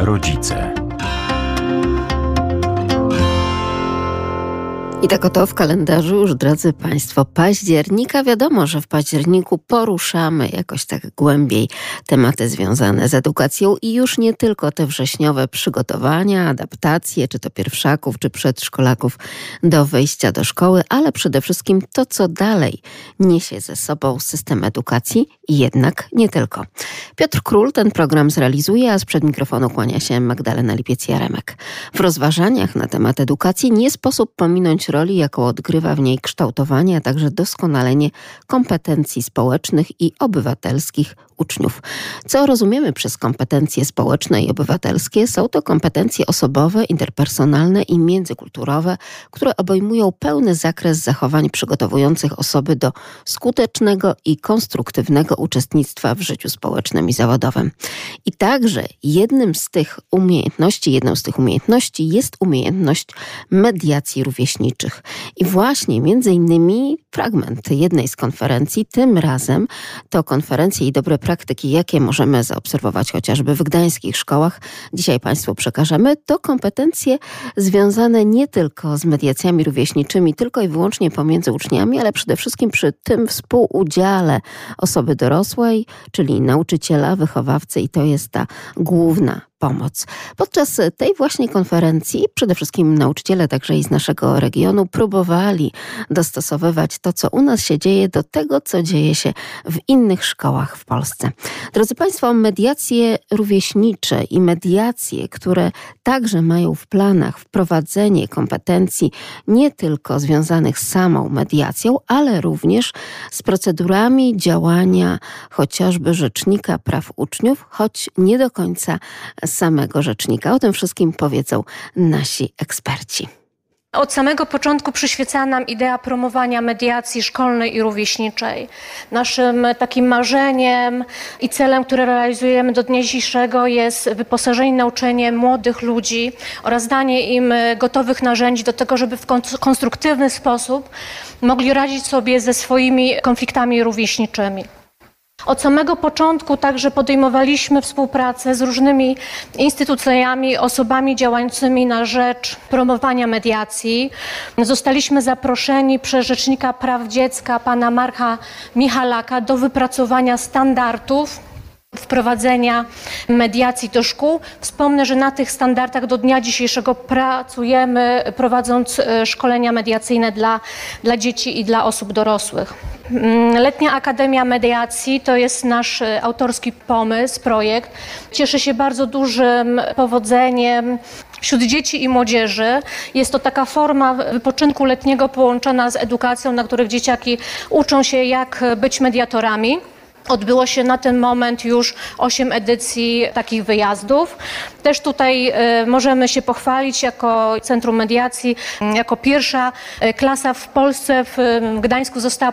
rodzice. I tak oto w kalendarzu już, drodzy Państwo, października. Wiadomo, że w październiku poruszamy jakoś tak głębiej tematy związane z edukacją i już nie tylko te wrześniowe przygotowania, adaptacje, czy to pierwszaków, czy przedszkolaków do wejścia do szkoły, ale przede wszystkim to, co dalej niesie ze sobą system edukacji i jednak nie tylko. Piotr Król ten program zrealizuje, a sprzed mikrofonu kłania się Magdalena Lipiec-Jaremek. W rozważaniach na temat edukacji nie sposób pominąć roli, jaką odgrywa w niej kształtowanie, a także doskonalenie kompetencji społecznych i obywatelskich uczniów. Co rozumiemy przez kompetencje społeczne i obywatelskie? Są to kompetencje osobowe, interpersonalne i międzykulturowe, które obejmują pełny zakres zachowań przygotowujących osoby do skutecznego i konstruktywnego uczestnictwa w życiu społecznym i zawodowym. I także jedną z tych umiejętności jest umiejętność mediacji rówieśniczych. I właśnie między innymi fragment jednej z konferencji, tym razem to konferencje i dobre praktyki, jakie możemy zaobserwować chociażby w gdańskich szkołach, dzisiaj Państwu przekażemy, to kompetencje związane nie tylko z mediacjami rówieśniczymi, tylko i wyłącznie pomiędzy uczniami, ale przede wszystkim przy tym współudziale osoby dorosłej, czyli nauczyciela, wychowawcy, i to jest ta główna pomoc. Podczas tej właśnie konferencji przede wszystkim nauczyciele, także i z naszego regionu, próbowali dostosowywać to, co u nas się dzieje, do tego, co dzieje się w innych szkołach w Polsce. Drodzy Państwo, mediacje rówieśnicze i mediacje, które także mają w planach wprowadzenie kompetencji nie tylko związanych z samą mediacją, ale również z procedurami działania chociażby Rzecznika Praw Uczniów, choć nie do końca samego rzecznika. O tym wszystkim powiedzą nasi eksperci. Od samego początku przyświecała nam idea promowania mediacji szkolnej i rówieśniczej. Naszym takim marzeniem i celem, który realizujemy do dnia dzisiejszego, jest wyposażenie, nauczenie młodych ludzi oraz danie im gotowych narzędzi do tego, żeby w konstruktywny sposób mogli radzić sobie ze swoimi konfliktami rówieśniczymi. Od samego początku także podejmowaliśmy współpracę z różnymi instytucjami, osobami działającymi na rzecz promowania mediacji. Zostaliśmy zaproszeni przez Rzecznika Praw Dziecka, pana Marka Michalaka, do wypracowania standardów wprowadzenia mediacji do szkół. Wspomnę, że na tych standardach do dnia dzisiejszego pracujemy, prowadząc szkolenia mediacyjne dla dzieci i dla osób dorosłych. Letnia Akademia Mediacji to jest nasz autorski pomysł, projekt. Cieszy się bardzo dużym powodzeniem wśród dzieci i młodzieży. Jest to taka forma wypoczynku letniego połączona z edukacją, na których dzieciaki uczą się, jak być mediatorami. Odbyło się na ten moment już 8 edycji takich wyjazdów. Też tutaj możemy się pochwalić jako Centrum Mediacji, jako pierwsza klasa w Polsce, w Gdańsku została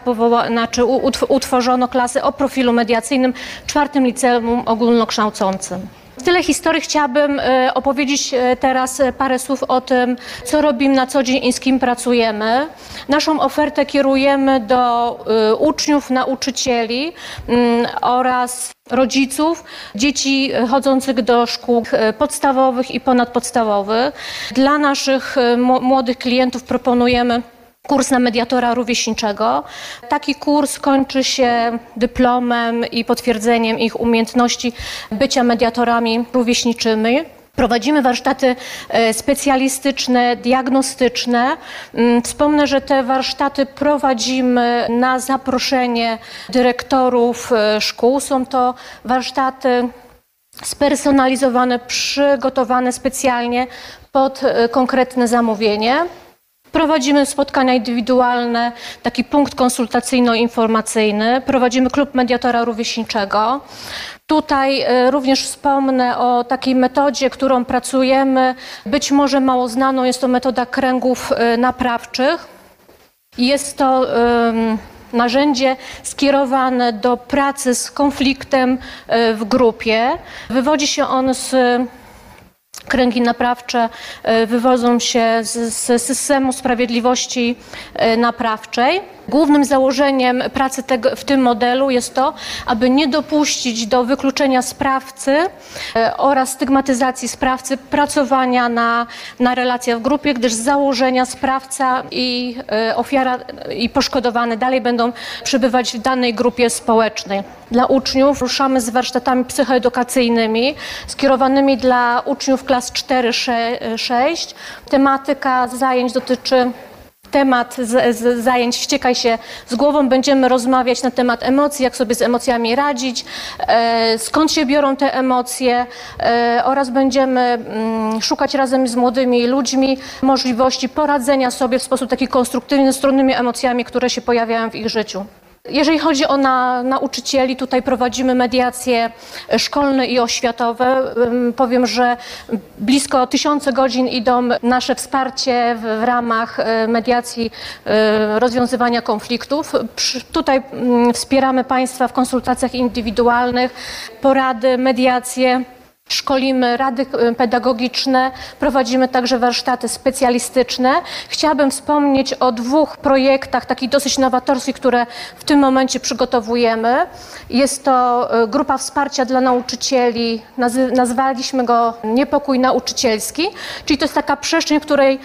utworzono klasę o profilu mediacyjnym w 4. liceum ogólnokształcącym. W tyle historii chciałabym opowiedzieć teraz parę słów o tym, co robimy na co dzień i z kim pracujemy. Naszą ofertę kierujemy do uczniów, nauczycieli oraz rodziców dzieci chodzących do szkół podstawowych i ponadpodstawowych. Dla naszych młodych klientów proponujemy kurs na mediatora rówieśniczego. Taki kurs kończy się dyplomem i potwierdzeniem ich umiejętności bycia mediatorami rówieśniczymi. Prowadzimy warsztaty specjalistyczne, diagnostyczne. Wspomnę, że te warsztaty prowadzimy na zaproszenie dyrektorów szkół. Są to warsztaty spersonalizowane, przygotowane specjalnie pod konkretne zamówienie. Prowadzimy spotkania indywidualne, taki punkt konsultacyjno-informacyjny. Prowadzimy klub mediatora rówieśniczego. Tutaj również wspomnę o takiej metodzie, którą pracujemy. Być może mało znaną, jest to metoda kręgów naprawczych. Jest to narzędzie skierowane do pracy z konfliktem w grupie. Wywodzi się on z kręgi naprawcze wywodzą się z systemu sprawiedliwości naprawczej. Głównym założeniem pracy w tym modelu jest to, aby nie dopuścić do wykluczenia sprawcy oraz stygmatyzacji sprawcy, pracowania na relacjach w grupie, gdyż z założenia sprawca i ofiara i poszkodowany dalej będą przebywać w danej grupie społecznej. Dla uczniów ruszamy z warsztatami psychoedukacyjnymi skierowanymi dla uczniów klas 4-6. Tematyka zajęć dotyczy zajęć Wściekaj się z głową. Będziemy rozmawiać na temat emocji, jak sobie z emocjami radzić, skąd się biorą te emocje oraz będziemy szukać razem z młodymi ludźmi możliwości poradzenia sobie w sposób taki konstruktywny z trudnymi emocjami, które się pojawiają w ich życiu. Jeżeli chodzi o nauczycieli, tutaj prowadzimy mediacje szkolne i oświatowe. Powiem, że blisko 1000 godzin idą nasze wsparcie w ramach mediacji, rozwiązywania konfliktów. Tutaj wspieramy Państwa w konsultacjach indywidualnych, porady, mediacje. Szkolimy rady pedagogiczne, prowadzimy także warsztaty specjalistyczne. Chciałabym wspomnieć o 2 projektach, takich dosyć nowatorskich, które w tym momencie przygotowujemy. Jest to grupa wsparcia dla nauczycieli, nazwaliśmy go Niepokój Nauczycielski, czyli to jest taka przestrzeń, w której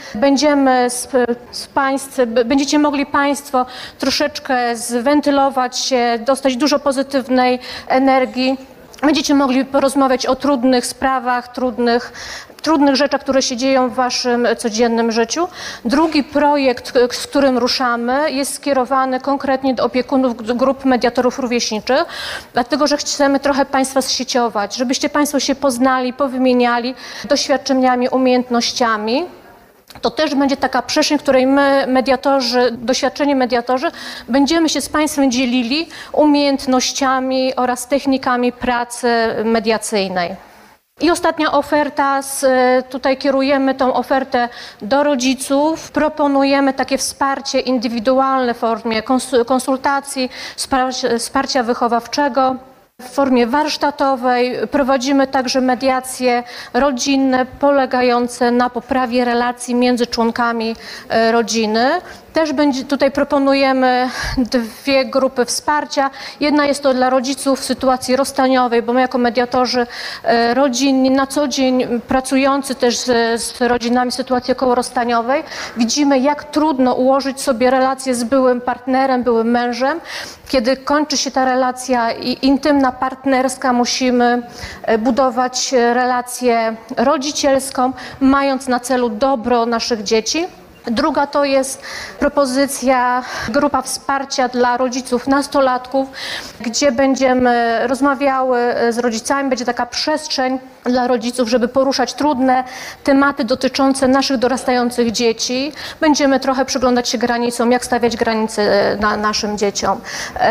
będziecie mogli Państwo troszeczkę zwentylować się, dostać dużo pozytywnej energii. Będziecie mogli porozmawiać o trudnych sprawach, trudnych rzeczach, które się dzieją w Waszym codziennym życiu. Drugi projekt, z którym ruszamy, jest skierowany konkretnie do opiekunów grup mediatorów rówieśniczych, dlatego że chcemy trochę Państwa zsieciować, żebyście Państwo się poznali, powymieniali doświadczeniami, umiejętnościami. To też będzie taka przestrzeń, w której my, doświadczeni mediatorzy, będziemy się z Państwem dzielili umiejętnościami oraz technikami pracy mediacyjnej. I ostatnia oferta, tutaj kierujemy tą ofertę do rodziców, proponujemy takie wsparcie indywidualne w formie konsultacji, wsparcia wychowawczego. W formie warsztatowej prowadzimy także mediacje rodzinne polegające na poprawie relacji między członkami rodziny. Też tutaj proponujemy 2 grupy wsparcia. Jedna jest to dla rodziców w sytuacji rozstaniowej, bo my jako mediatorzy rodzinni, na co dzień pracujący też z rodzinami w sytuacji okołorostaniowej, widzimy, jak trudno ułożyć sobie relacje z byłym partnerem, byłym mężem. Kiedy kończy się ta relacja intymna, partnerska, musimy budować relację rodzicielską, mając na celu dobro naszych dzieci. Druga to jest propozycja, grupa wsparcia dla rodziców nastolatków, gdzie będziemy rozmawiały z rodzicami, będzie taka przestrzeń dla rodziców, żeby poruszać trudne tematy dotyczące naszych dorastających dzieci. Będziemy trochę przyglądać się granicom, jak stawiać granice naszym dzieciom,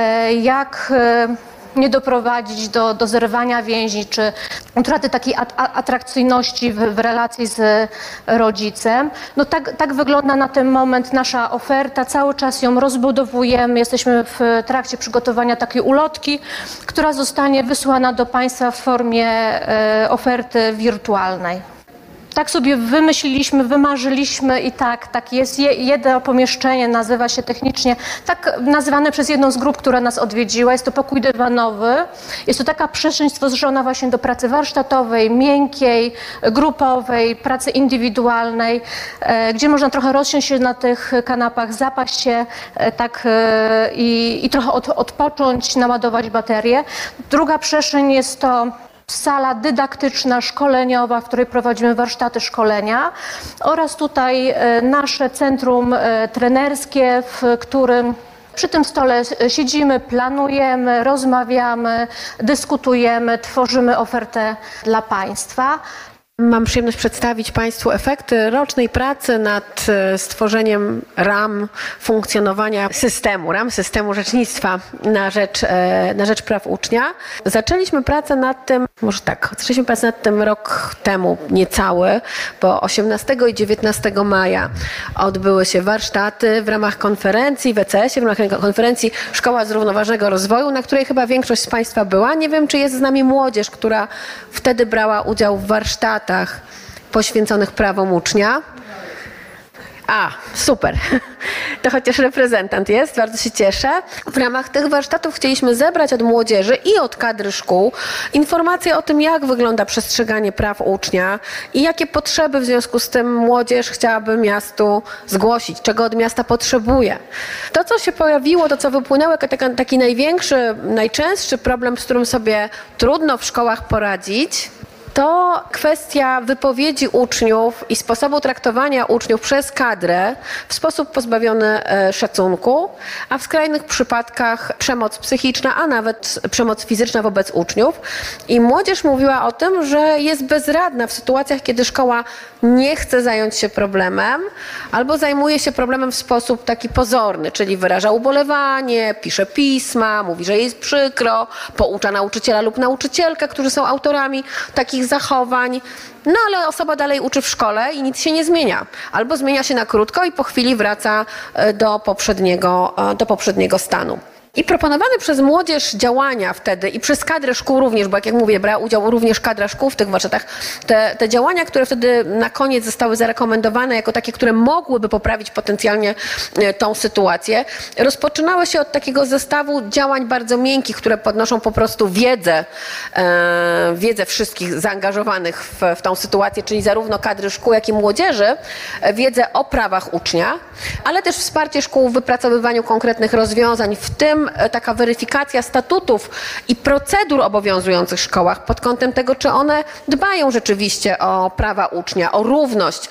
jak nie doprowadzić do zerwania więzi, czy utraty takiej atrakcyjności w relacji z rodzicem. No tak wygląda na ten moment nasza oferta. Cały czas ją rozbudowujemy. Jesteśmy w trakcie przygotowania takiej ulotki, która zostanie wysłana do Państwa w formie oferty wirtualnej. Tak sobie wymyśliliśmy, wymarzyliśmy i tak jest. Jedno pomieszczenie nazywa się technicznie, tak nazywane przez jedną z grup, która nas odwiedziła. Jest to pokój dywanowy. Jest to taka przestrzeń stworzona właśnie do pracy warsztatowej, miękkiej, grupowej, pracy indywidualnej, gdzie można trochę rozsiąść się na tych kanapach, zapaść się i trochę odpocząć, naładować baterię. Druga przestrzeń jest to sala dydaktyczna, szkoleniowa, w której prowadzimy warsztaty szkolenia oraz tutaj nasze centrum trenerskie, w którym przy tym stole siedzimy, planujemy, rozmawiamy, dyskutujemy, tworzymy ofertę dla Państwa. Mam przyjemność przedstawić Państwu efekty rocznej pracy nad stworzeniem ram funkcjonowania systemu rzecznictwa na rzecz praw ucznia. Zaczęliśmy pracę nad tym, rok temu niecały, bo 18 i 19 maja odbyły się warsztaty w ramach konferencji w ECS-ie, w ramach konferencji Szkoła Zrównoważonego Rozwoju, na której chyba większość z Państwa była. Nie wiem, czy jest z nami młodzież, która wtedy brała udział w warsztatach poświęconych prawom ucznia. Super. To chociaż reprezentant jest, bardzo się cieszę. W ramach tych warsztatów chcieliśmy zebrać od młodzieży i od kadry szkół informacje o tym, jak wygląda przestrzeganie praw ucznia i jakie potrzeby w związku z tym młodzież chciałaby miastu zgłosić, czego od miasta potrzebuje. To, co się pojawiło, to, co wypłynęło jako taki największy, najczęstszy problem, z którym sobie trudno w szkołach poradzić, to kwestia wypowiedzi uczniów i sposobu traktowania uczniów przez kadrę w sposób pozbawiony szacunku, a w skrajnych przypadkach przemoc psychiczna, a nawet przemoc fizyczna wobec uczniów. I młodzież mówiła o tym, że jest bezradna w sytuacjach, kiedy szkoła nie chce zająć się problemem albo zajmuje się problemem w sposób taki pozorny, czyli wyraża ubolewanie, pisze pisma, mówi, że jej jest przykro, poucza nauczyciela lub nauczycielkę, którzy są autorami takich zachowań. No ale osoba dalej uczy w szkole i nic się nie zmienia. Albo zmienia się na krótko i po chwili wraca do poprzedniego stanu. I proponowane przez młodzież działania wtedy i przez kadrę szkół również, bo jak mówię, brała udział również kadra szkół w tych warsztatach, te działania, które wtedy na koniec zostały zarekomendowane jako takie, które mogłyby poprawić potencjalnie tą sytuację, rozpoczynały się od takiego zestawu działań bardzo miękkich, które podnoszą po prostu wiedzę wszystkich zaangażowanych w tą sytuację, czyli zarówno kadry szkół, jak i młodzieży, wiedzę o prawach ucznia, ale też wsparcie szkół w wypracowywaniu konkretnych rozwiązań, w tym taka weryfikacja statutów i procedur obowiązujących w szkołach pod kątem tego, czy one dbają rzeczywiście o prawa ucznia, o równość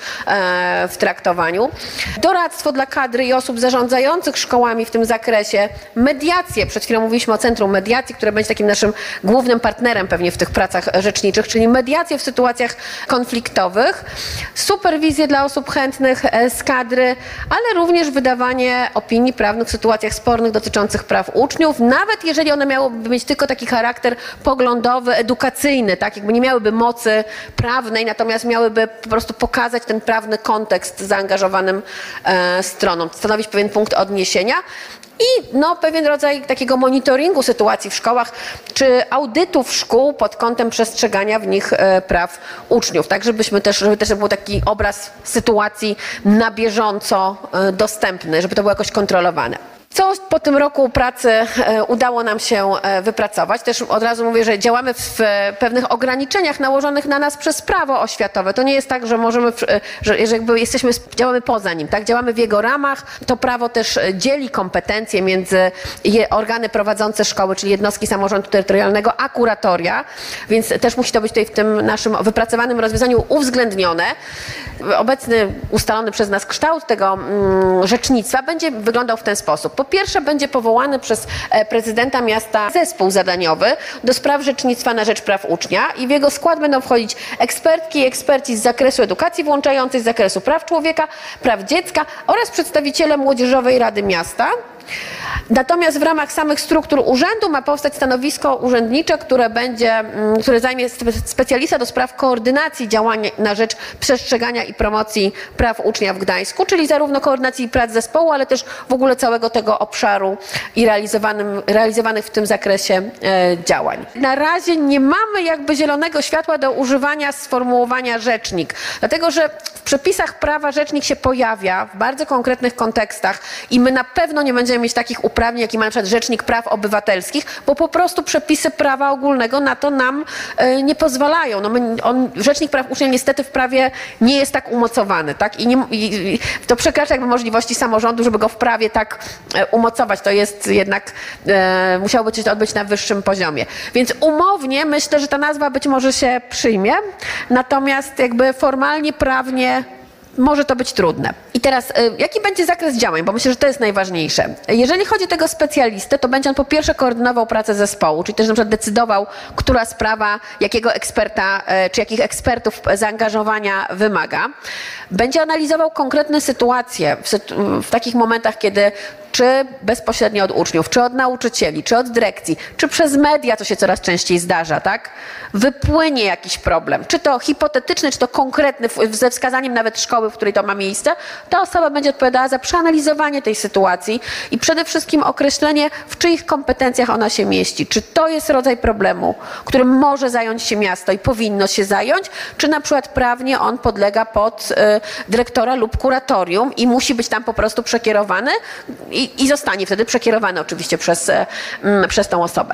w traktowaniu. Doradztwo dla kadry i osób zarządzających szkołami w tym zakresie. Mediacje, przed chwilą mówiliśmy o Centrum Mediacji, które będzie takim naszym głównym partnerem pewnie w tych pracach rzeczniczych, czyli mediacje w sytuacjach konfliktowych. Superwizje dla osób chętnych z kadry, ale również wydawanie opinii prawnych w sytuacjach spornych dotyczących praw uczniów, nawet jeżeli one miałyby mieć tylko taki charakter poglądowy, edukacyjny, tak? Jakby nie miałyby mocy prawnej, natomiast miałyby po prostu pokazać ten prawny kontekst zaangażowanym stronom, stanowić pewien punkt odniesienia. I pewien rodzaj takiego monitoringu sytuacji w szkołach, czy audytów szkół pod kątem przestrzegania w nich praw uczniów. Tak, żeby też był taki obraz sytuacji na bieżąco dostępny, żeby to było jakoś kontrolowane. Co po tym roku pracy udało nam się wypracować? Też od razu mówię, że działamy w pewnych ograniczeniach nałożonych na nas przez prawo oświatowe. To nie jest tak, że możemy, że działamy poza nim, tak? Działamy w jego ramach. To prawo też dzieli kompetencje między organy prowadzące szkoły, czyli jednostki samorządu terytorialnego, a kuratoria, więc też musi to być tutaj w tym naszym wypracowanym rozwiązaniu uwzględnione. Obecny, ustalony przez nas kształt tego rzecznictwa będzie wyglądał w ten sposób. Po pierwsze, będzie powołany przez prezydenta miasta zespół zadaniowy do spraw rzecznictwa na rzecz praw ucznia i w jego skład będą wchodzić ekspertki i eksperci z zakresu edukacji włączającej, z zakresu praw człowieka, praw dziecka oraz przedstawiciele Młodzieżowej Rady Miasta. Natomiast w ramach samych struktur urzędu ma powstać stanowisko urzędnicze, które zajmie specjalista do spraw koordynacji działań na rzecz przestrzegania i promocji praw ucznia w Gdańsku, czyli zarówno koordynacji prac zespołu, ale też w ogóle całego tego obszaru i realizowanych w tym zakresie działań. Na razie nie mamy jakby zielonego światła do używania sformułowania rzecznik, dlatego że w przepisach prawa rzecznik się pojawia w bardzo konkretnych kontekstach i my na pewno nie będziemy mieć takich uprawnień, jaki ma na przykład Rzecznik Praw Obywatelskich, bo po prostu przepisy prawa ogólnego na to nam nie pozwalają. Rzecznik Praw Ucznia niestety w prawie nie jest tak umocowany, tak? I to przekracza jakby możliwości samorządu, żeby go w prawie tak umocować. To jest jednak, musiałoby się to odbyć na wyższym poziomie. Więc umownie myślę, że ta nazwa być może się przyjmie, natomiast jakby formalnie, prawnie może to być trudne. I teraz, jaki będzie zakres działań? Bo myślę, że to jest najważniejsze. Jeżeli chodzi o tego specjalistę, to będzie on po pierwsze koordynował pracę zespołu, czyli też na przykład decydował, która sprawa, jakiego eksperta, czy jakich ekspertów zaangażowania wymaga. Będzie analizował konkretne sytuacje w takich momentach, kiedy czy bezpośrednio od uczniów, czy od nauczycieli, czy od dyrekcji, czy przez media, co się coraz częściej zdarza, tak? Wypłynie jakiś problem, czy to hipotetyczny, czy to konkretny, ze wskazaniem nawet szkoły, w której to ma miejsce, ta osoba będzie odpowiadała za przeanalizowanie tej sytuacji i przede wszystkim określenie, w czyich kompetencjach ona się mieści. Czy to jest rodzaj problemu, którym może zająć się miasto i powinno się zająć, czy na przykład prawnie on podlega pod dyrektora lub kuratorium i musi być tam po prostu przekierowany i zostanie wtedy przekierowany oczywiście przez tą osobę.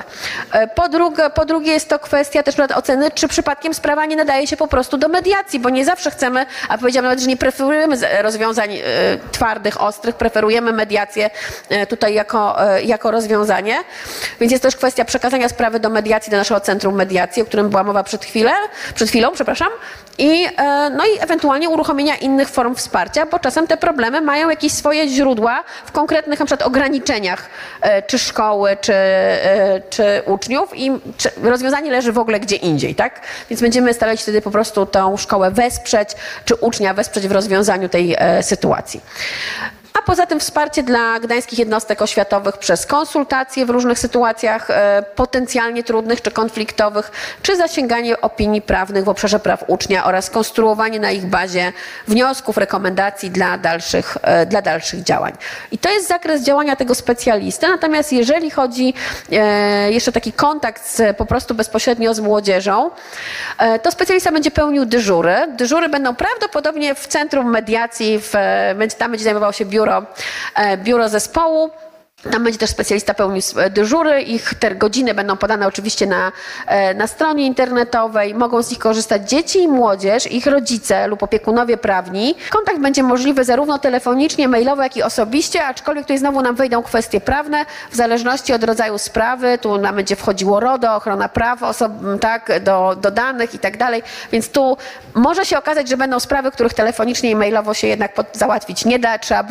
Po drugie jest to kwestia też oceny, czy przypadkiem sprawa nie nadaje się po prostu do mediacji, bo nie zawsze chcemy, a powiedziałam nawet, że nie preferujemy rozwiązań twardych, ostrych, preferujemy mediację tutaj jako rozwiązanie, więc jest też kwestia przekazania sprawy do mediacji, do naszego centrum mediacji, o którym była mowa przed chwilą, i ewentualnie uruchomienia innych form wsparcia, bo czasem te problemy mają jakieś swoje źródła w konkretnych na przykład ograniczeniach czy szkoły, czy uczniów i rozwiązanie leży w ogóle gdzie indziej, tak? Więc będziemy starali się wtedy po prostu tą szkołę wesprzeć, czy ucznia wesprzeć w rozwiązaniu tej sytuacji. A poza tym wsparcie dla gdańskich jednostek oświatowych przez konsultacje w różnych sytuacjach potencjalnie trudnych czy konfliktowych, czy zasięganie opinii prawnych w obszarze praw ucznia oraz konstruowanie na ich bazie wniosków, rekomendacji dla dalszych działań. I to jest zakres działania tego specjalisty, natomiast jeżeli chodzi jeszcze taki kontakt po prostu bezpośrednio z młodzieżą, to specjalista będzie pełnił dyżury. Dyżury będą prawdopodobnie w centrum mediacji, tam będzie zajmowało się biuro zespołu. Tam będzie też specjalista pełnił dyżury. Te godziny będą podane oczywiście na stronie internetowej. Mogą z nich korzystać dzieci i młodzież, ich rodzice lub opiekunowie prawni. Kontakt będzie możliwy zarówno telefonicznie, mailowo, jak i osobiście, aczkolwiek tutaj znowu nam wejdą kwestie prawne w zależności od rodzaju sprawy. Tu nam będzie wchodziło RODO, ochrona praw do danych i tak dalej. Więc tu może się okazać, że będą sprawy, których telefonicznie i mailowo się jednak załatwić nie da. Trzeba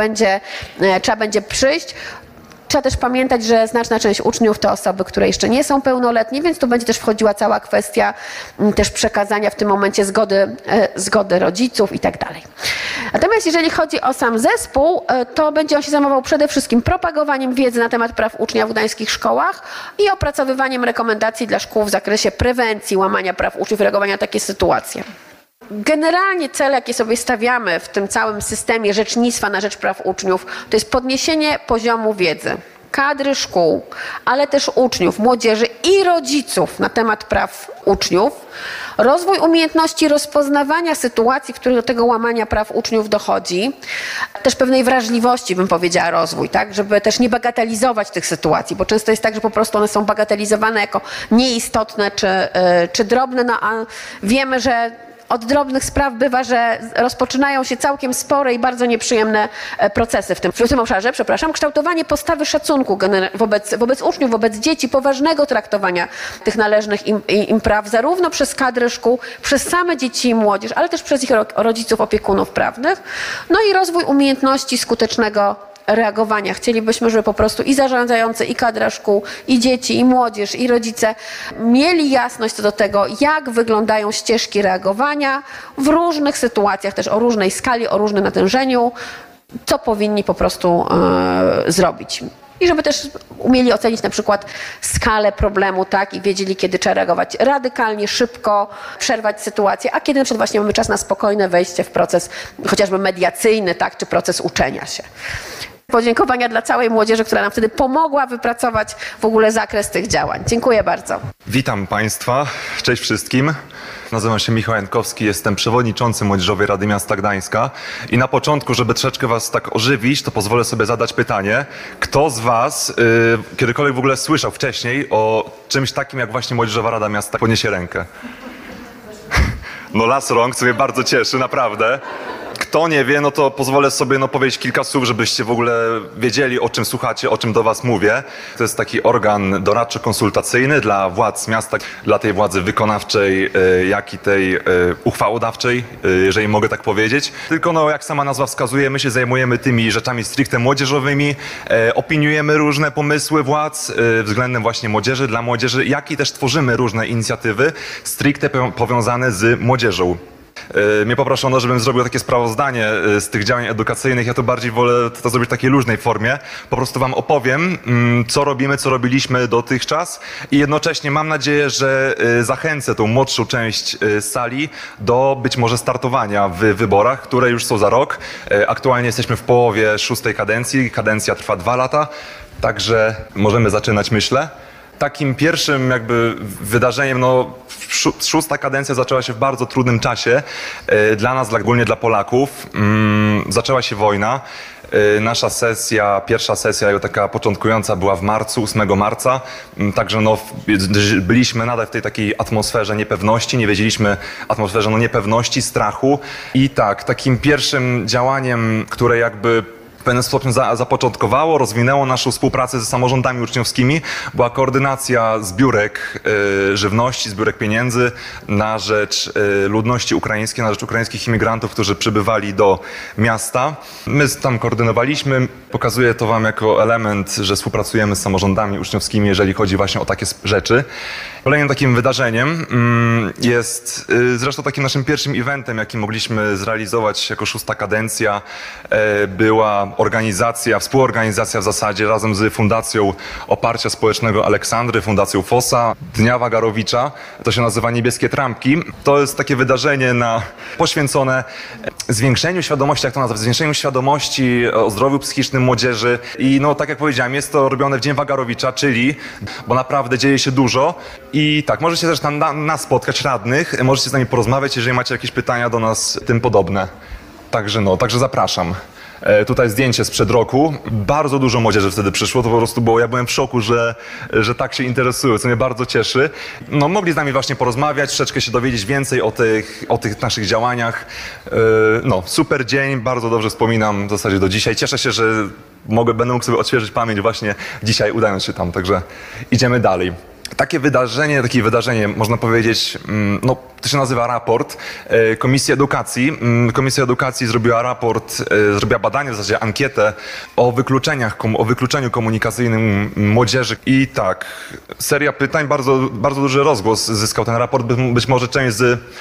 będzie przyjść. Trzeba też pamiętać, że znaczna część uczniów to osoby, które jeszcze nie są pełnoletnie, więc tu będzie też wchodziła cała kwestia też przekazania w tym momencie zgody rodziców i tak dalej. Natomiast jeżeli chodzi o sam zespół, to będzie on się zajmował przede wszystkim propagowaniem wiedzy na temat praw ucznia w gdańskich szkołach i opracowywaniem rekomendacji dla szkół w zakresie prewencji łamania praw uczniów i reagowania na takie sytuacje. Generalnie cele, jakie sobie stawiamy w tym całym systemie rzecznictwa na rzecz praw uczniów, to jest podniesienie poziomu wiedzy kadry szkół, ale też uczniów, młodzieży i rodziców na temat praw uczniów, rozwój umiejętności rozpoznawania sytuacji, w których do tego łamania praw uczniów dochodzi, też pewnej wrażliwości, bym powiedziała, rozwój, tak, żeby też nie bagatelizować tych sytuacji, bo często jest tak, że po prostu one są bagatelizowane jako nieistotne czy drobne, no a wiemy, że od drobnych spraw bywa, że rozpoczynają się całkiem spore i bardzo nieprzyjemne procesy w tym obszarze. Kształtowanie postawy szacunku wobec uczniów, wobec dzieci, poważnego traktowania tych należnych im praw, zarówno przez kadrę szkół, przez same dzieci i młodzież, ale też przez ich rodziców, opiekunów prawnych. No i rozwój umiejętności skutecznego reagowania. Chcielibyśmy, żeby po prostu i zarządzający, i kadra szkół, i dzieci, i młodzież, i rodzice mieli jasność co do tego, jak wyglądają ścieżki reagowania w różnych sytuacjach, też o różnej skali, o różnym natężeniu, co powinni po prostu zrobić. I żeby też umieli ocenić na przykład skalę problemu, tak, i wiedzieli, kiedy trzeba reagować radykalnie, szybko, przerwać sytuację, a kiedy na przykład właśnie mamy czas na spokojne wejście w proces chociażby mediacyjny, tak, czy proces uczenia się. Podziękowania dla całej młodzieży, która nam wtedy pomogła wypracować w ogóle zakres tych działań. Dziękuję bardzo. Witam Państwa, cześć wszystkim. Nazywam się Michał Jankowski, jestem przewodniczącym Młodzieżowej Rady Miasta Gdańska i na początku, żeby troszeczkę Was tak ożywić, to pozwolę sobie zadać pytanie, kto z Was kiedykolwiek w ogóle słyszał wcześniej o czymś takim jak właśnie Młodzieżowa Rada Miasta? Podniesie rękę. No las rąk, co mnie bardzo cieszy, naprawdę. Kto nie wie, no to pozwolę sobie powiedzieć kilka słów, żebyście w ogóle wiedzieli, o czym słuchacie, o czym do was mówię. To jest taki organ doradczo-konsultacyjny dla władz miasta, dla tej władzy wykonawczej, jak i tej uchwałodawczej, jeżeli mogę tak powiedzieć. Tylko jak sama nazwa wskazuje, my się zajmujemy tymi rzeczami stricte młodzieżowymi, opiniujemy różne pomysły władz względem właśnie młodzieży, dla młodzieży, jak i też tworzymy różne inicjatywy stricte powiązane z młodzieżą. Mnie poproszono, żebym zrobił takie sprawozdanie z tych działań edukacyjnych. Ja to bardziej wolę to zrobić w takiej luźnej formie. Po prostu wam opowiem, co robimy, co robiliśmy dotychczas i jednocześnie mam nadzieję, że zachęcę tą młodszą część sali do być może startowania w wyborach, które już są za rok. Aktualnie jesteśmy w połowie 6. kadencji. Kadencja trwa 2 lata, także możemy zaczynać, myślę. Takim pierwszym jakby wydarzeniem, 6. kadencja zaczęła się w bardzo trudnym czasie dla nas, ogólnie dla Polaków. Zaczęła się wojna. Nasza sesja, pierwsza sesja taka początkująca była w marcu, 8 marca. Także byliśmy nadal w tej takiej atmosferze niepewności, nie wiedzieliśmy, atmosferze niepewności, strachu. I tak, takim pierwszym działaniem, które jakby w pewnym stopniu zapoczątkowało, rozwinęło naszą współpracę ze samorządami uczniowskimi, była koordynacja zbiórek żywności, zbiórek pieniędzy na rzecz ludności ukraińskiej, na rzecz ukraińskich imigrantów, którzy przybywali do miasta. My tam koordynowaliśmy. Pokazuję to wam jako element, że współpracujemy z samorządami uczniowskimi, jeżeli chodzi właśnie o takie rzeczy. Kolejnym takim wydarzeniem jest, zresztą takim naszym pierwszym eventem, jaki mogliśmy zrealizować jako 6. kadencja, była współorganizacja w zasadzie razem z Fundacją Oparcia Społecznego Aleksandry, Fundacją FOSA, Dnia Wagarowicza. To się nazywa Niebieskie Trampki. To jest takie wydarzenie poświęcone zwiększeniu świadomości, jak to nazwać, zwiększeniu świadomości o zdrowiu psychicznym młodzieży. I tak jak powiedziałem, jest to robione w Dzień Wagarowicza, bo naprawdę dzieje się dużo. I tak, możecie też nas spotkać, radnych, możecie z nami porozmawiać, jeżeli macie jakieś pytania do nas, tym podobne. Także zapraszam. Tutaj zdjęcie sprzed roku. Bardzo dużo młodzieży wtedy przyszło, to po prostu było, ja byłem w szoku, że tak się interesują, co mnie bardzo cieszy. Mogli z nami właśnie porozmawiać, troszeczkę się dowiedzieć więcej o tych naszych działaniach. Super dzień, bardzo dobrze wspominam w zasadzie do dzisiaj. Cieszę się, że będę mógł sobie odświeżyć pamięć właśnie dzisiaj, udając się tam, także idziemy dalej. Takie wydarzenie, można powiedzieć, to się nazywa raport Komisji Edukacji. Komisja Edukacji zrobiła raport, zrobiła badanie, w zasadzie ankietę o wykluczeniu komunikacyjnym młodzieży. I tak, seria pytań, bardzo, bardzo duży rozgłos zyskał ten raport. Być może część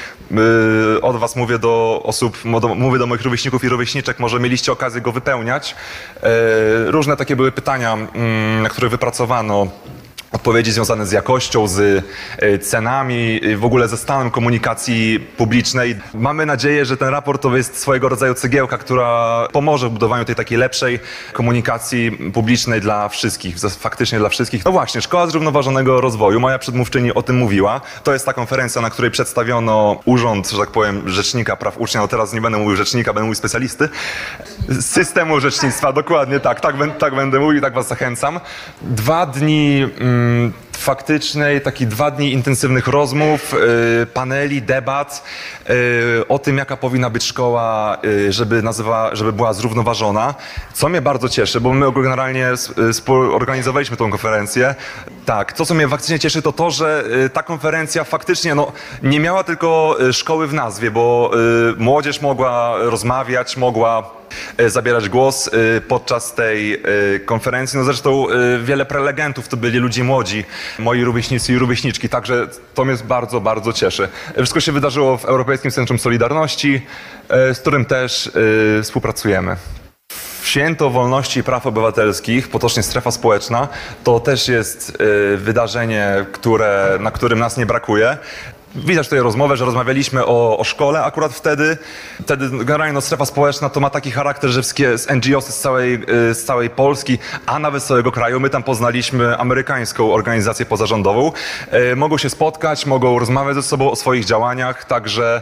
od was mówię do osób, mówię do moich rówieśników i rówieśniczek, może mieliście okazję go wypełniać. Różne takie były pytania, na które wypracowano odpowiedzi związane z jakością, z cenami, w ogóle ze stanem komunikacji publicznej. Mamy nadzieję, że ten raport to jest swojego rodzaju cegiełka, która pomoże w budowaniu tej takiej lepszej komunikacji publicznej dla wszystkich, faktycznie dla wszystkich. No właśnie, Szkoła Zrównoważonego Rozwoju, moja przedmówczyni o tym mówiła. To jest ta konferencja, na której przedstawiono urząd, że tak powiem, Rzecznika Praw Ucznia. No teraz nie będę mówił rzecznika, będę mówił specjalisty. Systemu orzecznictwa, dokładnie tak będę mówił, tak was zachęcam. 2 dni faktycznej, 2 dni intensywnych rozmów, paneli, debat o tym, jaka powinna być szkoła, żeby była zrównoważona. Co mnie bardzo cieszy, bo my generalnie organizowaliśmy tą konferencję. Tak, to co mnie faktycznie cieszy, to to, że ta konferencja faktycznie nie miała tylko szkoły w nazwie, bo młodzież mogła rozmawiać, mogła zabierać głos podczas tej konferencji. Zresztą wiele prelegentów to byli ludzie młodzi, moi rówieśnicy i rówieśniczki, także to mnie bardzo, bardzo cieszy. Wszystko się wydarzyło w Europejskim Centrum Solidarności, z którym też współpracujemy. Święto Wolności i Praw Obywatelskich, potocznie Strefa Społeczna, to też jest wydarzenie, na którym nas nie brakuje. Widać tutaj rozmowę, że rozmawialiśmy o szkole akurat wtedy. Wtedy generalnie Strefa Społeczna to ma taki charakter, że wszystkie NGOsy z całej Polski, a nawet z całego kraju, my tam poznaliśmy amerykańską organizację pozarządową. Mogą się spotkać, mogą rozmawiać ze sobą o swoich działaniach, także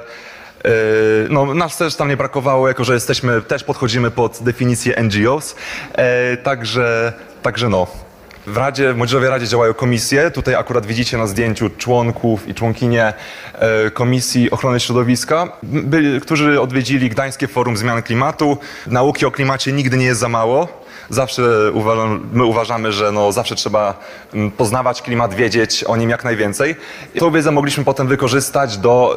nas też tam nie brakowało, jako że też podchodzimy pod definicję NGOs. Także w Młodzieżowej Radzie działają komisje. Tutaj akurat widzicie na zdjęciu członków i członkinie Komisji Ochrony Środowiska, którzy odwiedzili Gdańskie Forum Zmiany Klimatu. Nauki o klimacie nigdy nie jest za mało. zawsze my uważamy, że no zawsze trzeba poznawać klimat, wiedzieć o nim jak najwięcej. Tą wiedzę mogliśmy potem wykorzystać do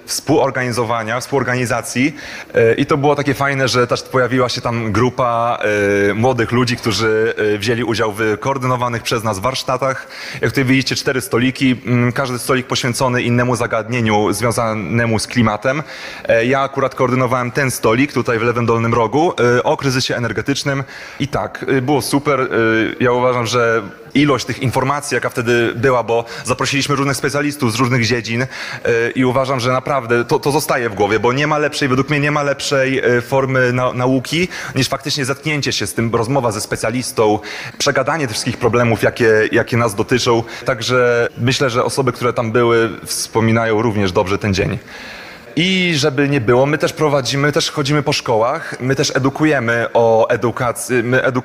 współorganizacji i to było takie fajne, że też pojawiła się tam grupa młodych ludzi, którzy wzięli udział w koordynowanych przez nas warsztatach. Jak tutaj widzicie, 4 stoliki, każdy stolik poświęcony innemu zagadnieniu związanemu z klimatem. Ja akurat koordynowałem ten stolik tutaj w lewym dolnym rogu o kryzysie energetycznym i tak, było super. Ja uważam, że ilość tych informacji, jaka wtedy była, bo zaprosiliśmy różnych specjalistów z różnych dziedzin i uważam, że naprawdę to zostaje w głowie, bo według mnie nie ma lepszej formy nauki niż faktycznie zetknięcie się z tym, rozmowa ze specjalistą, przegadanie tych wszystkich problemów, jakie nas dotyczą. Także myślę, że osoby, które tam były, wspominają również dobrze ten dzień. I żeby nie było, my też chodzimy po szkołach, my też edukujemy o edukacji,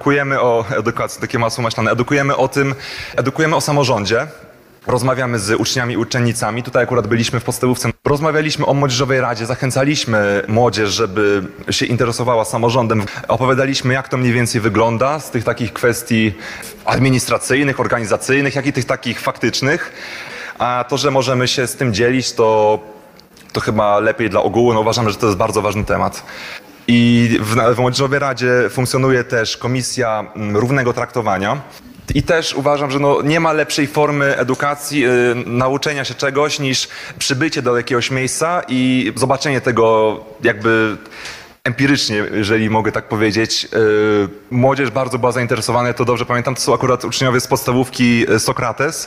takie masło maślane, edukujemy o samorządzie. Rozmawiamy z uczniami i uczennicami. Tutaj akurat byliśmy w podstawówce. Rozmawialiśmy o Młodzieżowej Radzie, zachęcaliśmy młodzież, żeby się interesowała samorządem. Opowiadaliśmy, jak to mniej więcej wygląda z tych takich kwestii administracyjnych, organizacyjnych, jak i tych takich faktycznych. A to, że możemy się z tym dzielić, to chyba lepiej dla ogółu. No, uważamy, że to jest bardzo ważny temat. I w Młodzieżowej Radzie funkcjonuje też Komisja Równego Traktowania. I też uważam, że nie ma lepszej formy edukacji, nauczenia się czegoś niż przybycie do jakiegoś miejsca i zobaczenie tego jakby empirycznie, jeżeli mogę tak powiedzieć. Młodzież bardzo była zainteresowana, ja to dobrze pamiętam, to są akurat uczniowie z podstawówki Sokrates.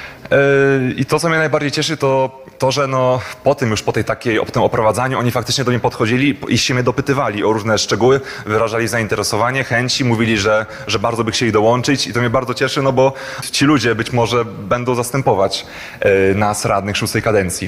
I to, co mnie najbardziej cieszy, to, że po tym oprowadzaniu oni faktycznie do mnie podchodzili i się mnie dopytywali o różne szczegóły, wyrażali zainteresowanie, chęci, mówili, że bardzo by chcieli dołączyć i to mnie bardzo cieszy, bo ci ludzie być może będą zastępować nas radnych 6. kadencji.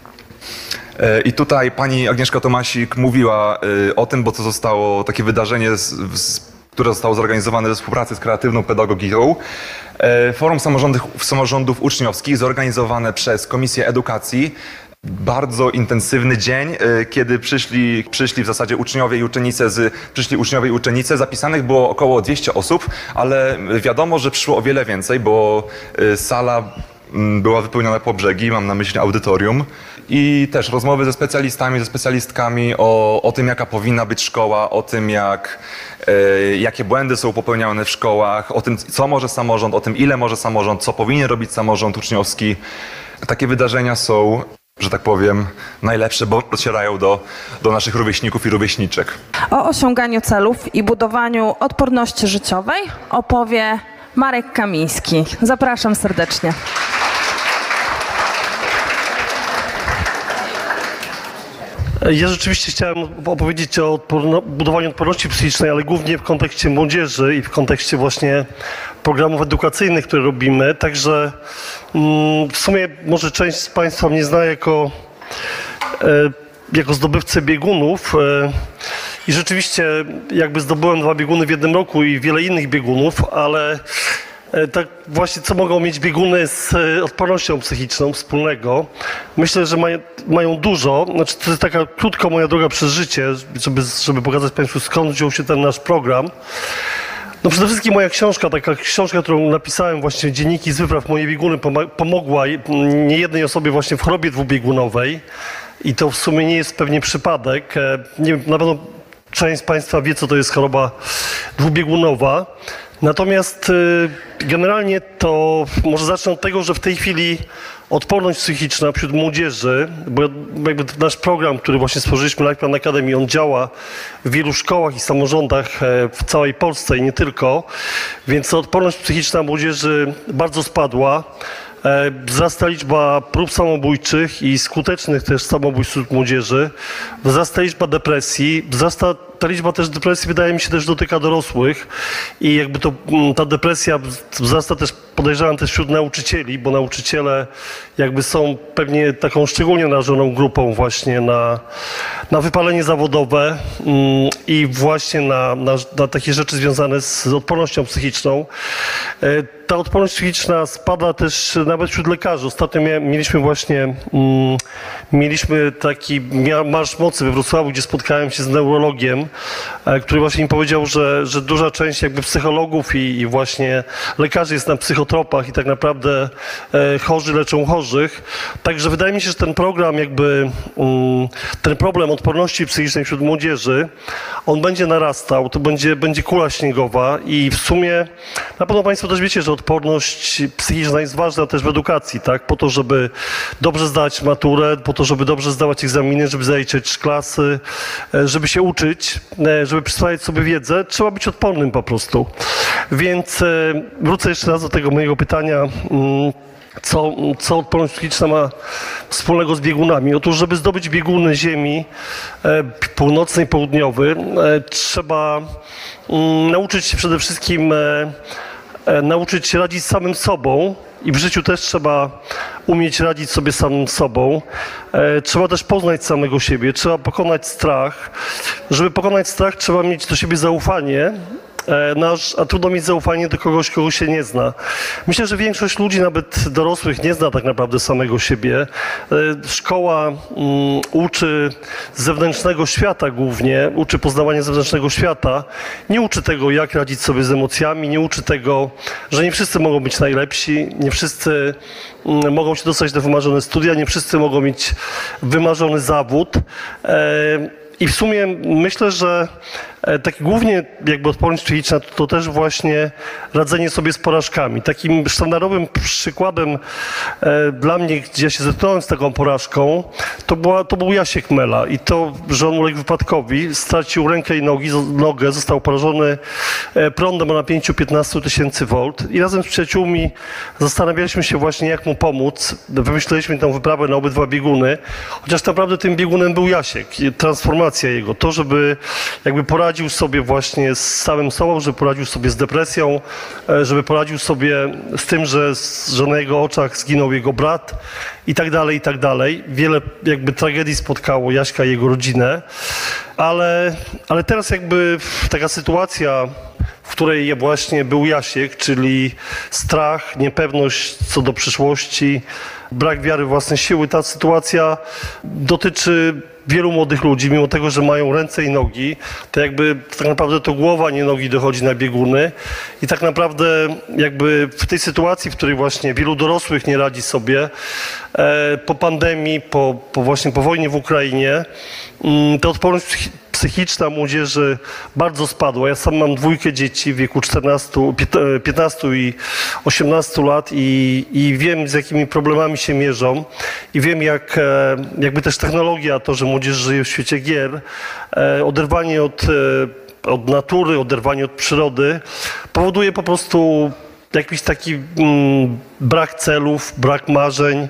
I tutaj pani Agnieszka Tomasik mówiła o tym, bo to zostało takie wydarzenie, które zostało zorganizowane we współpracy z Kreatywną Pedagogiką. Forum Samorządów Uczniowskich zorganizowane przez Komisję Edukacji. Bardzo intensywny dzień, kiedy przyszli w zasadzie uczniowie i uczennice. Zapisanych było około 200 osób, ale wiadomo, że przyszło o wiele więcej, bo sala była wypełniona po brzegi, mam na myśli audytorium. I też rozmowy ze specjalistami, ze specjalistkami o tym, jaka powinna być szkoła, o tym, jakie błędy są popełniane w szkołach, o tym, co może samorząd, o tym, ile może samorząd, co powinien robić samorząd uczniowski. Takie wydarzenia są, że tak powiem, najlepsze, bo docierają do naszych rówieśników i rówieśniczek. O osiąganiu celów i budowaniu odporności życiowej opowie Marek Kamiński. Zapraszam serdecznie. Ja rzeczywiście chciałem opowiedzieć o budowaniu odporności psychicznej, ale głównie w kontekście młodzieży i w kontekście właśnie programów edukacyjnych, które robimy. Także w sumie może część z Państwa mnie zna jako zdobywcę biegunów i rzeczywiście jakby zdobyłem 2 bieguny w jednym roku i wiele innych biegunów, ale tak właśnie co mogą mieć bieguny z odpornością psychiczną wspólnego? Myślę, że mają dużo. Znaczy, to jest taka krótka moja droga przez życie, żeby pokazać Państwu, skąd wziął się ten nasz program. Przede wszystkim moja książka, taka książka, którą napisałem właśnie, Dzienniki z wypraw moje bieguny, pomogła niejednej osobie właśnie w chorobie dwubiegunowej. I to w sumie nie jest pewnie przypadek. Nie wiem, na pewno część z Państwa wie, co to jest choroba dwubiegunowa. Natomiast generalnie to może zacznę od tego, że w tej chwili odporność psychiczna wśród młodzieży, bo jakby nasz program, który właśnie stworzyliśmy Life Plan Academy, on działa w wielu szkołach i samorządach w całej Polsce i nie tylko, więc odporność psychiczna młodzieży bardzo spadła. Wzrasta liczba prób samobójczych i skutecznych też samobójstw wśród młodzieży. Wzrasta liczba depresji. Wzrasta ta liczba też depresji, wydaje mi się, też dotyka dorosłych i jakby ta depresja wzrasta też podejrzewam też wśród nauczycieli, bo nauczyciele jakby są pewnie taką szczególnie narażoną grupą właśnie na wypalenie zawodowe i właśnie na takie rzeczy związane z odpornością psychiczną. Ta odporność psychiczna spada też nawet wśród lekarzy. Ostatnio mieliśmy taki marsz mocy we Wrocławiu, gdzie spotkałem się z neurologiem, który właśnie mi powiedział, że duża część jakby psychologów i właśnie lekarzy jest na psychotropach i tak naprawdę chorzy leczą chorych. Także wydaje mi się, że ten program ten problem odporności psychicznej wśród młodzieży, on będzie narastał, to będzie kula śniegowa i w sumie na pewno Państwo też wiecie, że odporność psychiczna jest ważna też w edukacji, tak? Po to, żeby dobrze zdać maturę, po to, żeby dobrze zdawać egzaminy, żeby zaliczyć klasy, żeby się uczyć, żeby przyswajać sobie wiedzę, trzeba być odpornym po Więc wrócę jeszcze raz do tego mojego pytania, co odporność psychiczna ma wspólnego z biegunami? Otóż, żeby zdobyć bieguny Ziemi północnej, południowej, trzeba nauczyć się przede wszystkim nauczyć się radzić z samym sobą i w życiu też trzeba umieć radzić sobie samym sobą. Trzeba też poznać samego siebie, trzeba pokonać strach. Żeby pokonać strach, trzeba mieć do siebie zaufanie, a trudno mieć zaufanie do kogoś, kogo się nie zna. Myślę, że większość ludzi, nawet dorosłych, nie zna tak naprawdę samego siebie. Szkoła uczy zewnętrznego świata głównie, uczy poznawania zewnętrznego świata. Nie uczy tego, jak radzić sobie z emocjami, nie uczy tego, że nie wszyscy mogą być najlepsi, nie wszyscy mogą się dostać na wymarzone studia, nie wszyscy mogą mieć wymarzony zawód. I w sumie myślę, że tak głównie jakby odporność psychiczna to też właśnie radzenie sobie z porażkami. Takim sztandarowym przykładem dla mnie, gdzie ja się zetknąłem z taką porażką, to był Jasiek Mela i to, że on uległ wypadkowi, stracił rękę i nogę, został porażony prądem o napięciu 15 000 V i razem z przyjaciółmi zastanawialiśmy się właśnie, jak mu pomóc. Wymyśliliśmy tę wyprawę na obydwa bieguny, chociaż naprawdę tym biegunem był Jasiek, transformacja jego, to, żeby jakby poradził sobie właśnie z samym sobą, żeby poradził sobie z depresją, żeby poradził sobie z tym, że na jego oczach zginął jego brat i tak dalej, i tak dalej. Wiele jakby tragedii spotkało Jaśka i jego rodzinę, ale teraz jakby taka sytuacja, w której właśnie był Jasiek, czyli strach, niepewność co do przyszłości, brak wiary w własne siły, ta sytuacja dotyczy wielu młodych ludzi, mimo tego, że mają ręce i nogi, to jakby tak naprawdę to głowa, nie nogi dochodzi na bieguny i tak naprawdę jakby w tej sytuacji, w której właśnie wielu dorosłych nie radzi sobie, po pandemii, po wojnie w Ukrainie, ta odporność psychiczna młodzieży bardzo spadła. Ja sam mam 2 dzieci w wieku 15 i 18 lat i wiem, z jakimi problemami się mierzą i wiem, jakby też technologia, to, że młodzież żyje w świecie gier, oderwanie od natury, oderwanie od przyrody powoduje po prostu jakiś taki brak celów, brak marzeń,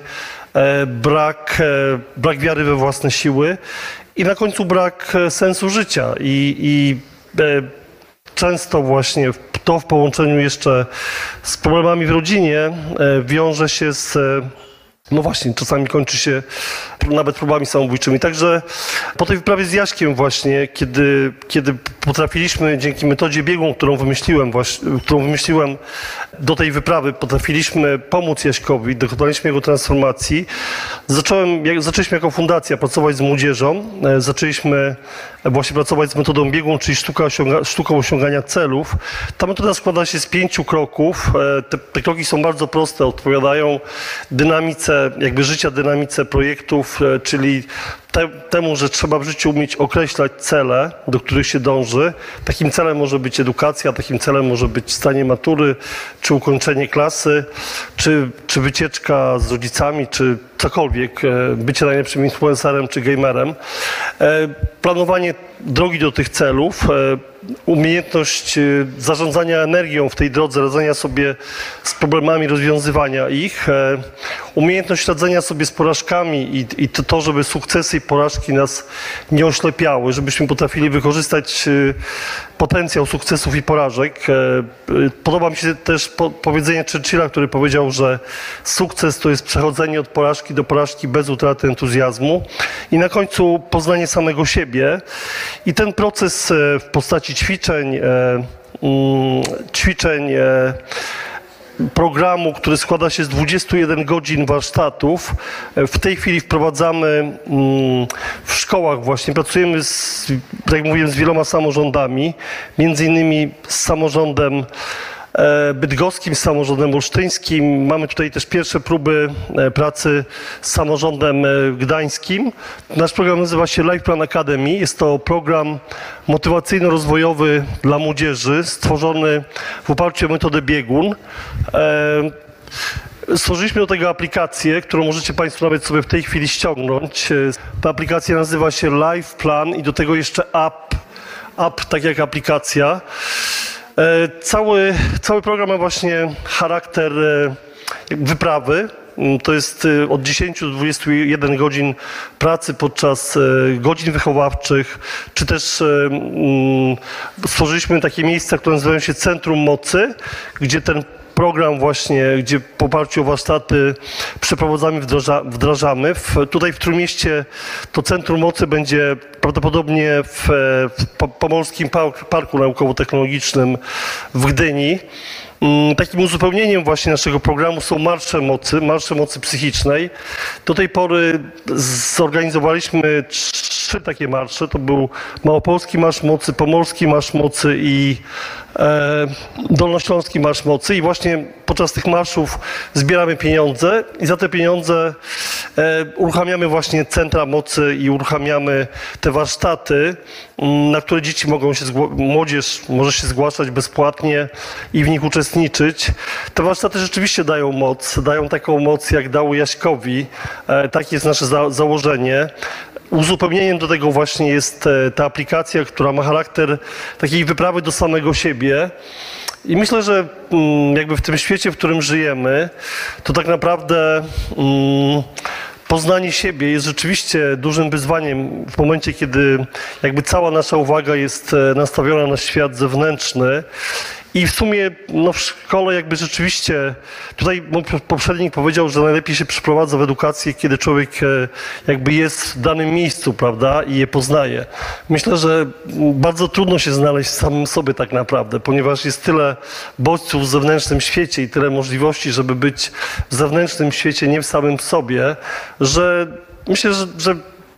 brak wiary we własne siły i na końcu brak sensu życia i często właśnie to w połączeniu jeszcze z problemami w rodzinie wiąże się z, no właśnie, czasami kończy się nawet próbami samobójczymi. Także po tej wyprawie z Jaśkiem właśnie, kiedy potrafiliśmy dzięki metodzie biegun, którą wymyśliłem do tej wyprawy, potrafiliśmy pomóc Jaśkowi, dokonaliśmy jego transformacji. Zaczęliśmy jako fundacja pracować z młodzieżą, zaczęliśmy właśnie pracować z metodą biegun, czyli sztuką osiągania celów. Ta metoda składa się z 5 kroków. Te kroki są bardzo proste, odpowiadają dynamice jakby życia, dynamice projektów, czyli temu, że trzeba w życiu umieć określać cele, do których się dąży. Takim celem może być edukacja, takim celem może być zdanie matury, czy ukończenie klasy, czy wycieczka z rodzicami, czy cokolwiek, bycie najlepszym influencerem czy gamerem. Planowanie drogi do tych celów, umiejętność zarządzania energią w tej drodze, radzenia sobie z problemami, rozwiązywania ich, umiejętność radzenia sobie z porażkami i to, żeby sukcesy i i porażki nas nie oślepiały, żebyśmy potrafili wykorzystać potencjał sukcesów i porażek. Podoba mi się też powiedzenie Churchilla, który powiedział, że sukces to jest przechodzenie od porażki do porażki bez utraty entuzjazmu i na końcu poznanie samego siebie. I ten proces w postaci ćwiczeń programu, który składa się z 21 godzin warsztatów. W tej chwili wprowadzamy w szkołach właśnie, pracujemy tak jak mówiłem, z wieloma samorządami, między innymi z samorządem bydgoskim, z samorządem olsztyńskim. Mamy tutaj też pierwsze próby pracy z samorządem gdańskim. Nasz program nazywa się Life Plan Academy. Jest to program motywacyjno-rozwojowy dla młodzieży, stworzony w oparciu o metodę biegun. Stworzyliśmy do tego aplikację, którą możecie Państwo nawet sobie w tej chwili ściągnąć. Ta aplikacja nazywa się Life Plan i do tego jeszcze app tak jak aplikacja. Cały program ma właśnie charakter wyprawy. To jest od 10 do 21 godzin pracy podczas godzin wychowawczych, czy też stworzyliśmy takie miejsca, które nazywają się Centrum Mocy, gdzie ten program właśnie, gdzie w oparciu o warsztaty przeprowadzamy, wdrażamy. Tutaj w Trójmieście to Centrum Mocy będzie prawdopodobnie w Pomorskim Parku Naukowo-Technologicznym w Gdyni. Takim uzupełnieniem właśnie naszego programu są marsze mocy psychicznej. Do tej pory zorganizowaliśmy 3 takie marsze. To był Małopolski Marsz Mocy, Pomorski Marsz Mocy i Dolnośląski Marsz Mocy. I właśnie podczas tych marszów zbieramy pieniądze i za te pieniądze uruchamiamy właśnie centra mocy i uruchamiamy te warsztaty, na które dzieci mogą się, młodzież może się zgłaszać bezpłatnie i w nich uczestniczyć. Te warsztaty rzeczywiście dają taką moc, jak dały Jaśkowi. Takie jest nasze założenie. Uzupełnieniem do tego właśnie jest ta aplikacja, która ma charakter takiej wyprawy do samego siebie. I myślę, że jakby w tym świecie, w którym żyjemy, to tak naprawdę poznanie siebie jest rzeczywiście dużym wyzwaniem w momencie, kiedy jakby cała nasza uwaga jest nastawiona na świat zewnętrzny. I w sumie w szkole jakby rzeczywiście, tutaj mój poprzednik powiedział, że najlepiej się przeprowadza w edukację, kiedy człowiek jakby jest w danym miejscu, prawda, i je poznaje. Myślę, że bardzo trudno się znaleźć w samym sobie tak naprawdę, ponieważ jest tyle bodźców w zewnętrznym świecie i tyle możliwości, żeby być w zewnętrznym świecie, nie w samym sobie, że myślę, że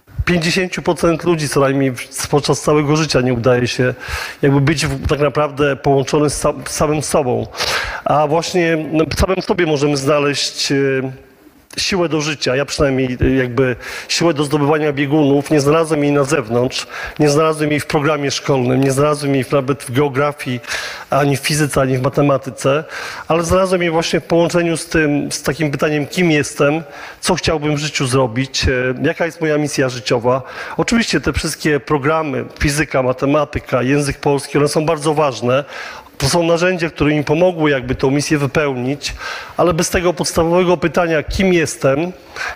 50% ludzi co najmniej podczas całego życia nie udaje się jakby być tak naprawdę połączony z samym sobą. A właśnie w samym sobie możemy znaleźć siłę do życia. Ja przynajmniej jakby siłę do zdobywania biegunów nie znalazłem jej na zewnątrz, nie znalazłem jej w programie szkolnym, nie znalazłem jej nawet w geografii, ani w fizyce, ani w matematyce, ale znalazłem jej właśnie w połączeniu z takim pytaniem, kim jestem, co chciałbym w życiu zrobić, jaka jest moja misja życiowa. Oczywiście te wszystkie programy, fizyka, matematyka, język polski, one są bardzo ważne. To są narzędzia, które mi pomogły jakby tą misję wypełnić, ale bez tego podstawowego pytania, kim jestem,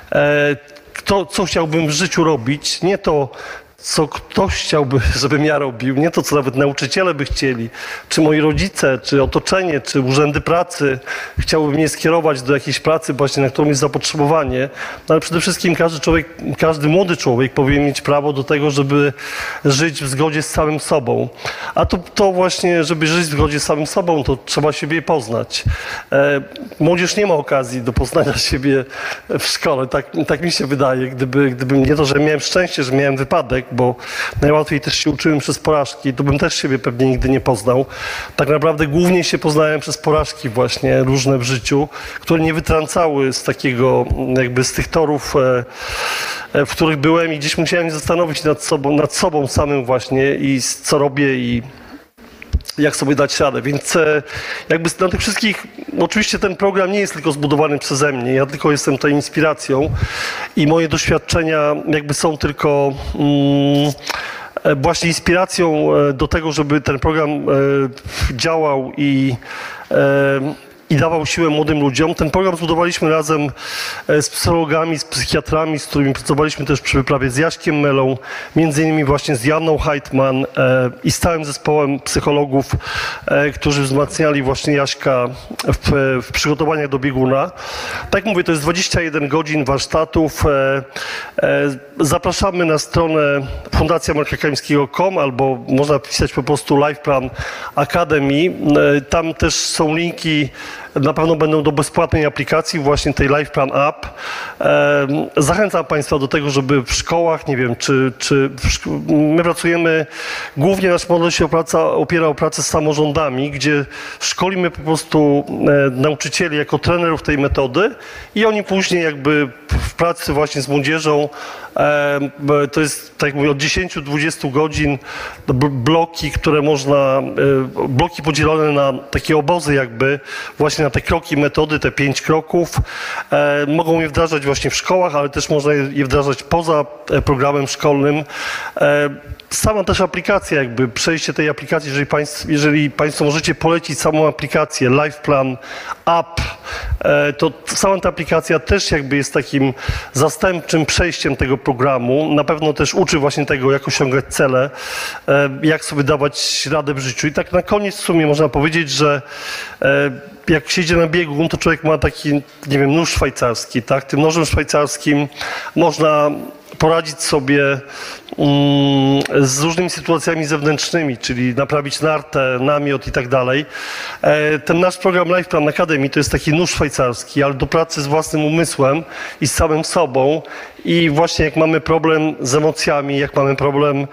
co chciałbym w życiu robić, nie to, co ktoś chciałby, żebym ja robił, nie to, co nawet nauczyciele by chcieli, czy moi rodzice, czy otoczenie, czy urzędy pracy chciałyby mnie skierować do jakiejś pracy właśnie, na którą jest zapotrzebowanie, ale przede wszystkim każdy młody człowiek powinien mieć prawo do tego, żeby żyć w zgodzie z samym sobą. A to właśnie, żeby żyć w zgodzie z samym sobą, to trzeba siebie poznać. Młodzież nie ma okazji do poznania siebie w szkole, tak mi się wydaje, gdybym nie to, że miałem szczęście, że miałem wypadek, bo najłatwiej też się uczyłem przez porażki, to bym też siebie pewnie nigdy nie poznał. Tak naprawdę głównie się poznałem przez porażki właśnie różne w życiu, które nie wytrącały z takiego, jakby z tych torów, w których byłem i gdzieś musiałem się zastanowić nad sobą samym właśnie i co robię i jak sobie dać radę. Więc jakby na tych wszystkich, oczywiście ten program nie jest tylko zbudowany przeze mnie, ja tylko jestem tutaj inspiracją i moje doświadczenia jakby są tylko właśnie inspiracją do tego, żeby ten program działał i dawał siłę młodym ludziom. Ten program zbudowaliśmy razem z psychologami, z psychiatrami, z którymi pracowaliśmy też przy wyprawie z Jaśkiem Melą, między innymi właśnie z Janną Heitman i z całym zespołem psychologów, którzy wzmacniali właśnie Jaśka w przygotowaniach do bieguna. Tak mówię, to jest 21 godzin warsztatów. Zapraszamy na stronę fundacjamarkakamińskiego.com albo można wpisać po prostu Life Plan Academy. Tam też są linki, na pewno będą do bezpłatnej aplikacji, właśnie tej Life Plan App. Zachęcam Państwa do tego, żeby w szkołach, nie wiem, my pracujemy, głównie nasz model się opiera o pracę z samorządami, gdzie szkolimy po prostu nauczycieli jako trenerów tej metody i oni później jakby w pracy właśnie z młodzieżą, to jest, tak jak mówię, od 10-20 godzin bloki, które można, bloki podzielone na takie obozy jakby, właśnie na te kroki metody, te 5 kroków. Mogą je wdrażać właśnie w szkołach, ale też można je wdrażać poza programem szkolnym. Sama też aplikacja, jakby przejście tej aplikacji, jeżeli Państwo możecie polecić samą aplikację Life Plan App, to sama ta aplikacja też jakby jest takim zastępczym przejściem tego programu. Na pewno też uczy właśnie tego, jak osiągać cele, jak sobie dawać radę w życiu. I tak na koniec w sumie można powiedzieć, że jak się idzie na biegun, to człowiek ma taki, nie wiem, nóż szwajcarski, tak? Tym nożem szwajcarskim można poradzić sobie z różnymi sytuacjami zewnętrznymi, czyli naprawić nartę, namiot i tak dalej. Ten nasz program Life Plan Academy to jest taki nóż szwajcarski, ale do pracy z własnym umysłem i z samym sobą. I właśnie jak mamy problem z emocjami, jak mamy problem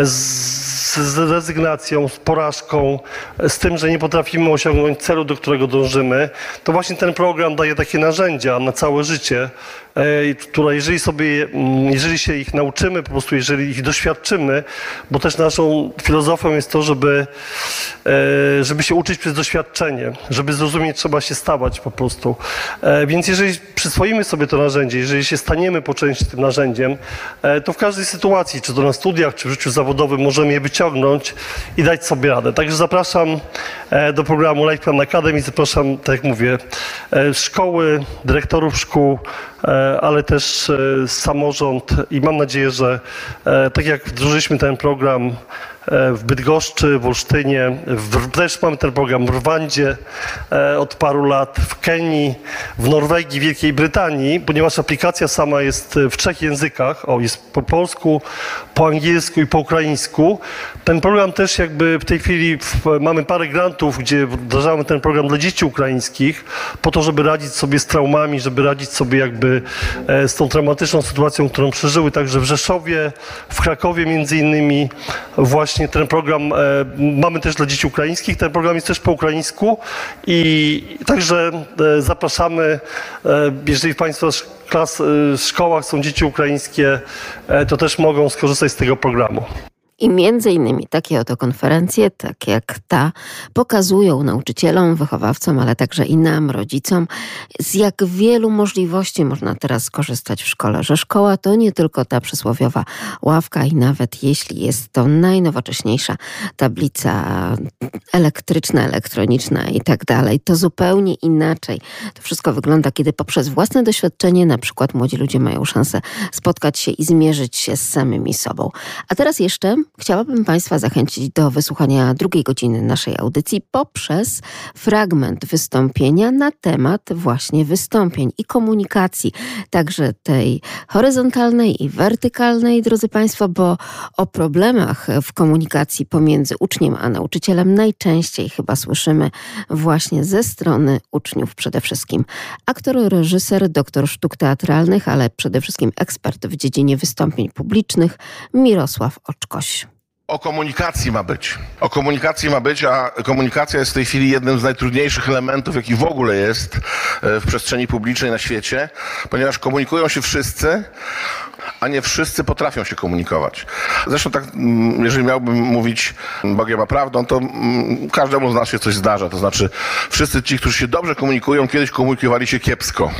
z rezygnacją, z porażką, z tym, że nie potrafimy osiągnąć celu, do którego dążymy, to właśnie ten program daje takie narzędzia na całe życie, które jeżeli się ich nauczymy, po prostu jeżeli ich doświadczymy, bo też naszą filozofią jest to, żeby się uczyć przez doświadczenie, żeby zrozumieć, trzeba się stawać po prostu. Więc jeżeli przyswoimy sobie to narzędzie, jeżeli się staniemy po części tym narzędziem, to w każdej sytuacji, czy to na studiach, czy w życiu zawodowym, możemy je wyciągnąć i dać sobie radę. Także zapraszam do programu Life Plan Academy, zapraszam, tak jak mówię, szkoły, dyrektorów szkół, ale też samorząd i mam nadzieję, że tak jak wdrożyliśmy ten program w Bydgoszczy, w Olsztynie, też mamy ten program w Rwandzie od paru lat, w Kenii, w Norwegii, Wielkiej Brytanii, ponieważ aplikacja sama jest w 3 językach, jest po polsku, po angielsku i po ukraińsku. Ten program też jakby w tej chwili mamy parę grantów, gdzie wdrażamy ten program dla dzieci ukraińskich, po to, żeby radzić sobie z traumami, żeby radzić sobie jakby z tą traumatyczną sytuacją, którą przeżyły także w Rzeszowie, w Krakowie między innymi. Właśnie ten program mamy też dla dzieci ukraińskich, ten program jest też po ukraińsku i także zapraszamy, jeżeli w Państwa szkołach są dzieci ukraińskie, to też mogą skorzystać z tego programu. I między innymi takie oto konferencje, tak jak ta, pokazują nauczycielom, wychowawcom, ale także i nam, rodzicom, z jak wielu możliwości można teraz skorzystać w szkole. Że szkoła to nie tylko ta przysłowiowa ławka i nawet jeśli jest to najnowocześniejsza tablica elektryczna, elektroniczna i tak dalej, to zupełnie inaczej to wszystko wygląda, kiedy poprzez własne doświadczenie na przykład młodzi ludzie mają szansę spotkać się i zmierzyć się z samymi sobą. A teraz jeszcze chciałabym Państwa zachęcić do wysłuchania 2. godziny naszej audycji poprzez fragment wystąpienia na temat właśnie wystąpień i komunikacji, także tej horyzontalnej i wertykalnej, drodzy Państwo, bo o problemach w komunikacji pomiędzy uczniem a nauczycielem najczęściej chyba słyszymy właśnie ze strony uczniów przede wszystkim. Aktor, reżyser, doktor sztuk teatralnych, ale przede wszystkim ekspert w dziedzinie wystąpień publicznych Mirosław Oczkoś. O komunikacji ma być. O komunikacji ma być, a komunikacja jest w tej chwili jednym z najtrudniejszych elementów, jaki w ogóle jest w przestrzeni publicznej na świecie, ponieważ komunikują się wszyscy, a nie wszyscy potrafią się komunikować. Zresztą tak, jeżeli miałbym mówić Bogiem a prawdą, to każdemu z nas się coś zdarza. To znaczy wszyscy ci, którzy się dobrze komunikują, kiedyś komunikowali się kiepsko.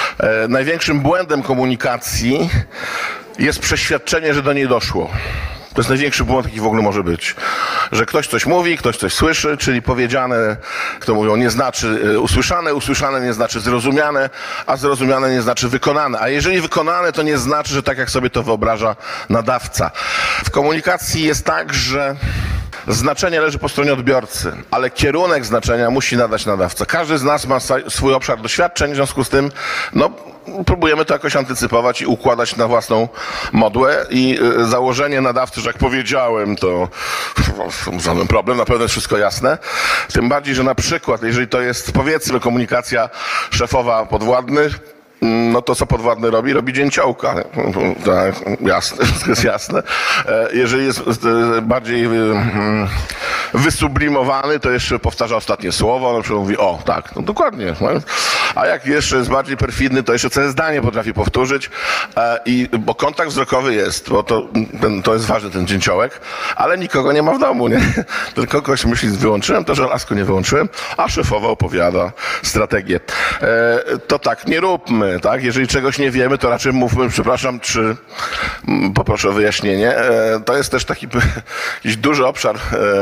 Największym błędem komunikacji jest przeświadczenie, że do niej doszło. To jest największy błąd, jaki w ogóle może być. Że ktoś coś mówi, ktoś coś słyszy, czyli powiedziane, kto mówią, nie znaczy usłyszane, usłyszane nie znaczy zrozumiane, a zrozumiane nie znaczy wykonane. A jeżeli wykonane, to nie znaczy, że tak jak sobie to wyobraża nadawca. W komunikacji jest tak, że znaczenie leży po stronie odbiorcy, ale kierunek znaczenia musi nadać nadawca. Każdy z nas ma swój obszar doświadczeń, w związku z tym, próbujemy to jakoś antycypować i układać na własną modłę i założenie nadawcy, że jak powiedziałem, to żaden problem, na pewno jest wszystko jasne. Tym bardziej, że na przykład, jeżeli to jest, powiedzmy, komunikacja szefowa podwładny, no to co podwładny robi? Robi dzięciołka. Tak, jasne, wszystko jest jasne. Jeżeli jest bardziej wysublimowany, to jeszcze powtarza ostatnie słowo, na przykład mówi, o tak, no dokładnie. A jak jeszcze jest bardziej perfidny, to jeszcze całe zdanie potrafi powtórzyć, bo kontakt wzrokowy jest, bo to jest ważny ten dzięciołek, ale nikogo nie ma w domu, nie? Tylko ktoś myśli, wyłączyłem to żelazko, nie wyłączyłem, a szefowa opowiada strategię. To tak nie róbmy, tak? Jeżeli czegoś nie wiemy, to raczej mówmy, przepraszam, czy poproszę o wyjaśnienie. To jest też taki jakiś duży obszar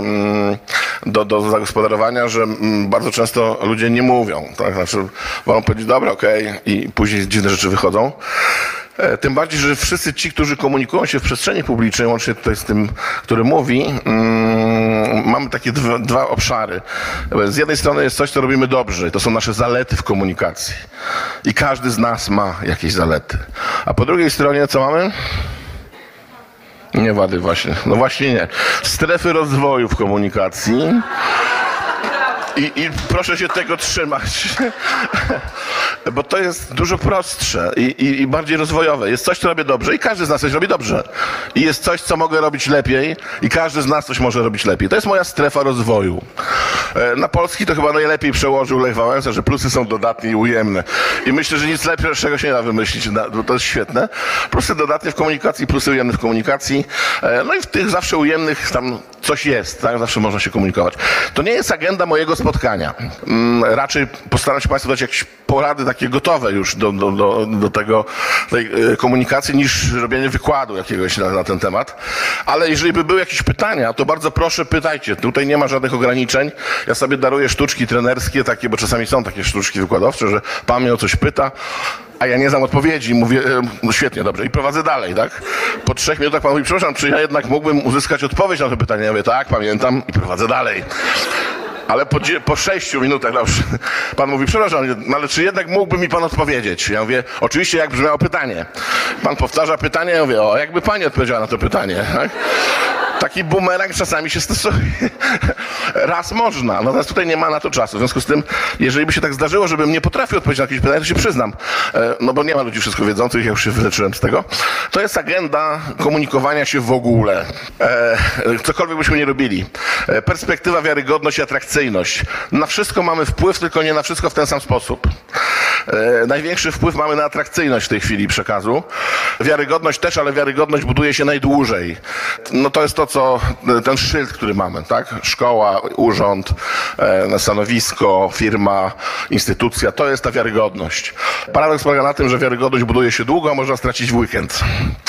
do zagospodarowania, że bardzo często ludzie nie mówią, tak? Znaczy wolą powiedzieć, dobra, okej, i później dziwne rzeczy wychodzą. Tym bardziej, że wszyscy ci, którzy komunikują się w przestrzeni publicznej, łącznie tutaj z tym, który mówi, mamy takie dwa obszary. Z jednej strony jest coś, co robimy dobrze i to są nasze zalety w komunikacji. I każdy z nas ma jakieś zalety. A po drugiej stronie co mamy? Nie wady właśnie. No właśnie nie. Strefy rozwoju w komunikacji. I proszę się tego trzymać, bo to jest dużo prostsze i bardziej rozwojowe. Jest coś, co robię dobrze i każdy z nas coś robi dobrze. I jest coś, co mogę robić lepiej i każdy z nas coś może robić lepiej. To jest moja strefa rozwoju. Na polski to chyba najlepiej przełożył Lech Wałęsa, że plusy są dodatnie i ujemne. I myślę, że nic lepszego się nie da wymyślić, bo to jest świetne. Plusy dodatnie w komunikacji, plusy ujemne w komunikacji. No i w tych zawsze ujemnych tam coś jest, tak? Zawsze można się komunikować. To nie jest agenda mojego spotkania. Raczej postaram się Państwu dać jakieś porady takie gotowe już do tej komunikacji, niż robienie wykładu jakiegoś na ten temat. Ale jeżeli by były jakieś pytania, to bardzo proszę, pytajcie. Tutaj nie ma żadnych ograniczeń. Ja sobie daruję sztuczki trenerskie takie, bo czasami są takie sztuczki wykładowcze, że pan mnie o coś pyta, a ja nie znam odpowiedzi. Mówię, no świetnie, dobrze. I prowadzę dalej, tak? Po 3 minutach pan mówi, przepraszam, czy ja jednak mógłbym uzyskać odpowiedź na to pytanie? Ja mówię, tak, pamiętam i prowadzę dalej. Ale po 6 minutach dobrze. Pan mówi, przepraszam, ale czy jednak mógłby mi pan odpowiedzieć? Ja mówię, oczywiście jak brzmiało pytanie. Pan powtarza pytanie, ja mówię, jakby pani odpowiedziała na to pytanie, tak? Taki bumerang czasami się stosuje. Raz można, natomiast tutaj nie ma na to czasu. W związku z tym, jeżeli by się tak zdarzyło, żebym nie potrafił odpowiedzieć na jakieś pytanie, to się przyznam. No bo nie ma ludzi wszystko wiedzących, ja już się wyleczyłem z tego. To jest agenda komunikowania się w ogóle. Cokolwiek byśmy nie robili. Perspektywa, wiarygodność i atrakcyjność. Na wszystko mamy wpływ, tylko nie na wszystko w ten sam sposób. Największy wpływ mamy na atrakcyjność w tej chwili przekazu. Wiarygodność też, ale wiarygodność buduje się najdłużej. No to jest to, co ten szyld, który mamy, tak? Szkoła, urząd, stanowisko, firma, instytucja, to jest ta wiarygodność. Paradoks polega na tym, że wiarygodność buduje się długo, a można stracić w weekend.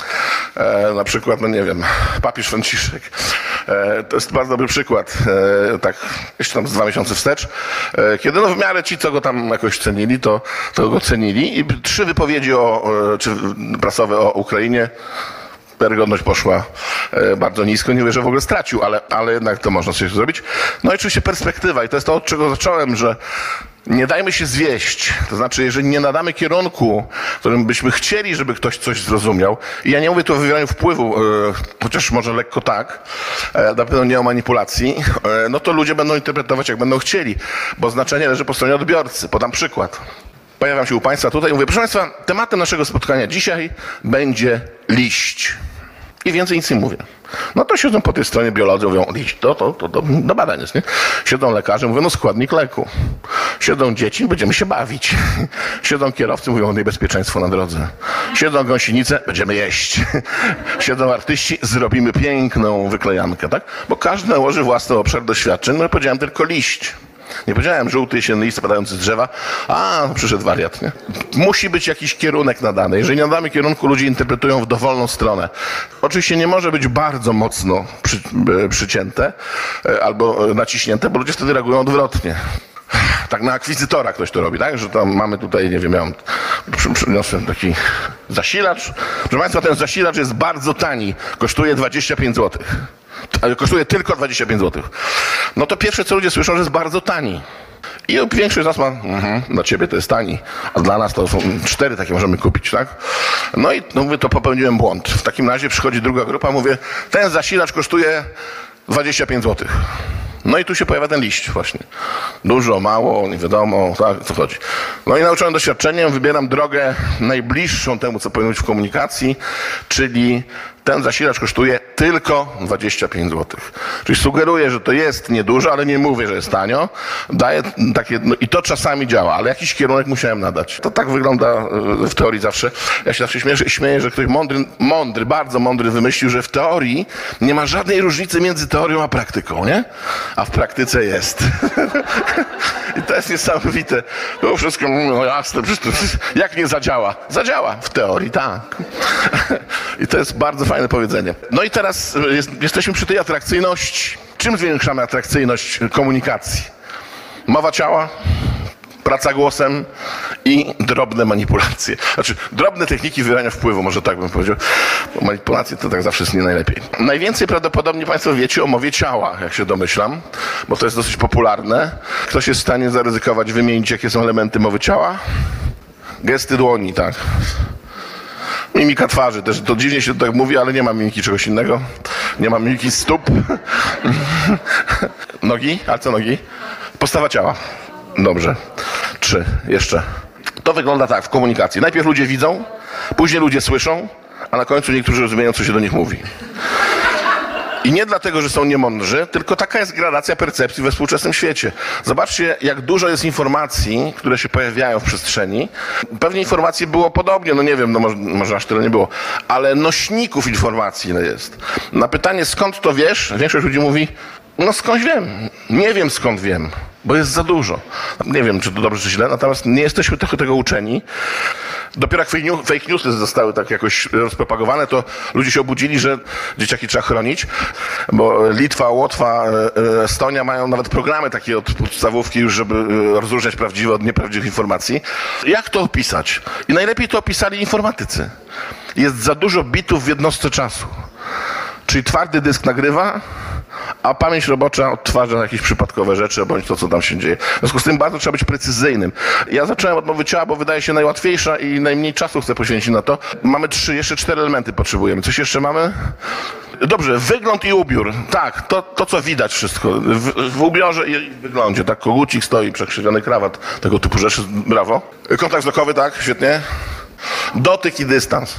Na przykład, no nie wiem, papież Franciszek. To jest bardzo dobry przykład, tak jeszcze tam z 2 miesiące wstecz, kiedy no w miarę ci, co go tam jakoś cenili, to go cenili i 3 wypowiedzi prasowe o Ukrainie, wiarygodność poszła bardzo nisko. Nie mówię, że w ogóle stracił, ale jednak to można coś zrobić. No i oczywiście perspektywa i to jest to, od czego zacząłem, że nie dajmy się zwieść. To znaczy, jeżeli nie nadamy kierunku, którym byśmy chcieli, żeby ktoś coś zrozumiał, i ja nie mówię tu o wywieraniu wpływu, chociaż może lekko tak, na pewno nie o manipulacji, no to ludzie będą interpretować, jak będą chcieli, bo znaczenie leży po stronie odbiorcy. Podam przykład. Pojawiam się u Państwa tutaj i mówię, proszę Państwa, tematem naszego spotkania dzisiaj będzie liść. I więcej nic nie mówię. No to siedzą po tej stronie biolodzy, mówią, liść, to do badań jest, nie? Siedzą lekarze, mówią, no składnik leku. Siedzą dzieci, będziemy się bawić. Siedzą kierowcy, mówią, niebezpieczeństwo na drodze. Siedzą gąsienice, będziemy jeść. Siedzą artyści, zrobimy piękną wyklejankę, tak? Bo każdy nałoży własny obszar doświadczeń, no i powiedziałem tylko liść. Nie powiedziałem żółty jesienny list spadający z drzewa, przyszedł wariat, nie? Musi być jakiś kierunek nadany. Jeżeli nie nadamy kierunku, ludzie interpretują w dowolną stronę. Oczywiście nie może być bardzo mocno przycięte albo naciśnięte, bo ludzie wtedy reagują odwrotnie. Tak na akwizytora ktoś to robi, tak? Że tam mamy tutaj, nie wiem, przyniosłem taki zasilacz. Proszę Państwa, ten zasilacz jest bardzo tani. Kosztuje 25 zł. Ale kosztuje tylko 25 zł. No to pierwsze, co ludzie słyszą, że jest bardzo tani. I większość z nas ma, dla ciebie to jest tani, a dla nas to są 4 takie możemy kupić, tak? No i mówię, to popełniłem błąd. W takim razie przychodzi druga grupa, mówię, ten zasilacz kosztuje 25 zł. No i tu się pojawia ten liść właśnie. Dużo, mało, nie wiadomo, tak, co chodzi. No i nauczony doświadczeniem wybieram drogę najbliższą temu, co powinno być w komunikacji, czyli ten zasilacz kosztuje tylko 25 zł. Czyli sugeruję, że to jest niedużo, ale nie mówię, że jest tanio. Daję takie, no i to czasami działa, ale jakiś kierunek musiałem nadać. To tak wygląda w teorii zawsze. Ja się zawsze śmieję, że ktoś mądry, bardzo mądry wymyślił, że w teorii nie ma żadnej różnicy między teorią a praktyką, nie? A w praktyce jest. I to jest niesamowite. To wszystko, no jasne, jak nie zadziała? Zadziała w teorii, tak. I to jest bardzo fajne powiedzenie. No i teraz jesteśmy przy tej atrakcyjności. Czym zwiększamy atrakcyjność komunikacji? Mowa ciała, praca głosem i drobne manipulacje. Znaczy, drobne techniki wywierania wpływu, może tak bym powiedział. Bo manipulacje to tak zawsze jest nie najlepiej. Najwięcej prawdopodobnie Państwo wiecie o mowie ciała, jak się domyślam, bo to jest dosyć popularne. Ktoś jest w stanie zaryzykować, wymienić, jakie są elementy mowy ciała? Gesty dłoni, tak. Mimika twarzy, też to dziwnie się tak mówi, ale nie ma mimiki czegoś innego. Nie ma mimiki stóp. Nogi? Ale co nogi? Postawa ciała. Dobrze. 3. Jeszcze. To wygląda tak w komunikacji. Najpierw ludzie widzą, później ludzie słyszą, a na końcu niektórzy rozumieją, co się do nich mówi. I nie dlatego, że są niemądrzy, tylko taka jest gradacja percepcji we współczesnym świecie. Zobaczcie, jak dużo jest informacji, które się pojawiają w przestrzeni. Pewnie informacji było podobnie, no nie wiem, no może aż tyle nie było, ale nośników informacji ile jest. Na pytanie, skąd to wiesz, większość ludzi mówi, no skądś wiem. Nie wiem, skąd wiem, bo jest za dużo. Nie wiem, czy to dobrze, czy źle, natomiast nie jesteśmy tego uczeni. Dopiero jak fake newsy zostały tak jakoś rozpropagowane, to ludzie się obudzili, że dzieciaki trzeba chronić, bo Litwa, Łotwa, Estonia mają nawet programy takie od podstawówki już, żeby rozróżniać prawdziwe od nieprawdziwych informacji. Jak to opisać? I najlepiej to opisali informatycy. Jest za dużo bitów w jednostce czasu. Czyli twardy dysk nagrywa, a pamięć robocza odtwarza jakieś przypadkowe rzeczy, bądź to, co tam się dzieje. W związku z tym bardzo trzeba być precyzyjnym. Ja zacząłem od mowy ciała, bo wydaje się najłatwiejsza i najmniej czasu chcę poświęcić na to. Mamy jeszcze 4 elementy potrzebujemy. Coś jeszcze mamy? Dobrze, wygląd i ubiór. Tak, to co widać wszystko. W ubiorze i w wyglądzie. Tak, kogucik stoi, przekrzywiony krawat, tego typu rzeczy. Brawo. Kontakt wzrokowy, tak, świetnie. Dotyk i dystans.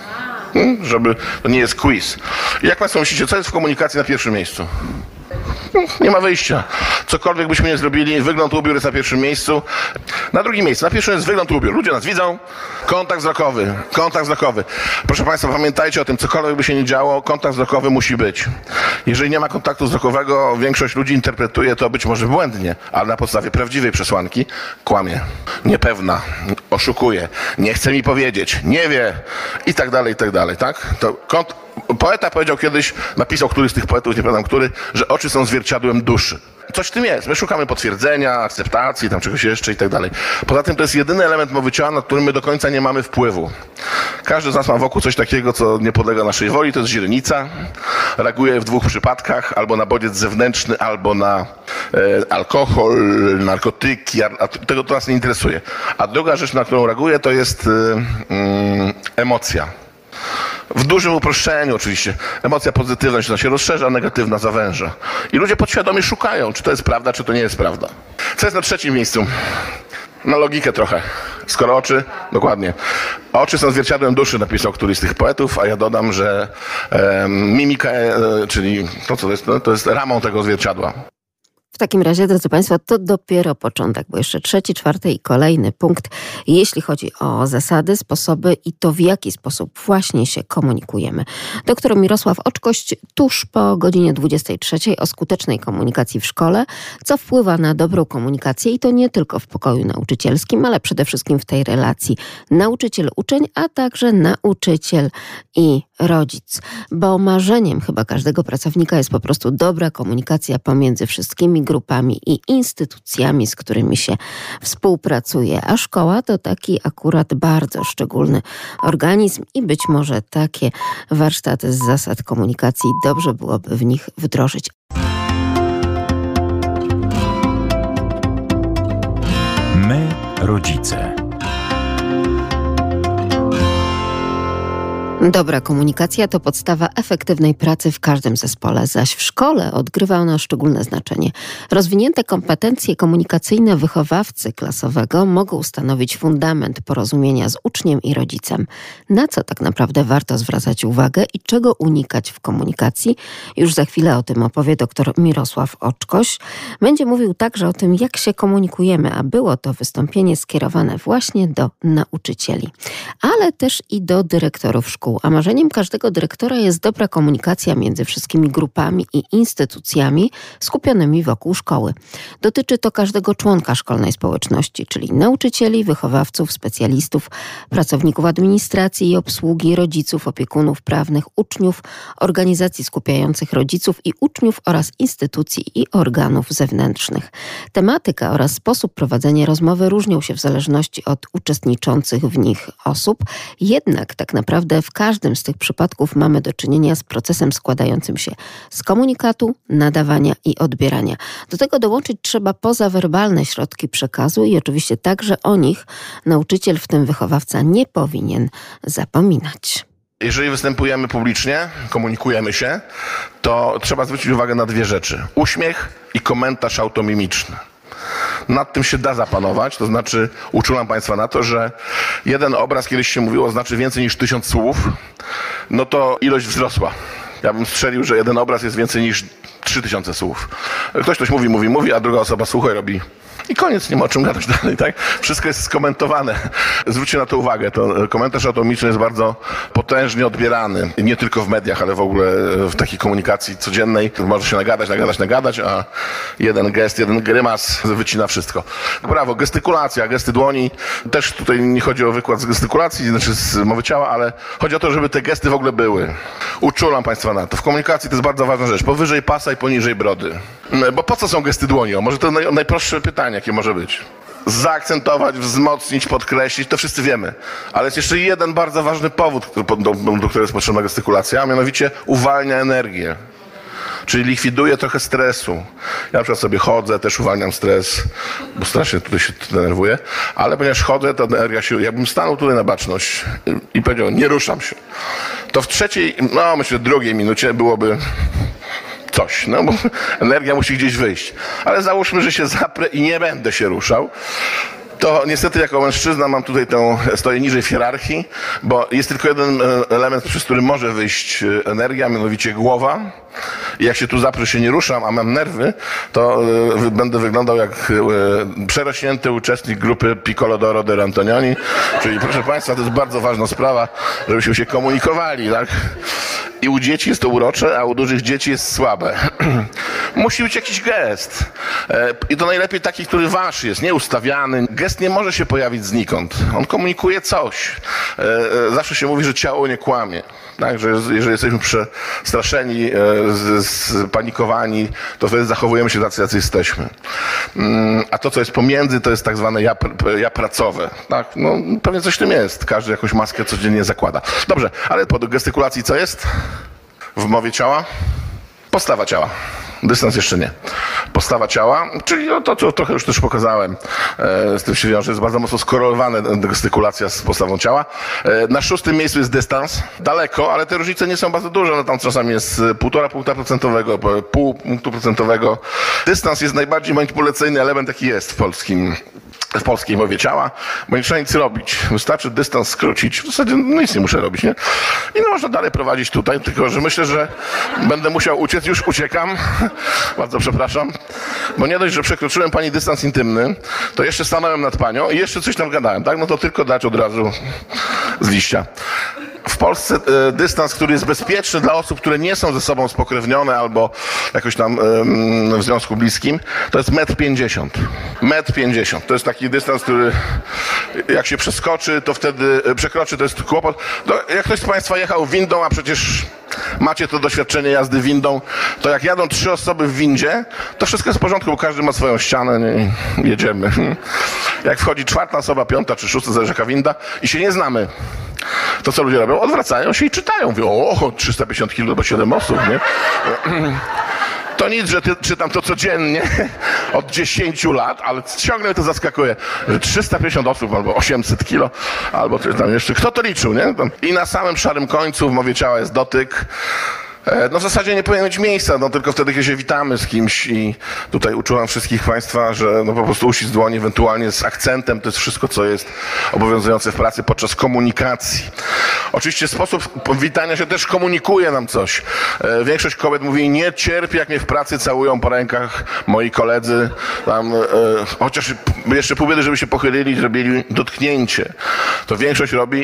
Żeby, to nie jest quiz. Jak Państwo myślicie, co jest w komunikacji na pierwszym miejscu? Nie ma wyjścia. Cokolwiek byśmy nie zrobili, wygląd, ubiór jest na pierwszym miejscu. Na drugim miejscu, na pierwszym jest wygląd, ubiór. Ludzie nas widzą. Kontakt wzrokowy. Kontakt wzrokowy. Proszę Państwa, pamiętajcie o tym, cokolwiek by się nie działo, kontakt wzrokowy musi być. Jeżeli nie ma kontaktu wzrokowego, większość ludzi interpretuje to być może błędnie, ale na podstawie prawdziwej przesłanki kłamie. Niepewna. Oszukuje. Nie chce mi powiedzieć. Nie wie. I tak dalej, tak? To poeta powiedział kiedyś, napisał któryś z tych poetów, nie pamiętam który, że oczy są zwierciadłem duszy. Coś w tym jest. My szukamy potwierdzenia, akceptacji, tam czegoś jeszcze i tak dalej. Poza tym to jest jedyny element mowy ciała, nad którym my do końca nie mamy wpływu. Każdy z nas ma wokół coś takiego, co nie podlega naszej woli, to jest źrenica. Reaguje w 2 przypadkach, albo na bodziec zewnętrzny, albo na alkohol, narkotyki, a tego to nas nie interesuje. A druga rzecz, na którą reaguje, to jest emocja. W dużym uproszczeniu oczywiście. Emocja pozytywna się rozszerza, a negatywna zawęża. I ludzie podświadomie szukają, czy to jest prawda, czy to nie jest prawda. Co jest na trzecim miejscu? Na logikę trochę. Skoro oczy, dokładnie. Oczy są zwierciadłem duszy, napisał któryś z tych poetów, a ja dodam, że mimika, czyli to co to jest ramą tego zwierciadła. takim razie, drodzy Państwo, to dopiero początek, bo jeszcze 3., 4. i kolejny punkt, jeśli chodzi o zasady, sposoby i to, w jaki sposób właśnie się komunikujemy. Doktor Mirosław Oczkoś tuż po godzinie 23 o skutecznej komunikacji w szkole, co wpływa na dobrą komunikację i to nie tylko w pokoju nauczycielskim, ale przede wszystkim w tej relacji nauczyciel-uczeń, a także nauczyciel i rodzic. Bo marzeniem chyba każdego pracownika jest po prostu dobra komunikacja pomiędzy wszystkimi grupami i instytucjami, z którymi się współpracuje. A szkoła to taki akurat bardzo szczególny organizm i być może takie warsztaty z zasad komunikacji dobrze byłoby w nich wdrożyć. My, rodzice. Dobra komunikacja to podstawa efektywnej pracy w każdym zespole, zaś w szkole odgrywa ona szczególne znaczenie. Rozwinięte kompetencje komunikacyjne wychowawcy klasowego mogą stanowić fundament porozumienia z uczniem i rodzicem. Na co tak naprawdę warto zwracać uwagę i czego unikać w komunikacji? Już za chwilę o tym opowie dr Mirosław Oczkoś. Będzie mówił także o tym, jak się komunikujemy, a było to wystąpienie skierowane właśnie do nauczycieli, ale też i do dyrektorów szkół. A marzeniem każdego dyrektora jest dobra komunikacja między wszystkimi grupami i instytucjami skupionymi wokół szkoły. Dotyczy to każdego członka szkolnej społeczności, czyli nauczycieli, wychowawców, specjalistów, pracowników administracji i obsługi, rodziców, opiekunów prawnych, uczniów, organizacji skupiających rodziców i uczniów oraz instytucji i organów zewnętrznych. Tematyka oraz sposób prowadzenia rozmowy różnią się w zależności od uczestniczących w nich osób, jednak tak naprawdę w każdym z tych przypadków mamy do czynienia z procesem składającym się z komunikatu, nadawania i odbierania. Do tego dołączyć trzeba pozawerbalne środki przekazu i oczywiście także o nich nauczyciel, w tym wychowawca, nie powinien zapominać. Jeżeli występujemy publicznie, komunikujemy się, to trzeba zwrócić uwagę na 2 rzeczy. Uśmiech i komentarz automimiczny. Nad tym się da zapanować, to znaczy uczulam Państwa na to, że jeden obraz, kiedyś się mówiło, znaczy więcej niż 1000 słów, no to ilość wzrosła. Ja bym strzelił, że jeden obraz jest więcej niż 3000 słów. Ktoś coś mówi, a druga osoba słucha i robi. I koniec, nie ma o czym gadać dalej, tak? Wszystko jest skomentowane. Zwróćcie na to uwagę, to komentarz autonomiczny jest bardzo potężnie odbierany. Nie tylko w mediach, ale w ogóle w takiej komunikacji codziennej. Może się nagadać, a jeden gest, jeden grymas wycina wszystko. Brawo, gestykulacja, gesty dłoni. Też tutaj nie chodzi o wykład z gestykulacji, znaczy z mowy ciała, ale chodzi o to, żeby te gesty w ogóle były. Uczulam Państwa na to. W komunikacji to jest bardzo ważna rzecz. Powyżej pasa i poniżej brody. Bo po co są gesty dłoni? Może to najprostsze pytanie, jakie może być. Zaakcentować, wzmocnić, podkreślić, to wszyscy wiemy. Ale jest jeszcze jeden bardzo ważny powód, do którego jest potrzebna gestykulacja, a mianowicie uwalnia energię. Czyli likwiduje trochę stresu. Ja na przykład sobie chodzę, też uwalniam stres, bo strasznie tutaj się denerwuję, ale ponieważ chodzę, to energia się... Jakbym stanął tutaj na baczność i powiedział, nie ruszam się, to w 3., myślę, 2 minucie byłoby... coś, bo energia musi gdzieś wyjść. Ale załóżmy, że się zaprę i nie będę się ruszał. To niestety jako mężczyzna stoję niżej w hierarchii, bo jest tylko jeden element, przez który może wyjść energia, mianowicie głowa. I jak się tu zaprę, się nie ruszam, a mam nerwy, to będę wyglądał jak przerośnięty uczestnik grupy Piccolo d'Oro de Antonioni. Czyli proszę Państwa, to jest bardzo ważna sprawa, żebyśmy się komunikowali, tak? I u dzieci jest to urocze, a u dużych dzieci jest słabe. Musi być jakiś gest. I to najlepiej taki, który wasz jest, nieustawiany. Gest nie może się pojawić znikąd. On komunikuje coś. Zawsze się mówi, że ciało nie kłamie. Tak? Że jeżeli jesteśmy przestraszeni, spanikowani, to wtedy zachowujemy się tacy, jacy jesteśmy. A to, co jest pomiędzy, to jest tak zwane ja pracowe. Tak? Pewnie coś w tym jest. Każdy jakąś maskę codziennie zakłada. Dobrze, ale po gestykulacji co jest? W mowie ciała? Postawa ciała. Dystans jeszcze nie. Postawa ciała, czyli to, co trochę już też pokazałem, z tym się wiąże, jest bardzo mocno skorelowane gestykulacja z postawą ciała. Na 6. miejscu jest dystans. Daleko, ale te różnice nie są bardzo duże. Tam czasami jest 1,5 punkta procentowego, 0,5 punktu procentowego. Dystans jest najbardziej manipulacyjny element, jaki jest w polskim w polskiej mowie ciała, bo nie trzeba nic robić. Wystarczy dystans skrócić. W zasadzie nic nie muszę robić, nie? I no można dalej prowadzić tutaj, tylko że myślę, że będę musiał uciec. Już uciekam. Bardzo przepraszam. Bo nie dość, że przekroczyłem pani dystans intymny, to jeszcze stanąłem nad panią i jeszcze coś tam gadałem, tak? No to tylko dać od razu z liścia. W Polsce dystans, który jest bezpieczny dla osób, które nie są ze sobą spokrewnione albo jakoś tam w związku bliskim, to jest 1,50 m. 1,50 m. To jest taki dystans, który jak się przeskoczy, to wtedy przekroczy, to jest kłopot. Jak ktoś z państwa jechał windą, a przecież macie to doświadczenie jazdy windą, to jak jadą 3 osoby w windzie, to wszystko jest w porządku, bo każdy ma swoją ścianę, nie? Jedziemy. Jak wchodzi 4. osoba, 5. czy 6., zależy jaka winda i się nie znamy, to co ludzie robią? Odwracają się i czytają. Mówią, o, 350 kg bo 7 osób, nie? To nic, że czytam to codziennie od 10 lat, ale ciągle mnie to zaskakuje, że 350 osób albo 800 kilo, albo coś tam jeszcze. Kto to liczył, nie? I na samym szarym końcu w mowie ciała jest dotyk. No w zasadzie nie powinien mieć miejsca, no tylko wtedy, kiedy się witamy z kimś i tutaj uczułam wszystkich państwa, że no po prostu uścisk dłoni ewentualnie z akcentem, to jest wszystko, co jest obowiązujące w pracy podczas komunikacji. Oczywiście sposób witania się też komunikuje nam coś. Większość kobiet mówi, nie cierpię, jak mnie w pracy całują po rękach moi koledzy, tam, chociaż jeszcze pół biedy, żeby się pochylili, zrobili dotknięcie. To większość robi...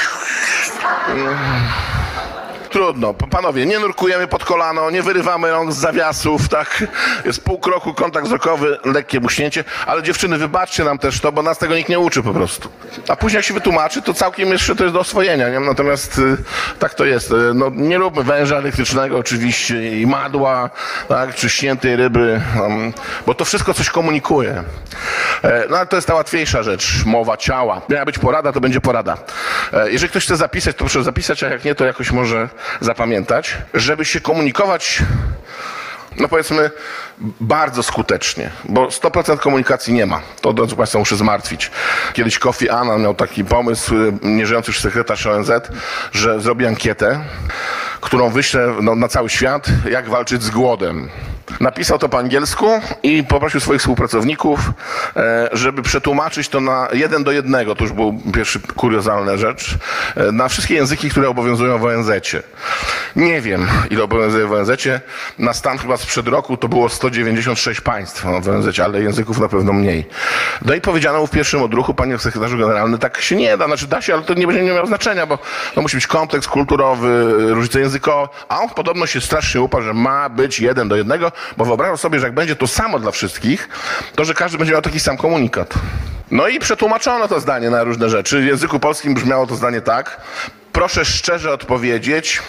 Trudno. Panowie, nie nurkujemy pod kolano, nie wyrywamy rąk z zawiasów, tak? Jest pół kroku, kontakt wzrokowy, lekkie muśnięcie, ale dziewczyny, wybaczcie nam też to, bo nas tego nikt nie uczy po prostu. A później jak się wytłumaczy, to całkiem jeszcze to jest do oswojenia, nie? Natomiast tak to jest. No, nie róbmy węża elektrycznego oczywiście i madła, tak? Czy śniętej ryby, bo to wszystko coś komunikuje. No ale to jest ta łatwiejsza rzecz, mowa ciała. Miała być porada, to będzie porada. Jeżeli ktoś chce zapisać, to proszę zapisać, a jak nie, to jakoś może zapamiętać, żeby się komunikować, no powiedzmy, bardzo skutecznie, bo 100% komunikacji nie ma. To, drodzy państwo, muszę zmartwić. Kiedyś Kofi Annan miał taki pomysł, nieżyjący już sekretarz ONZ, że zrobi ankietę, którą wyślę na cały świat, jak walczyć z głodem. Napisał to po angielsku i poprosił swoich współpracowników, żeby przetłumaczyć to na 1 do 1, to już była pierwsza kuriozalna rzecz, na wszystkie języki, które obowiązują w ONZ-cie. Nie wiem, ile obowiązuje w ONZ-cie. Na stan chyba sprzed roku to było 196 państw w ONZ-cie, ale języków na pewno mniej. No i powiedziano mu w pierwszym odruchu, panie sekretarzu generalny, tak się nie da, znaczy da się, ale to nie będzie miało znaczenia, bo to musi być kontekst kulturowy, różnice językowe, a on podobno się strasznie uparł, że ma być 1 do 1, bo wyobrażam sobie, że jak będzie to samo dla wszystkich, to że każdy będzie miał taki sam komunikat. No i przetłumaczono to zdanie na różne rzeczy. W języku polskim brzmiało to zdanie tak. Proszę szczerze odpowiedzieć,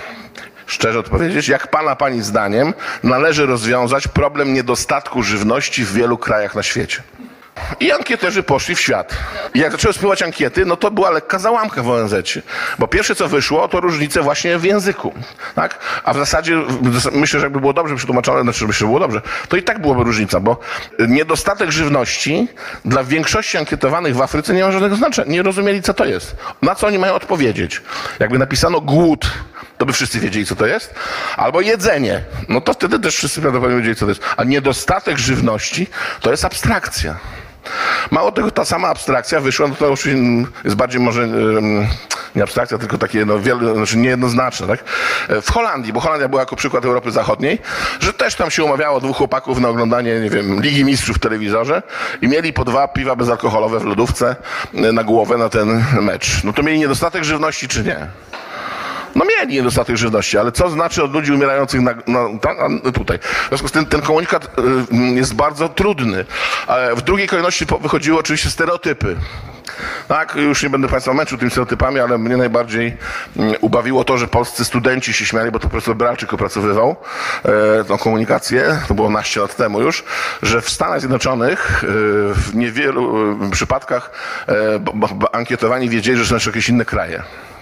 jak pana, pani zdaniem należy rozwiązać problem niedostatku żywności w wielu krajach na świecie. I ankieterzy poszli w świat. I jak zaczęły spływać ankiety, no to była lekka załamka w ONZ-cie. Bo pierwsze co wyszło, to różnice właśnie w języku. Tak? A w zasadzie myślę, że jakby było dobrze przetłumaczone, myślę, że było dobrze, to i tak byłoby różnica, bo niedostatek żywności dla większości ankietowanych w Afryce nie ma żadnego znaczenia. Nie rozumieli, co to jest. Na co oni mają odpowiedzieć? Jakby napisano głód, to by wszyscy wiedzieli, co to jest. Albo jedzenie. No to wtedy też wszyscy prawdopodobnie wiedzieli, co to jest. A niedostatek żywności to jest abstrakcja. Mało tego, ta sama abstrakcja wyszła, no to oczywiście jest bardziej może nie abstrakcja, tylko takie niejednoznaczne, tak? W Holandii, bo Holandia była jako przykład Europy Zachodniej, że też tam się umawiało 2 chłopaków na oglądanie, nie wiem, Ligi Mistrzów w telewizorze i mieli po 2 piwa bezalkoholowe w lodówce na głowę na ten mecz. No to mieli niedostatek żywności, czy nie? No mieli niedostatek żywności, ale co znaczy od ludzi umierających tutaj? W związku z tym ten komunikat jest bardzo trudny. W drugiej kolejności wychodziły oczywiście stereotypy. Tak, już nie będę państwa męczył tymi stereotypami, ale mnie najbardziej ubawiło to, że polscy studenci się śmiali, bo to profesor Bralczyk opracowywał tą komunikację, to było naście lat temu już, że w Stanach Zjednoczonych w niewielu przypadkach ankietowani wiedzieli, że są jeszcze jakieś inne kraje.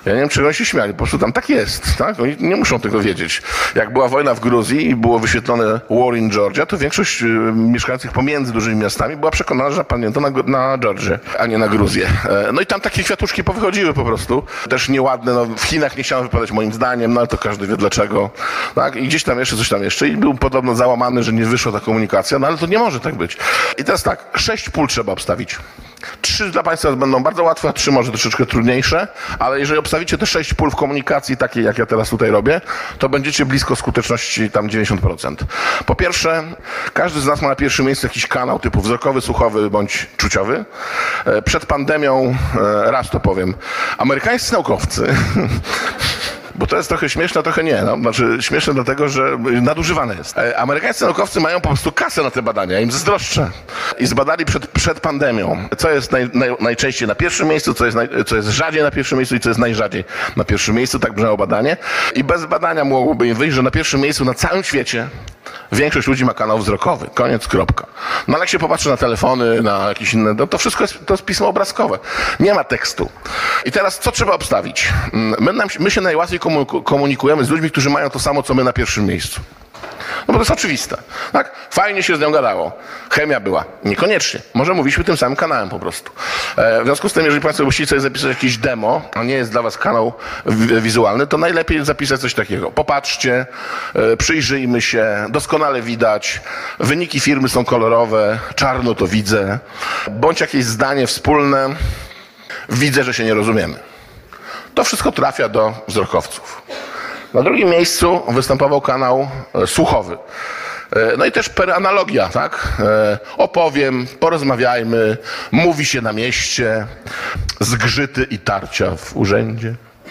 Ja nie wiem, czego oni się śmiali, po prostu tam tak jest, tak? Oni nie muszą tego wiedzieć. Jak była wojna w Gruzji i było wyświetlone War in Georgia, to większość mieszkających pomiędzy dużymi miastami była przekonana, że napadnięto na Georgię, a nie na Gruzję. No i tam takie kwiatuszki powychodziły po prostu. Też nieładne, no w Chinach nie chciałem wypowiadać moim zdaniem, no ale to każdy wie dlaczego. Tak? I gdzieś tam jeszcze, coś tam jeszcze. I był podobno załamany, że nie wyszła ta komunikacja, no ale to nie może tak być. I teraz tak, 6 pól trzeba obstawić. 3 dla Państwa będą bardzo łatwe, a 3 może troszeczkę trudniejsze, ale jeżeli obstawicie te 6 pól w komunikacji takiej, jak ja teraz tutaj robię, to będziecie blisko skuteczności tam 90%. Po pierwsze, każdy z nas ma na pierwszym miejscu jakiś kanał typu wzrokowy, słuchowy bądź czuciowy. Przed pandemią, raz to powiem, amerykańscy naukowcy bo to jest trochę śmieszne, trochę nie. No, znaczy śmieszne dlatego, że nadużywane jest. Amerykańscy naukowcy mają po prostu kasę na te badania, im zazdroszczę. I zbadali przed pandemią, co jest najczęściej na pierwszym miejscu, co jest rzadziej na pierwszym miejscu i co jest najrzadziej na pierwszym miejscu, tak brzmiało badanie. I bez badania mogłoby im wyjść, że na pierwszym miejscu na całym świecie większość ludzi ma kanał wzrokowy. Koniec, kropka. No ale jak się popatrzy na telefony, na jakieś inne, no to wszystko to jest pismo obrazkowe. Nie ma tekstu. I teraz co trzeba obstawić? My się najłatwiej komunikujemy z ludźmi, którzy mają to samo, co my na pierwszym miejscu. No bo to jest oczywiste. Tak? Fajnie się z nią gadało. Chemia była. Niekoniecznie. Może mówiliśmy tym samym kanałem po prostu. W związku z tym, jeżeli Państwo musicie sobie zapisać jakieś demo, a nie jest dla Was kanał wizualny, to najlepiej zapisać coś takiego. Popatrzcie, przyjrzyjmy się, doskonale widać, wyniki firmy są kolorowe, czarno to widzę, bądź jakieś zdanie wspólne, widzę, że się nie rozumiemy. To wszystko trafia do wzrokowców. Na drugim miejscu występował kanał słuchowy. No i też per analogia, tak? Opowiem, porozmawiajmy, mówi się na mieście, zgrzyty i tarcia w urzędzie.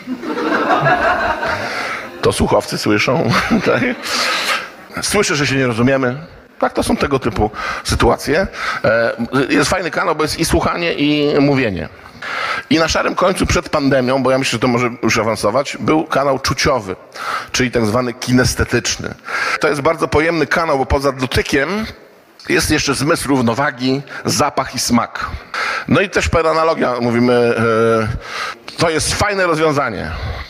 To słuchowcy słyszą. Tak? Słyszę, że się nie rozumiemy. Tak, to są tego typu sytuacje. Jest fajny kanał, bo jest i słuchanie, i mówienie. I na szarym końcu przed pandemią, bo ja myślę, że to może już awansować, był kanał czuciowy, czyli tak zwany kinestetyczny. To jest bardzo pojemny kanał, bo poza dotykiem jest jeszcze zmysł równowagi, zapach i smak. No i też per analogia mówimy, to jest fajne rozwiązanie.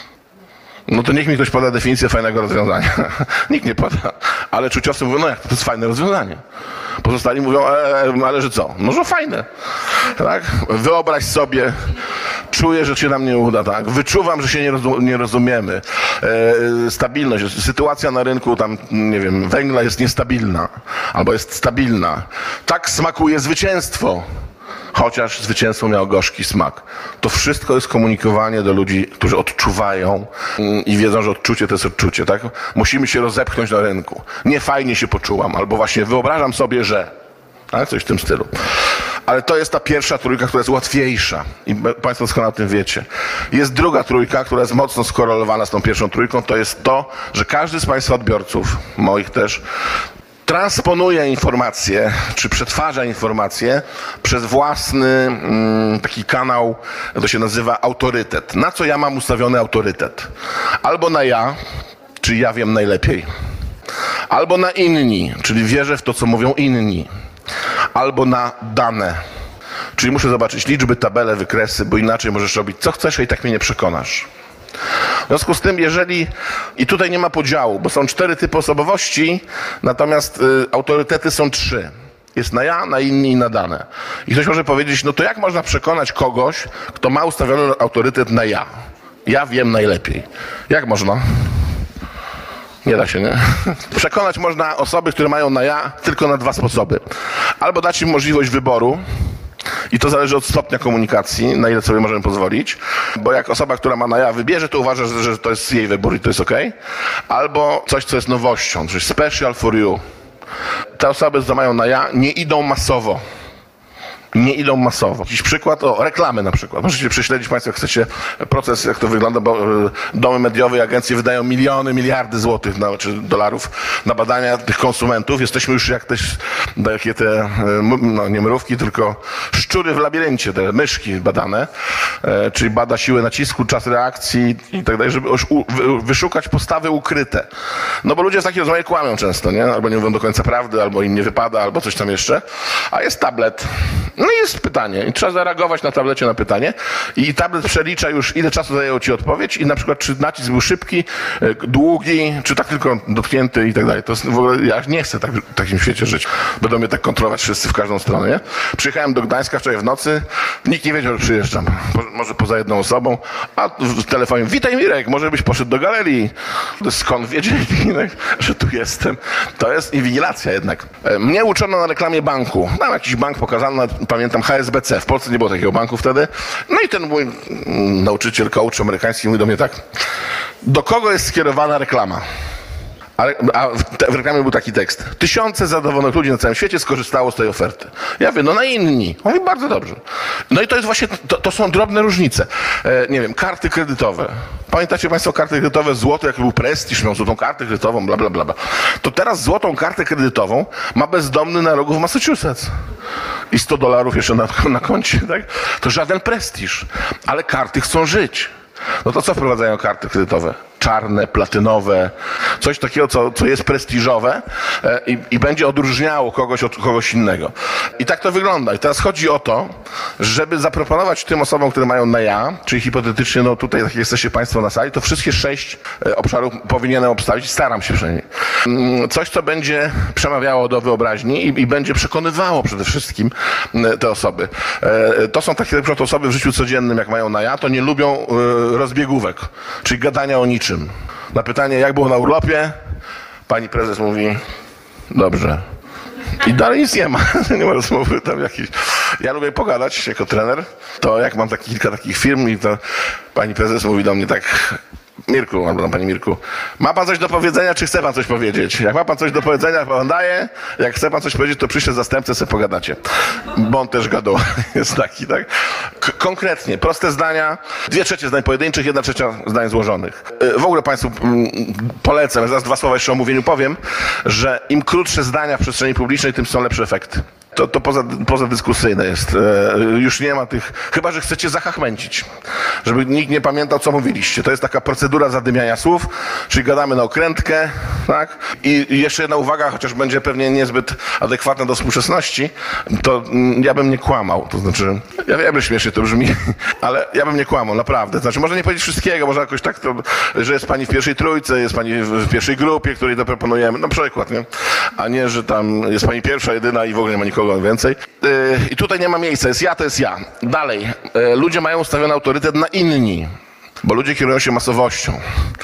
No to niech mi ktoś poda definicję fajnego rozwiązania. Nikt nie poda. Ale czuciowcy mówią, no jak to jest fajne rozwiązanie. Pozostali mówią, ale że co? No że fajne. Tak? Wyobraź sobie, czuję, że się nam nie uda. Tak? Wyczuwam, że się nie rozumiemy. Stabilność. Sytuacja na rynku tam, nie wiem, węgla jest niestabilna. Albo jest stabilna. Tak smakuje zwycięstwo. Chociaż zwycięstwo miało gorzki smak. To wszystko jest komunikowanie do ludzi, którzy odczuwają i wiedzą, że odczucie to jest odczucie, tak? Musimy się rozepchnąć na rynku. Nie fajnie się poczułam, albo właśnie wyobrażam sobie, że... Tak? Coś w tym stylu. Ale to jest ta pierwsza trójka, która jest łatwiejsza. I Państwo doskonale o tym wiecie. Jest druga trójka, która jest mocno skorelowana z tą pierwszą trójką. To jest to, że każdy z Państwa odbiorców, moich też, transponuje informacje, czy przetwarza informacje przez własny taki kanał, to się nazywa autorytet. Na co ja mam ustawiony autorytet? Albo na ja, czyli ja wiem najlepiej. Albo na inni, czyli wierzę w to, co mówią inni. Albo na dane, czyli muszę zobaczyć liczby, tabele, wykresy, bo inaczej możesz robić co chcesz, a i tak mnie nie przekonasz. W związku z tym, jeżeli, i tutaj nie ma podziału, bo są 4 typy osobowości, natomiast autorytety są 3. Jest na ja, na inni i na dane. I ktoś może powiedzieć, no to jak można przekonać kogoś, kto ma ustawiony autorytet na ja? Ja wiem najlepiej. Jak można? Nie da się, nie? Przekonać można osoby, które mają na ja, tylko na 2 sposoby. Albo dać im możliwość wyboru, i to zależy od stopnia komunikacji, na ile sobie możemy pozwolić, bo jak osoba, która ma na ja wybierze, to uważa, że to jest jej wybór i to jest ok. Albo coś, co jest nowością, czyli special for you. Te osoby, które mają na ja, nie idą masowo. Nie idą masowo. Jakiś przykład, reklamy na przykład. Możecie prześledzić Państwo, jak chcecie proces, jak to wygląda, bo domy mediowe i agencje wydają miliony, miliardy złotych czy dolarów na badania tych konsumentów. Jesteśmy już jak takie te, no nie mrówki, tylko szczury w labiryncie, te myszki badane, czyli bada siłę nacisku, czas reakcji i tak dalej, żeby wyszukać postawy ukryte. No bo ludzie w takiej rozmowie kłamią często, nie? Albo nie mówią do końca prawdy, albo im nie wypada, albo coś tam jeszcze. A jest tablet. No i jest pytanie i trzeba zareagować na tablecie na pytanie i tablet przelicza już, ile czasu zajęło ci odpowiedź i na przykład czy nacisk był szybki, długi, czy tak tylko dotknięty i tak dalej. To jest w ogóle, ja nie chcę w takim świecie żyć. Będą mnie tak kontrolować wszyscy w każdą stronę, nie? Przyjechałem do Gdańska wczoraj w nocy, nikt nie wiedział, że przyjeżdżam. Może poza jedną osobą, a w telefonie, witaj Mirek, może byś poszedł do galerii. Skąd wiedzieli, że tu jestem? To jest inwigilacja jednak. Mnie uczono na reklamie banku. Tam jakiś bank pokazany, pamiętam HSBC. W Polsce nie było takiego banku wtedy. No i ten mój nauczyciel, coach amerykański mówi do mnie tak. Do kogo jest skierowana reklama? A w reklamie był taki tekst. 1000 zadowolonych ludzi na całym świecie skorzystało z tej oferty. Ja wiem, no na inni. On mówi, bardzo dobrze. No i to jest właśnie, to są drobne różnice. Nie wiem, karty kredytowe. Pamiętacie państwo karty kredytowe? Złoto, jak był prestiż, miał złotą kartę kredytową, bla, bla, bla. To teraz złotą kartę kredytową ma bezdomny na rogu w Massachusetts. I $100 jeszcze na koncie, tak? To żaden prestiż. Ale karty chcą żyć. No to co wprowadzają karty kredytowe? Czarne, platynowe, coś takiego, co jest prestiżowe i będzie odróżniało kogoś od kogoś innego. I tak to wygląda. I teraz chodzi o to, żeby zaproponować tym osobom, które mają na ja, czyli hipotetycznie, no tutaj tak jak jesteście państwo na sali, to wszystkie 6 obszarów powinienem obstawić, staram się przynajmniej. Coś, co będzie przemawiało do wyobraźni i będzie przekonywało przede wszystkim te osoby. To są takie na przykład osoby w życiu codziennym, jak mają na ja, to nie lubią rozbiegówek, czyli gadania o niczym. Na pytanie, jak było na urlopie, pani prezes mówi, dobrze. I dalej nic nie ma. Nie ma rozmowy tam jakiejś. Ja lubię pogadać jako trener, to jak mam kilka takich firm i to pani prezes mówi do mnie tak, Mirku, albo pani Mirku, ma pan coś do powiedzenia, czy chce pan coś powiedzieć? Jak ma pan coś do powiedzenia, pan daje. Jak chce pan coś powiedzieć, to przyśle zastępcę, sobie pogadacie. Bo on też gadał. Jest taki, tak? Konkretnie, proste zdania, 2/3 zdań pojedynczych, 1/3 zdań złożonych. W ogóle państwu polecam, zaraz 2 słowa jeszcze o mówieniu powiem, że im krótsze zdania w przestrzeni publicznej, tym są lepsze efekty. To pozadyskusyjne jest. Już nie ma tych, chyba że chcecie zachachmęcić, żeby nikt nie pamiętał, co mówiliście. To jest taka procedura zadymiania słów, czyli gadamy na okrętkę, tak? I jeszcze jedna uwaga, chociaż będzie pewnie niezbyt adekwatna do współczesności, to ja bym nie kłamał. To znaczy, ja wiem, że śmiesznie to brzmi, ale ja bym nie kłamał, naprawdę. Znaczy, może nie powiedzieć wszystkiego, może jakoś tak, że jest pani w pierwszej trójce, jest pani w pierwszej grupie, której to proponujemy, na przykład, nie? A nie, że tam jest pani pierwsza, jedyna i w ogóle nie ma nikogo więcej. I tutaj nie ma miejsca, jest ja, to jest ja. Dalej, ludzie mają ustawiony autorytet na inni, bo ludzie kierują się masowością.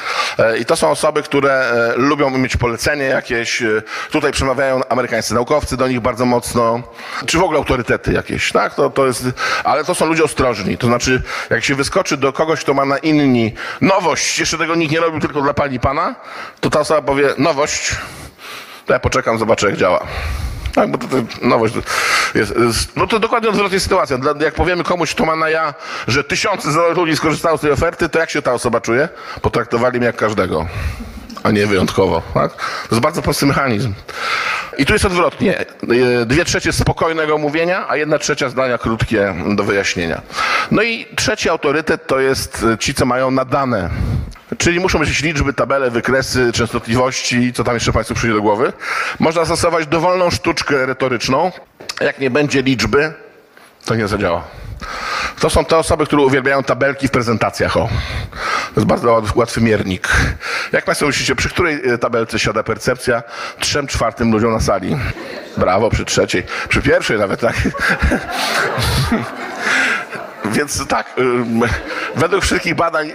I to są osoby, które lubią mieć polecenie jakieś, tutaj przemawiają amerykańscy naukowcy do nich bardzo mocno, czy w ogóle autorytety jakieś, tak? To jest, ale to są ludzie ostrożni, to znaczy jak się wyskoczy do kogoś, kto ma na inni nowość, jeszcze tego nikt nie robił tylko dla pani pana, to ta osoba powie, nowość, to ja poczekam, zobaczę jak działa. Tak, bo to nowość jest. No to dokładnie odwrotnie sytuacja. Jak powiemy komuś, kto ma na ja, że 1000 ludzi skorzystało z tej oferty, to jak się ta osoba czuje? Potraktowali mnie jak każdego, a nie wyjątkowo. Tak? To jest bardzo prosty mechanizm. I tu jest odwrotnie. 2/3 spokojnego mówienia, a 1/3 zdania krótkie do wyjaśnienia. No i trzeci autorytet to jest ci, co mają nadane. Czyli muszą być liczby, tabele, wykresy, częstotliwości, co tam jeszcze państwu przyjdzie do głowy. Można zastosować dowolną sztuczkę retoryczną. Jak nie będzie liczby, to nie zadziała. To są te osoby, które uwielbiają tabelki w prezentacjach. O. To jest bardzo łatwy miernik. Jak państwo myślicie, przy której tabelce siada percepcja 3/4 ludziom na sali? Brawo, przy trzeciej. Przy pierwszej nawet, tak? Więc tak, według wszystkich badań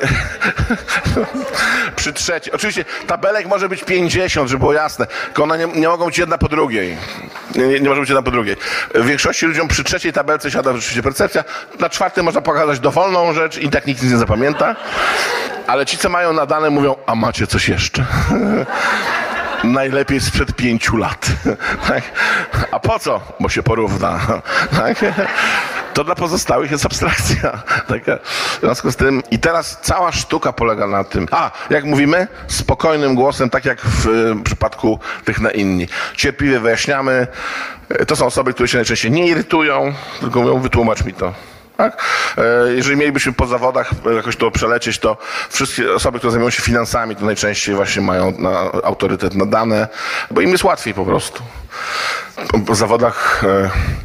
przy trzeciej, oczywiście tabelek może być 50, żeby było jasne, tylko one nie mogą być jedna po drugiej. Nie może być jedna po drugiej. W większości ludziom przy trzeciej tabelce siada rzeczywiście percepcja, na 4 można pokazać dowolną rzecz i tak nikt nic nie zapamięta, ale ci, co mają nadane, mówią, a macie coś jeszcze? Najlepiej sprzed 5 lat. Tak? A po co? Bo się porówna. Tak? To dla pozostałych jest abstrakcja. Taka. W związku z tym i teraz cała sztuka polega na tym. Jak mówimy, spokojnym głosem, tak jak w przypadku tych na inni. Cierpliwie wyjaśniamy. To są osoby, które się najczęściej nie irytują, tylko mówią, wytłumacz mi to. Tak? Jeżeli mielibyśmy po zawodach jakoś to przelecieć, to wszystkie osoby, które zajmują się finansami, to najczęściej właśnie mają autorytet nadane, bo im jest łatwiej po prostu. Po zawodach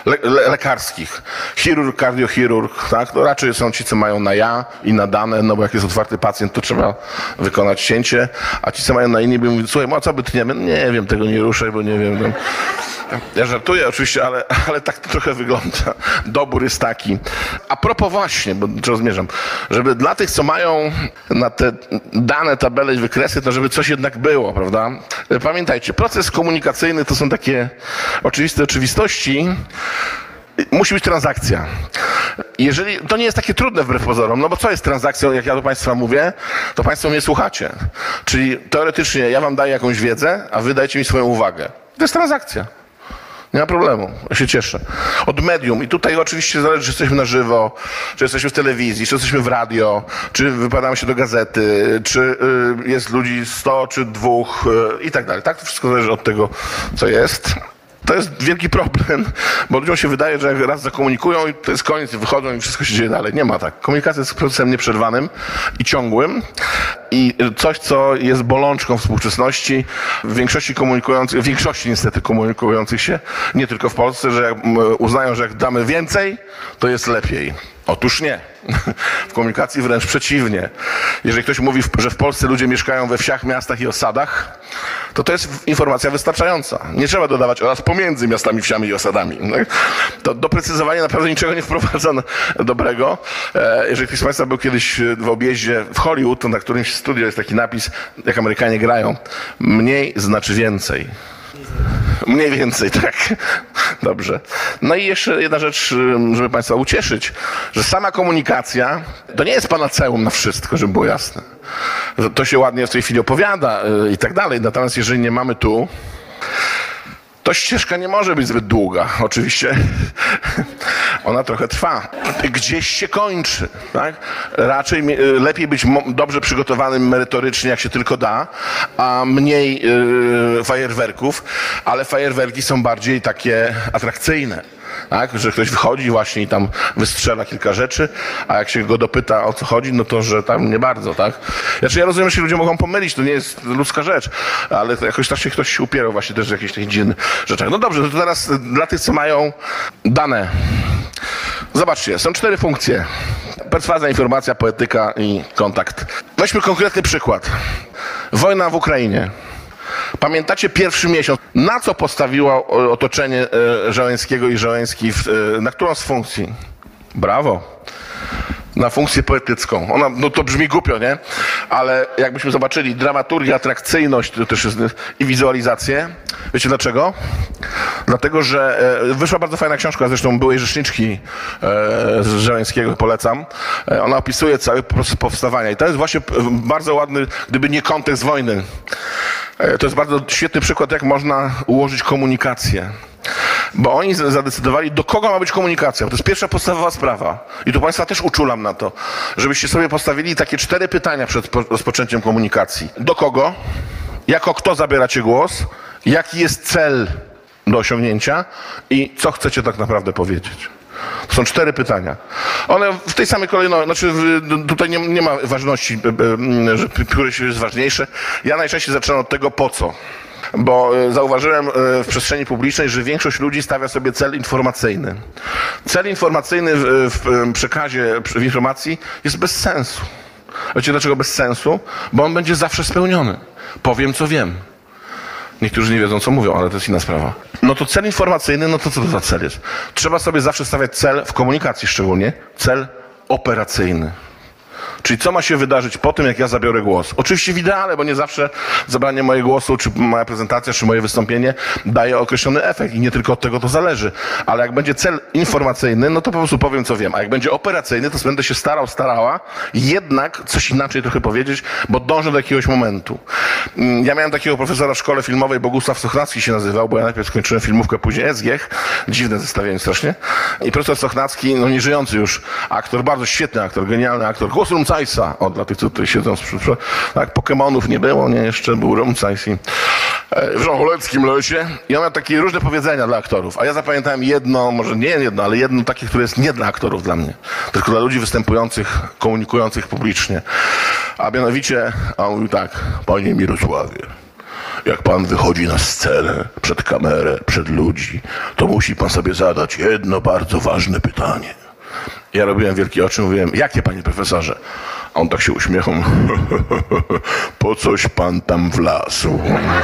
lekarskich. Chirurg, kardiochirurg, tak? To raczej są ci, co mają na ja i na dane, no bo jak jest otwarty pacjent, to trzeba wykonać cięcie, a ci, co mają na inni, by mówić, słuchaj, a co by tniemy? Nie wiem, tego nie ruszaj, bo nie wiem. Ja żartuję oczywiście, ale tak to trochę wygląda. Dobór jest taki. A propos właśnie, bo do czego zmierzam, żeby dla tych, co mają na te dane, tabele i wykresy, to żeby coś jednak było, prawda? Pamiętajcie, proces komunikacyjny to są takie oczywiste oczywistości. Musi być transakcja. Jeżeli to nie jest takie trudne wbrew pozorom, no bo co jest transakcją, jak ja do Państwa mówię, to Państwo mnie słuchacie. Czyli teoretycznie ja Wam daję jakąś wiedzę, a Wy dajecie mi swoją uwagę. To jest transakcja. Nie ma problemu, ja się cieszę. Od medium. I tutaj oczywiście zależy, czy jesteśmy na żywo, czy jesteśmy w telewizji, czy jesteśmy w radio, czy wypadamy się do gazety, czy jest ludzi 100, czy 2 i tak dalej. Tak, to wszystko zależy od tego, co jest. To jest wielki problem, bo ludziom się wydaje, że jak raz zakomunikują i to jest koniec, i wychodzą i wszystko się dzieje dalej. Nie ma tak. Komunikacja jest procesem nieprzerwanym i ciągłym i coś, co jest bolączką współczesności w większości niestety komunikujących się, nie tylko w Polsce, że jak uznają, że jak damy więcej, to jest lepiej. Otóż nie. W komunikacji wręcz przeciwnie. Jeżeli ktoś mówi, że w Polsce ludzie mieszkają we wsiach, miastach i osadach, to jest informacja wystarczająca. Nie trzeba dodawać oraz pomiędzy miastami, wsiami i osadami. To doprecyzowanie naprawdę niczego nie wprowadza dobrego. Jeżeli ktoś z Państwa był kiedyś w objeździe w Hollywood, to na którymś studio jest taki napis, jak Amerykanie grają. Mniej znaczy więcej. Mniej więcej, tak. Dobrze. No i jeszcze jedna rzecz, żeby Państwa ucieszyć, że sama komunikacja to nie jest panaceum na wszystko, żeby było jasne. To się ładnie w tej chwili opowiada i tak dalej, natomiast jeżeli nie mamy tu, to ścieżka nie może być zbyt długa. Oczywiście ona trochę trwa. Gdzieś się kończy. Tak? Raczej lepiej być dobrze przygotowanym merytorycznie, jak się tylko da, a mniej fajerwerków, ale fajerwerki są bardziej takie atrakcyjne. Tak? Że ktoś wychodzi właśnie i tam wystrzela kilka rzeczy, a jak się go dopyta, o co chodzi, no to, że tam nie bardzo, tak? Znaczy ja rozumiem, że się ludzie mogą pomylić, to nie jest ludzka rzecz, ale to jakoś tak się ktoś się upierał właśnie też w jakichś takich dziwnych rzeczach. No dobrze, to teraz dla tych, co mają dane. Zobaczcie, są 4 funkcje. Perswazja, informacja, poetyka i kontakt. Weźmy konkretny przykład. Wojna w Ukrainie. Pamiętacie pierwszy miesiąc, na co postawiło otoczenie Żeleńskiego i Żeleński, na którą z funkcji? Brawo. Na funkcję poetycką. Ona, no to brzmi głupio, nie? Ale jakbyśmy zobaczyli dramaturgię, atrakcyjność to też jest, i wizualizację. Wiecie dlaczego? Dlatego, że wyszła bardzo fajna książka, zresztą byłej rzeczniczki z Żeleńskiego, polecam. Ona opisuje cały proces powstawania i to jest właśnie bardzo ładny, gdyby nie kontekst wojny. To jest bardzo świetny przykład, jak można ułożyć komunikację. Bo oni zadecydowali, do kogo ma być komunikacja. To jest pierwsza podstawowa sprawa. I tu Państwa też uczulam na to, żebyście sobie postawili takie 4 pytania przed rozpoczęciem komunikacji. Do kogo? Jako kto zabieracie głos? Jaki jest cel do osiągnięcia? I co chcecie tak naprawdę powiedzieć? To są 4 pytania. One w tej samej kolejności, znaczy tutaj nie ma ważności, że któreś jest ważniejsze. Ja najczęściej zaczynam od tego po co. Bo zauważyłem w przestrzeni publicznej, że większość ludzi stawia sobie cel informacyjny. Cel informacyjny w przekazie, w informacji jest bez sensu. Wiecie dlaczego bez sensu? Bo on będzie zawsze spełniony. Powiem, co wiem. Niektórzy nie wiedzą, co mówią, ale to jest inna sprawa. No to cel informacyjny, no to co to za cel jest? Trzeba sobie zawsze stawiać cel, w komunikacji szczególnie, cel operacyjny. Czyli co ma się wydarzyć po tym, jak ja zabiorę głos? Oczywiście w ideale, bo nie zawsze zabranie mojego głosu, czy moja prezentacja, czy moje wystąpienie daje określony efekt i nie tylko od tego to zależy. Ale jak będzie cel informacyjny, no to po prostu powiem, co wiem. A jak będzie operacyjny, to będę się starała jednak coś inaczej trochę powiedzieć, bo dążę do jakiegoś momentu. Ja miałem takiego profesora w szkole filmowej, Bogusław Sochnacki się nazywał, bo ja najpierw skończyłem filmówkę, później SGH. Dziwne zestawienie strasznie. I profesor Sochnacki, no nieżyjący już aktor, bardzo świetny aktor, genialny aktor, głos Rumcajsa, dla tych, co tutaj siedzą, tak, Pokemonów nie było, nie, jeszcze był Rumcajs w żonholeckim lesie. I on miał takie różne powiedzenia dla aktorów, a ja zapamiętałem jedno, może nie jedno, ale jedno takie, które jest nie dla aktorów dla mnie, tylko dla ludzi występujących, komunikujących publicznie. A mianowicie, a on mówił tak: Panie Mirosławie, jak pan wychodzi na scenę, przed kamerę, przed ludzi, to musi pan sobie zadać jedno bardzo ważne pytanie. Ja robiłem wielkie oczy, mówiłem, jakie panie profesorze? A on tak się uśmiechał. Po coś pan tam wlazł?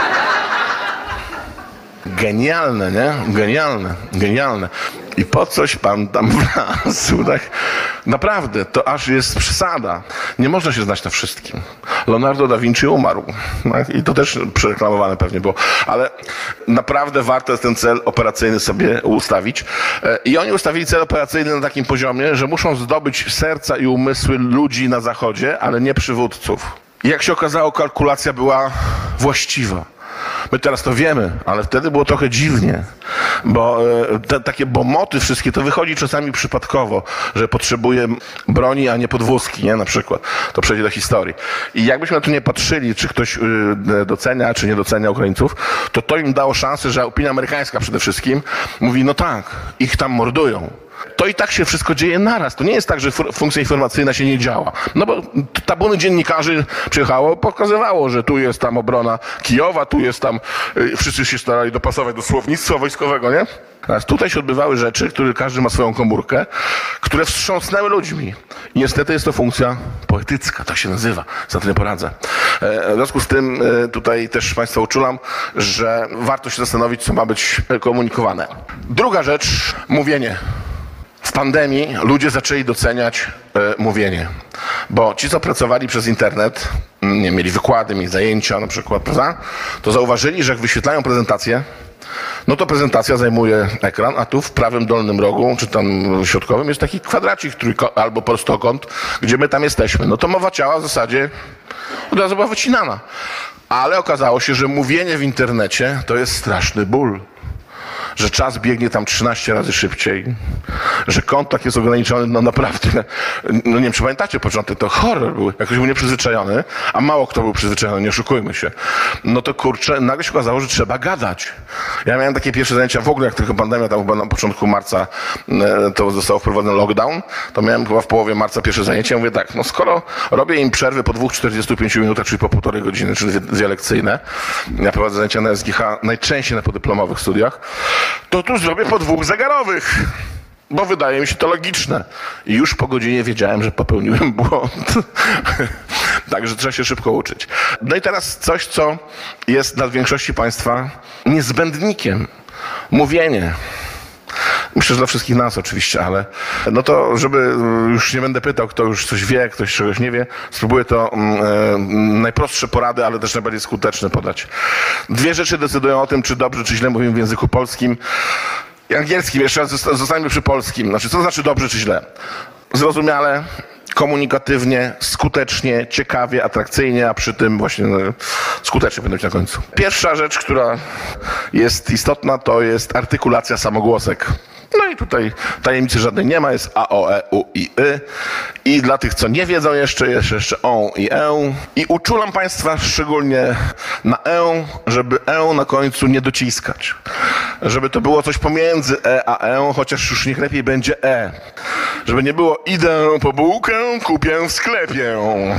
Genialne, nie? Genialne. I po coś pan tam wlazł, tak? Naprawdę, to aż jest przesada. Nie można się znać na wszystkim. Leonardo da Vinci umarł. Tak? I to też przereklamowane pewnie było. Ale naprawdę warto jest ten cel operacyjny sobie ustawić. I oni ustawili cel operacyjny na takim poziomie, że muszą zdobyć serca i umysły ludzi na Zachodzie, ale nie przywódców. I jak się okazało, kalkulacja była właściwa. My teraz to wiemy, ale wtedy było trochę dziwnie, bo takie bomoty wszystkie, to wychodzi czasami przypadkowo, że potrzebuje broni, a nie podwózki, nie? Na przykład. To przejdzie do historii. I jakbyśmy na to nie patrzyli, czy ktoś docenia, czy nie docenia Ukraińców, to im dało szansę, że opinia amerykańska przede wszystkim mówi, no tak, ich tam mordują. To i tak się wszystko dzieje naraz. To nie jest tak, że funkcja informacyjna się nie działa. No bo tabuny dziennikarzy przyjechało, pokazywało, że tu jest tam obrona Kijowa, tu jest tam, wszyscy się starali dopasować do słownictwa wojskowego, nie? Teraz tutaj się odbywały rzeczy, które każdy ma swoją komórkę, które wstrząsnęły ludźmi. I niestety jest to funkcja poetycka, tak się nazywa. Za to nie poradzę. W związku z tym tutaj też Państwa uczulam, że warto się zastanowić, co ma być komunikowane. Druga rzecz, mówienie. W pandemii ludzie zaczęli doceniać mówienie, bo ci, co pracowali przez internet, mieli wykłady, mieli zajęcia na przykład, prawda? To zauważyli, że jak wyświetlają prezentację, no to prezentacja zajmuje ekran, a tu w prawym dolnym rogu, czy tam środkowym jest taki kwadracik albo prostokąt, gdzie my tam jesteśmy. No to mowa ciała w zasadzie od razu była wycinana. Ale okazało się, że mówienie w internecie to jest straszny ból. Że czas biegnie tam 13 razy szybciej, że kontakt jest ograniczony, no naprawdę, no nie wiem, czy pamiętacie początek, to horror był, jak ktoś był nieprzyzwyczajony, a mało kto był przyzwyczajony, nie oszukujmy się, no to kurczę, nagle się okazało, że trzeba gadać. Ja miałem takie pierwsze zajęcia w ogóle, jak tylko pandemia, tam chyba na początku marca to zostało wprowadzony lockdown, to miałem chyba w połowie marca pierwsze zajęcie, ja mówię tak, no skoro robię im przerwy po 2,45 minutach, czyli po 1,5 godziny, czyli dwie lekcyjne, ja prowadzę zajęcia na SGH najczęściej na podyplomowych studiach, to tu zrobię po 2 zegarowych, bo wydaje mi się to logiczne. I już po godzinie wiedziałem, że popełniłem błąd. Także trzeba się szybko uczyć. No i teraz coś, co jest dla większości Państwa niezbędnikiem. Mówienie. Myślę, że dla wszystkich nas oczywiście, ale no to, żeby już nie będę pytał, kto już coś wie, ktoś czegoś nie wie, spróbuję to najprostsze porady, ale też najbardziej skuteczne podać. 2 rzeczy decydują o tym, czy dobrze, czy źle mówimy w języku polskim i angielskim. Jeszcze raz zostańmy przy polskim. Znaczy, co znaczy dobrze, czy źle? Zrozumiale, komunikatywnie, skutecznie, ciekawie, atrakcyjnie, a przy tym właśnie skutecznie powinno być na końcu. Pierwsza rzecz, która jest istotna, to jest artykulacja samogłosek. No i tutaj tajemnicy żadnej nie ma, jest a, o, e, u, i, y. I dla tych, co nie wiedzą jeszcze, jest jeszcze o i e. I uczulam Państwa szczególnie na e, żeby e na końcu nie dociskać. Żeby to było coś pomiędzy e a e, chociaż już niech lepiej będzie e. Żeby nie było idę po bułkę, kupię w sklepie.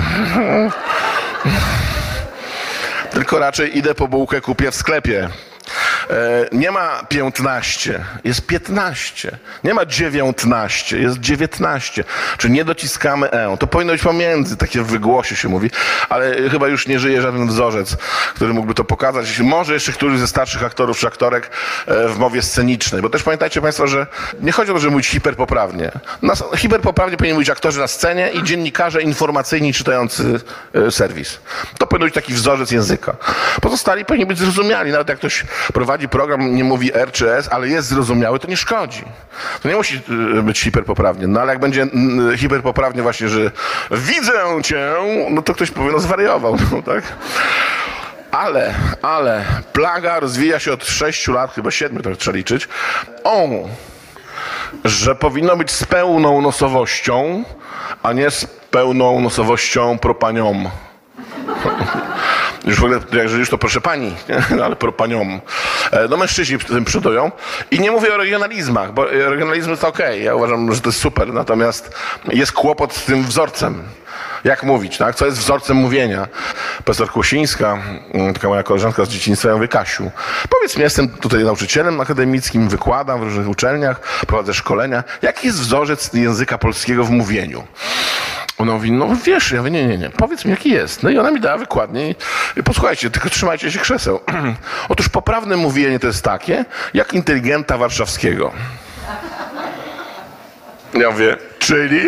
Tylko raczej idę po bułkę, kupię w sklepie. Nie ma 15, jest 15. Nie ma 19, jest 19. Czyli nie dociskamy e. To powinno być pomiędzy, takie w wygłosie się mówi, ale chyba już nie żyje żaden wzorzec, który mógłby to pokazać. Może jeszcze któryś ze starszych aktorów czy aktorek w mowie scenicznej. Bo też pamiętajcie Państwo, że nie chodzi o to, żeby mówić hiperpoprawnie. Hiperpoprawnie powinni mówić aktorzy na scenie i dziennikarze informacyjni czytający serwis. To powinien być taki wzorzec języka. Pozostali powinni być zrozumiali. Nawet jak ktoś prowadzi program, nie mówi R czy S, ale jest zrozumiały, to nie szkodzi. To nie musi być hiperpoprawnie. No ale jak będzie hiperpoprawnie właśnie, że widzę cię, no to ktoś powie, no zwariował, no, tak? Ale plaga rozwija się od 6 lat, chyba 7, to trzeba liczyć. Że powinno być z pełną nosowością, a nie z pełną nosowością propanią. Już w ogóle, jak już to proszę pani, nie? Ale propanią. No mężczyźni tym przodują. I nie mówię o regionalizmach, bo regionalizm jest okej. Ja uważam, że to jest super. Natomiast jest kłopot z tym wzorcem. Jak mówić, tak? Co jest wzorcem mówienia? Profesor Kłosińska, taka moja koleżanka z dzieciństwa, ja mówię, Kasiu, powiedz mi, jestem tutaj nauczycielem akademickim, wykładam w różnych uczelniach, prowadzę szkolenia. Jaki jest wzorzec języka polskiego w mówieniu? Ona mówi, no wiesz, ja mówię, nie, powiedz mi, jaki jest. No i ona mi dała wykładnię i posłuchajcie, tylko trzymajcie się krzeseł. Otóż poprawne mówienie to jest takie, jak inteligenta warszawskiego. Ja mówię, czyli?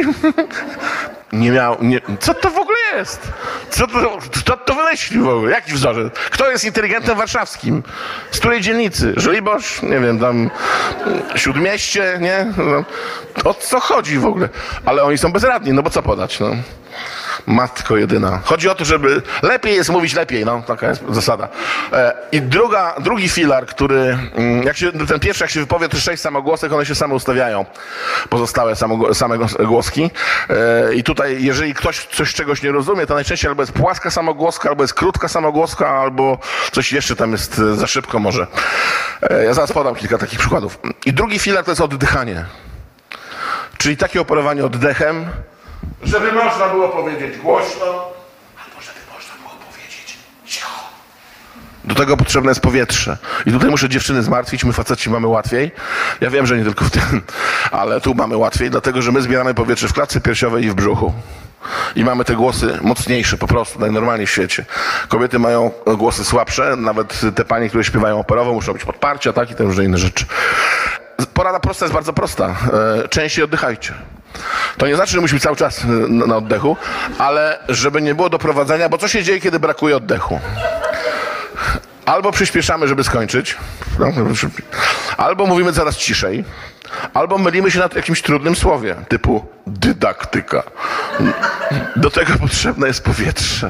Co to w ogóle jest? Kto to wymyślił w ogóle? Jaki wzorzec? Kto jest inteligentem warszawskim? Z której dzielnicy? Żoliborz? Nie wiem, tam Śródmieście, nie? No, o co chodzi w ogóle? Ale oni są bezradni, no bo co podać, no? Matko jedyna. Chodzi o to, żeby lepiej jest mówić lepiej, no, taka jest zasada. I drugi filar, który, ten pierwszy jak się wypowie, to 6 samogłosek, one się same ustawiają. Pozostałe same głoski. I tutaj, jeżeli ktoś czegoś nie rozumie, to najczęściej albo jest płaska samogłoska, albo jest krótka samogłoska, albo coś jeszcze tam jest za szybko może. Ja zaraz podam kilka takich przykładów. I drugi filar to jest oddychanie. Czyli takie operowanie oddechem, żeby można było powiedzieć głośno, albo żeby można było powiedzieć cicho. Do tego potrzebne jest powietrze. I tutaj muszę dziewczyny zmartwić, my faceci mamy łatwiej. Ja wiem, że nie tylko w tym, ale tu mamy łatwiej, dlatego że my zbieramy powietrze w klatce piersiowej i w brzuchu. I mamy te głosy mocniejsze po prostu, najnormalniej w świecie. Kobiety mają głosy słabsze, nawet te panie, które śpiewają operowo, muszą być podparcia, tak, i te różne inne rzeczy. Porada prosta jest bardzo prosta. Częściej oddychajcie. To nie znaczy, że musimy cały czas na oddechu, ale żeby nie było doprowadzenia, bo co się dzieje, kiedy brakuje oddechu? Albo przyspieszamy, żeby skończyć, albo mówimy coraz ciszej, albo mylimy się na jakimś trudnym słowie, typu dydaktyka. Do tego potrzebne jest powietrze.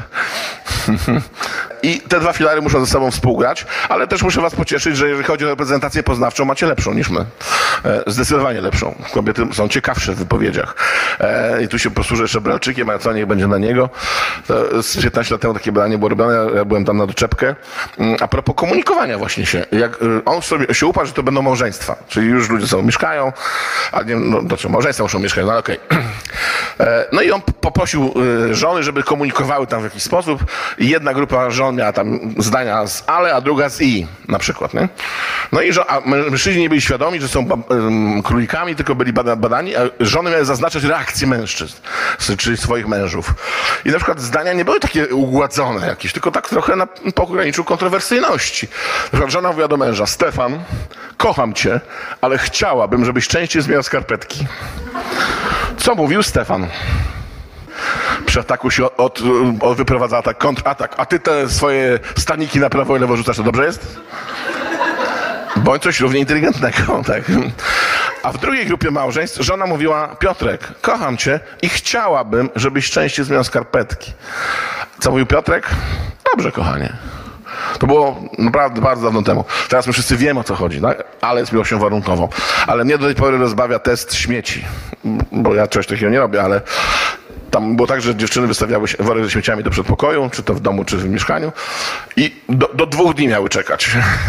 I te dwa filary muszą ze sobą współgrać, ale też muszę was pocieszyć, że jeżeli chodzi o reprezentację poznawczą, macie lepszą niż my. Zdecydowanie lepszą. Kobiety są ciekawsze w wypowiedziach. I tu się posłużę jeszcze Bralczykiem, a co niech będzie na niego. Z 15 lat temu takie badanie było robione, ja byłem tam na doczepkę. A propos komunikowania właśnie się. Jak on sobie się uparł, że to będą małżeństwa. Czyli już ludzie sobą mieszkają, a nie, no znaczy małżeństwa muszą mieszkać, no ale okej. No i on poprosił żony, żeby komunikowały tam w jakiś sposób. I jedna grupa żon miała tam zdania z ale, a druga z i, na przykład, nie? No i mężczyźni nie byli świadomi, że są królikami, tylko byli badani, a żony miały zaznaczać reakcje mężczyzn, czyli swoich mężów. I na przykład zdania nie były takie ugładzone jakieś, tylko tak trochę na pograniczu kontrowersyjności. Na przykład żona mówiła do męża, Stefan, kocham cię, ale chciałabym, żebyś częściej zmieniał skarpetki. Co mówił Stefan? Przy ataku się wyprowadza atak, kontratak, a ty te swoje staniki na prawo i lewo rzucasz, to dobrze jest? Bądź coś równie inteligentnego, tak. A w drugiej grupie małżeństw żona mówiła, Piotrek, kocham cię i chciałabym, żebyś częściej zmieniał skarpetki. Co mówił Piotrek? Dobrze, kochanie. To było naprawdę bardzo dawno temu. Teraz my wszyscy wiemy, o co chodzi, tak? Ale z miłością warunkową. Ale mnie do tej pory rozbawia test śmieci. Bo ja czegoś takiego nie robię, ale tam było tak, że dziewczyny wystawiały worek ze śmieciami do przedpokoju, czy to w domu, czy w mieszkaniu i do 2 dni miały czekać.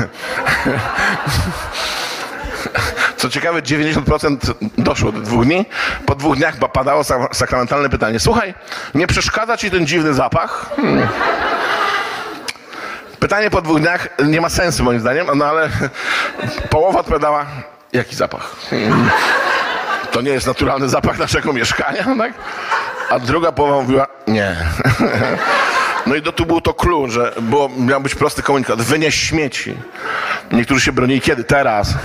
Co ciekawe, 90% doszło do 2 dni. Po 2 dniach padało sakramentalne pytanie. Słuchaj, nie przeszkadza ci ten dziwny zapach? Pytanie po 2 dniach nie ma sensu moim zdaniem, no ale połowa odpowiadała, jaki zapach? To nie jest naturalny zapach naszego mieszkania, tak? A druga połowa mówiła, nie. No i tu był to clue, że miał być prosty komunikat, wynieś śmieci. Niektórzy się bronili, kiedy? Teraz.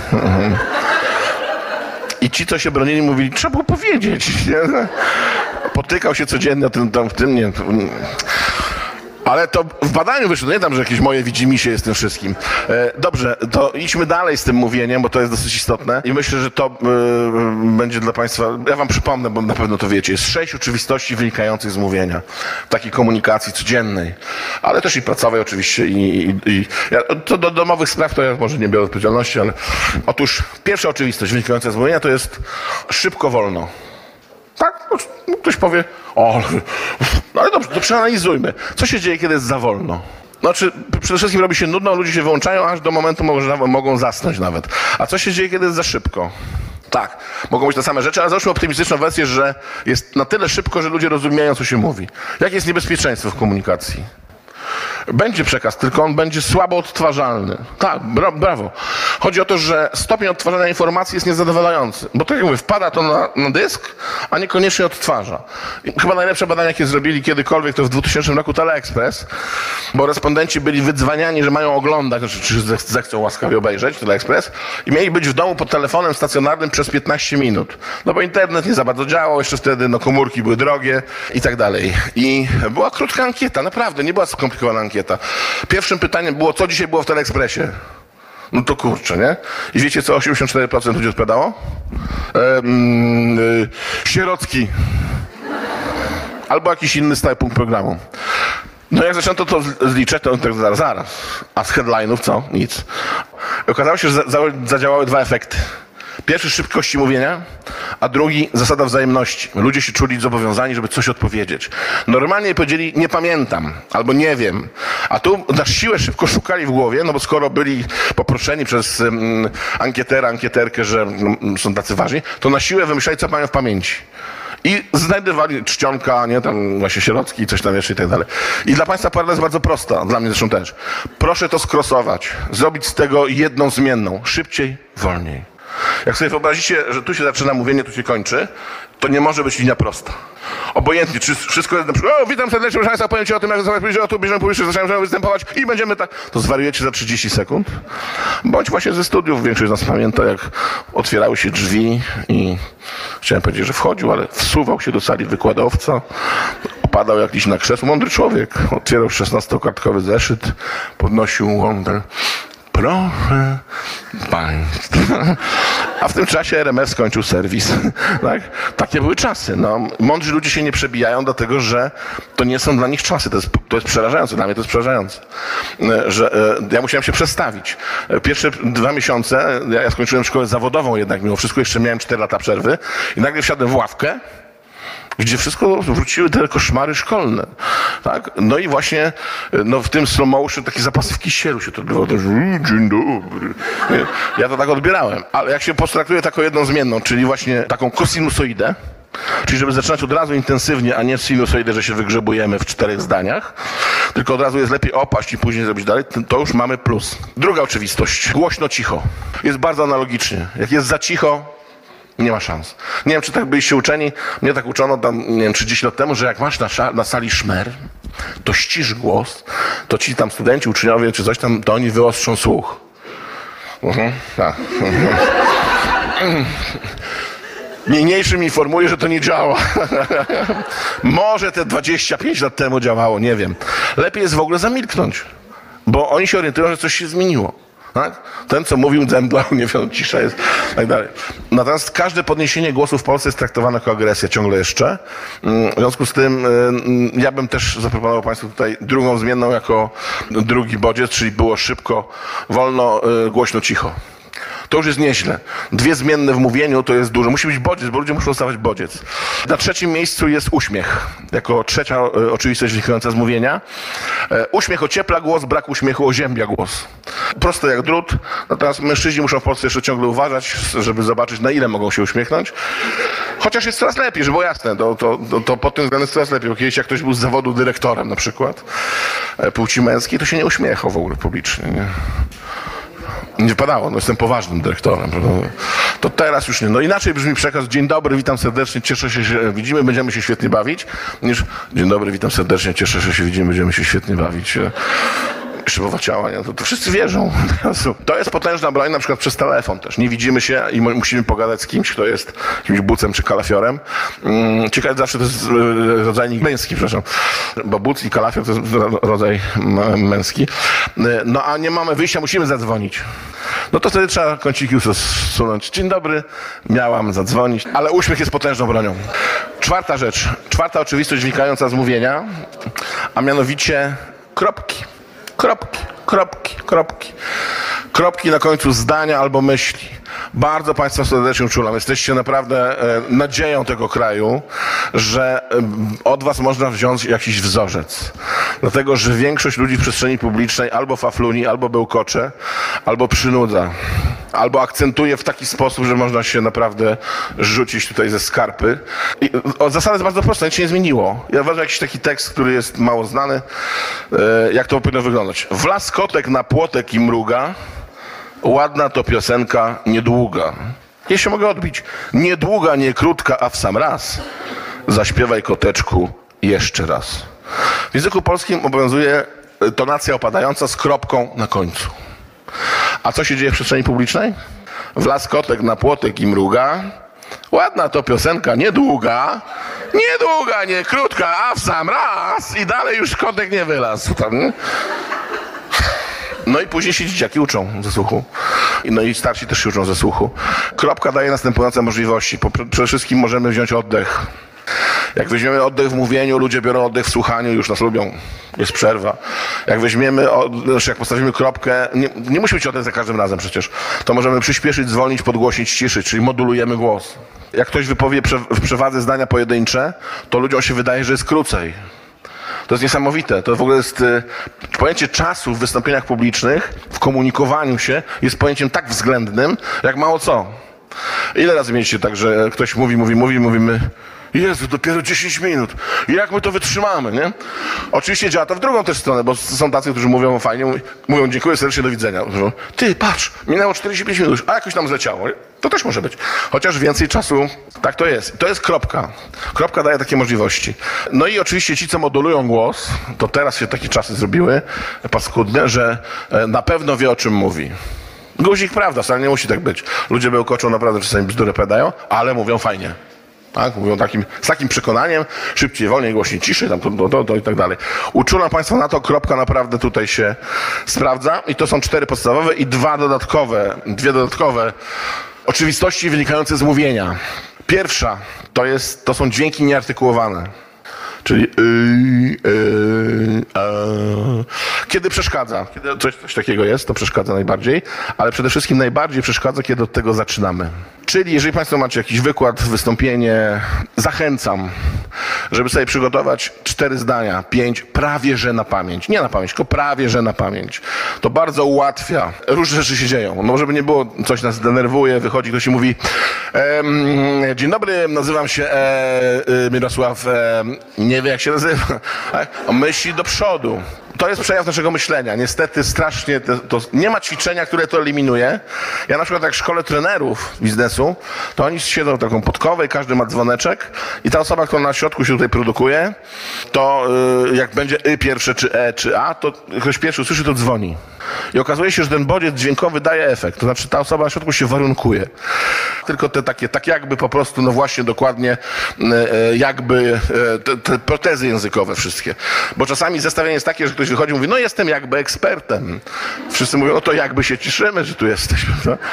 I ci, co się bronili, mówili, trzeba było powiedzieć. Nie? Potykał się codziennie w tym, nie. Ale to w badaniu wyszło, to nie tam, że jakieś moje widzimisię jest tym wszystkim. Dobrze, to idźmy dalej z tym mówieniem, bo to jest dosyć istotne i myślę, że to będzie dla Państwa, ja Wam przypomnę, bo na pewno to wiecie, jest 6 oczywistości wynikających z mówienia, takiej komunikacji codziennej, ale też i pracowej oczywiście to do domowych spraw to ja może nie biorę odpowiedzialności, ale otóż pierwsza oczywistość wynikająca z mówienia to jest szybko, wolno. Tak? Ktoś powie, no ale dobrze, to przeanalizujmy. Co się dzieje, kiedy jest za wolno? Znaczy, przede wszystkim robi się nudno, ludzie się wyłączają, aż do momentu mogą zasnąć nawet. A co się dzieje, kiedy jest za szybko? Tak, mogą być te same rzeczy, ale załóżmy optymistyczną wersję, że jest na tyle szybko, że ludzie rozumieją, co się mówi. Jakie jest niebezpieczeństwo w komunikacji? Będzie przekaz, tylko on będzie słabo odtwarzalny. Tak, brawo. Chodzi o to, że stopień odtwarzania informacji jest niezadowalający. Bo tak jak mówię, wpada to na dysk, a niekoniecznie odtwarza. Chyba najlepsze badania, jakie zrobili kiedykolwiek, to w 2000 roku Teleexpress, bo respondenci byli wydzwaniani, że mają oglądać, czy zechcą łaskawie obejrzeć Teleexpress i mieli być w domu pod telefonem stacjonarnym przez 15 minut. No bo internet nie za bardzo działał, jeszcze wtedy komórki były drogie i tak dalej. I była krótka ankieta, naprawdę, nie była skomplikowana ankieta. Pierwszym pytaniem było, co dzisiaj było w Teleexpressie? No to kurczę, nie? I wiecie, co 84% ludzi odpowiadało? Sierocki. Albo jakiś inny stały punkt programu. No jak zaczęto to zliczać, to tak zaraz. A z headline'ów co? Nic. Okazało się, że zadziałały dwa efekty. Pierwszy szybkości mówienia, a drugi zasada wzajemności. Ludzie się czuli zobowiązani, żeby coś odpowiedzieć. Normalnie powiedzieli nie pamiętam albo nie wiem, a tu na siłę szybko szukali w głowie, no bo skoro byli poproszeni przez ankietera, ankieterkę, że są tacy ważni, to na siłę wymyślali, co mają w pamięci. I znajdowali czcionka, nie, tam właśnie Sierocki, coś tam jeszcze i tak dalej. I dla Państwa porada jest bardzo prosta, dla mnie zresztą też. Proszę to skrosować, zrobić z tego jedną zmienną. Szybciej, wolniej. Jak sobie wyobrazicie, że tu się zaczyna mówienie, tu się kończy, to nie może być linia prosta. Obojętnie, czy wszystko jest na przykład, witam serdecznie, proszę Państwa, powiem Ci o tym, jak powiedzieć o tu, bierzemy publicznie, zaczynamy występować i będziemy tak, to zwariujecie za 30 sekund. Bądź właśnie ze studiów, większość z nas pamięta, jak otwierały się drzwi i chciałem powiedzieć, że wchodził, ale wsuwał się do sali wykładowca, opadał jakiś na krzesło, mądry człowiek, otwierał 16-kartkowy zeszyt, podnosił łądę. Proszę Państwa. A w tym czasie RMF skończył serwis. Tak? Takie były czasy. No, mądrzy ludzie się nie przebijają, dlatego że to nie są dla nich czasy. To jest przerażające. Dla mnie to jest przerażające. Że ja musiałem się przestawić. Pierwsze 2 miesiące, ja skończyłem szkołę zawodową jednak, mimo wszystko jeszcze miałem 4 lata przerwy i nagle wsiadłem w ławkę, gdzie wszystko wróciły te koszmary szkolne. Tak? No i właśnie w tym slow motion taki zapas w kisielu się to odbywało. Dzień dobry. Ja to tak odbierałem. Ale jak się potraktuje taką jedną zmienną, czyli właśnie taką kosinusoidę, czyli żeby zaczynać od razu intensywnie, a nie sinusoidę, że się wygrzebujemy w 4 zdaniach, tylko od razu jest lepiej opaść i później zrobić dalej, to już mamy plus. Druga oczywistość. Głośno, cicho. Jest bardzo analogicznie. Jak jest za cicho, nie ma szans. Nie wiem, czy tak byliście uczeni. Mnie tak uczono tam, nie wiem, 30 lat temu, że jak masz na sali szmer, to ścisz głos, to ci tam studenci, uczniowie czy coś tam, to oni wyostrzą słuch. Tak. Niniejszy mi informuje, że to nie działa. Może te 25 lat temu działało, nie wiem. Lepiej jest w ogóle zamilknąć, bo oni się orientują, że coś się zmieniło. Tak? Ten, co mówił, zemdlał, nie wiem, cisza jest, tak dalej. Natomiast każde podniesienie głosu w Polsce jest traktowane jako agresja ciągle jeszcze. W związku z tym ja bym też zaproponował Państwu tutaj drugą zmienną jako drugi bodziec, czyli było szybko, wolno, głośno, cicho. To już jest nieźle. 2 zmienne w mówieniu to jest dużo. Musi być bodziec, bo ludzie muszą dostawać bodziec. Na 3. miejscu jest uśmiech. Jako trzecia oczywistość wynikająca z mówienia. Uśmiech ociepla głos, brak uśmiechu oziębia głos. Proste jak drut. Natomiast mężczyźni muszą w Polsce jeszcze ciągle uważać, żeby zobaczyć, na ile mogą się uśmiechnąć. Chociaż jest coraz lepiej, żeby było jasne. To pod tym względem jest coraz lepiej. Bo kiedyś jak ktoś był z zawodu dyrektorem na przykład płci męskiej, to się nie uśmiechał w ogóle publicznie. Nie wypadało, jestem poważnym dyrektorem. To teraz już nie. No inaczej brzmi przekaz: dzień dobry, witam serdecznie, cieszę się, że widzimy, będziemy się świetnie bawić, niż dzień dobry, witam serdecznie, cieszę się, że się widzimy, będziemy się świetnie bawić. Szybowa ciała, nie? To wszyscy wierzą. To jest potężna broń, na przykład przez telefon też. Nie widzimy się i musimy pogadać z kimś, kto jest jakimś bucem czy kalafiorem. Ciekawe, zawsze to jest rodzajnik męski, przepraszam, bo buc i kalafior to jest rodzaj męski. No a nie mamy wyjścia, musimy zadzwonić. No to wtedy trzeba kąciki usunąć. Dzień dobry, miałam zadzwonić, ale uśmiech jest potężną bronią. 4. rzecz, 4. oczywistość wynikająca z mówienia, a mianowicie kropki. Kropki na końcu zdania albo myśli. Bardzo Państwa serdecznie uczulam. Jesteście naprawdę nadzieją tego kraju, że od Was można wziąć jakiś wzorzec. Dlatego, że większość ludzi w przestrzeni publicznej albo fafluni, albo bełkocze, albo przynudza. Albo akcentuje w taki sposób, że można się naprawdę rzucić tutaj ze skarpy. I zasada jest bardzo prosta, nic się nie zmieniło. Ja uważam jakiś taki tekst, który jest mało znany, jak to powinno wyglądać. Wlazł kotek na płotek i mruga, ładna to piosenka niedługa. Ja się mogę odbić. Niedługa, nie krótka, a w sam raz. Zaśpiewaj koteczku jeszcze raz. W języku polskim obowiązuje tonacja opadająca z kropką na końcu. A co się dzieje w przestrzeni publicznej? Wlazł kotek na płotek i mruga. Ładna to piosenka, niedługa. Niedługa, nie krótka, a w sam raz. I dalej już kotek nie wylazł. No i później się dzieciaki uczą ze słuchu. No i starsi też się uczą ze słuchu. Kropka daje następujące możliwości. Przede wszystkim możemy wziąć oddech. Jak weźmiemy oddech w mówieniu, ludzie biorą oddech w słuchaniu, już nas lubią. Jest przerwa. Jak weźmiemy, jak postawimy kropkę, nie musi być oddech za każdym razem przecież, to możemy przyspieszyć, zwolnić, podgłosić, ściszyć, czyli modulujemy głos. Jak ktoś wypowie w przewadze zdania pojedyncze, to ludziom się wydaje, że jest krócej. To jest niesamowite. To w ogóle jest pojęcie czasu w wystąpieniach publicznych, w komunikowaniu się jest pojęciem tak względnym, jak mało co. Ile razy mieliście tak, że ktoś mówimy Jezu, dopiero 10 minut. I jak my to wytrzymamy, nie? Oczywiście działa to w drugą też stronę, bo są tacy, którzy mówią fajnie, mówią dziękuję serdecznie, do widzenia. Mówią, ty, patrz, minęło 45 minut, a jakoś nam zleciało. To też może być. Chociaż więcej czasu, tak to jest. To jest kropka. Kropka daje takie możliwości. No i oczywiście ci, co modulują głos, to teraz się takie czasy zrobiły, paskudne, że na pewno wie, o czym mówi. Guzik, prawda, wcale nie musi tak być. Ludzie bełkoczą, naprawdę czasami bzdurę pedają, ale mówią fajnie. Tak? Mówią z takim przekonaniem, szybciej, wolniej, głośniej, ciszej, tam to i tak dalej. Uczulam Państwa na to, kropka naprawdę tutaj się sprawdza i to są 4 podstawowe i dwie dodatkowe oczywistości wynikające z mówienia. Pierwsza to są dźwięki nieartykułowane. Czyli kiedy przeszkadza, kiedy coś takiego jest, to przeszkadza najbardziej, ale przede wszystkim najbardziej przeszkadza, kiedy od tego zaczynamy. Czyli jeżeli Państwo macie jakiś wykład, wystąpienie, zachęcam, żeby sobie przygotować 4 zdania, 5, prawie że na pamięć. Nie na pamięć, tylko prawie że na pamięć. To bardzo ułatwia. Różne rzeczy się dzieją. No żeby nie było, coś nas denerwuje, wychodzi ktoś i mówi dzień dobry, nazywam się Mirosław, nie wie jak się nazywa. Myśli do przodu. To jest przejaw naszego myślenia. Niestety strasznie nie ma ćwiczenia, które to eliminuje. Ja na przykład jak szkole trenerów biznesu, to oni siedzą w taką podkowę i każdy ma dzwoneczek i ta osoba, która na środku się tutaj produkuje, to jak będzie pierwsze, czy czy a, to ktoś pierwszy usłyszy, to dzwoni. I okazuje się, że ten bodziec dźwiękowy daje efekt. To znaczy ta osoba na środku się warunkuje. Tylko te takie, tak jakby po prostu, no właśnie dokładnie jakby te protezy językowe wszystkie. Bo czasami zestawienie jest takie, że ktoś wychodzi i mówi, no jestem jakby ekspertem. Wszyscy mówią, no to jakby się cieszymy, że tu jesteś.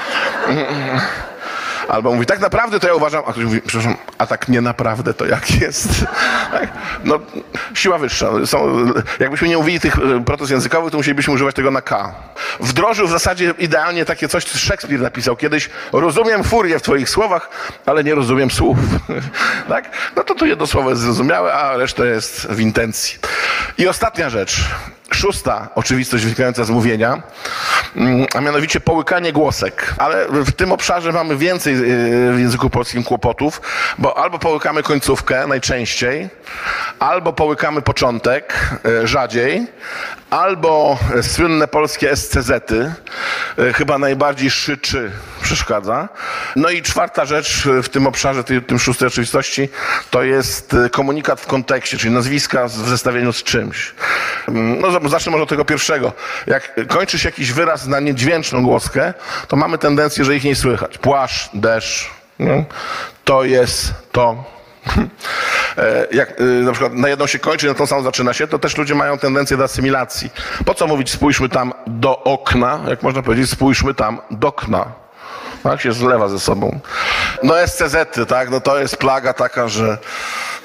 Albo mówi, tak naprawdę to ja uważam, a ktoś mówi, przepraszam, a tak nie naprawdę to jak jest? Tak? No, siła wyższa. Jakbyśmy nie mówili tych protez językowych, to musielibyśmy używać tego na K. Wdrożył w zasadzie idealnie takie coś, co Szekspir napisał kiedyś. Rozumiem furię w twoich słowach, ale nie rozumiem słów. Tak? No to tu jedno słowo jest zrozumiałe, a reszta jest w intencji. I ostatnia rzecz. 6. oczywistość wynikająca z mówienia, a mianowicie połykanie głosek. Ale w tym obszarze mamy więcej w języku polskim kłopotów, bo albo połykamy końcówkę najczęściej, albo połykamy początek rzadziej, albo słynne polskie SCZ-y, chyba najbardziej czy przeszkadza. No i 4. rzecz w tym obszarze, tym 6. oczywistości, to jest komunikat w kontekście, czyli nazwiska w zestawieniu z czymś. No zacznę może od tego pierwszego. Jak kończy się jakiś wyraz na niedźwięczną głoskę, to mamy tendencję, że ich nie słychać. Płaszcz, deszcz, nie? To jest to. Jak na przykład na jedną się kończy, na tą samą zaczyna się, to też ludzie mają tendencję do asymilacji. Po co mówić spójrzmy tam do okna, jak można powiedzieć spójrzmy tam do okna. Tak się zlewa ze sobą. No SCZ-y, tak, no to jest plaga taka, że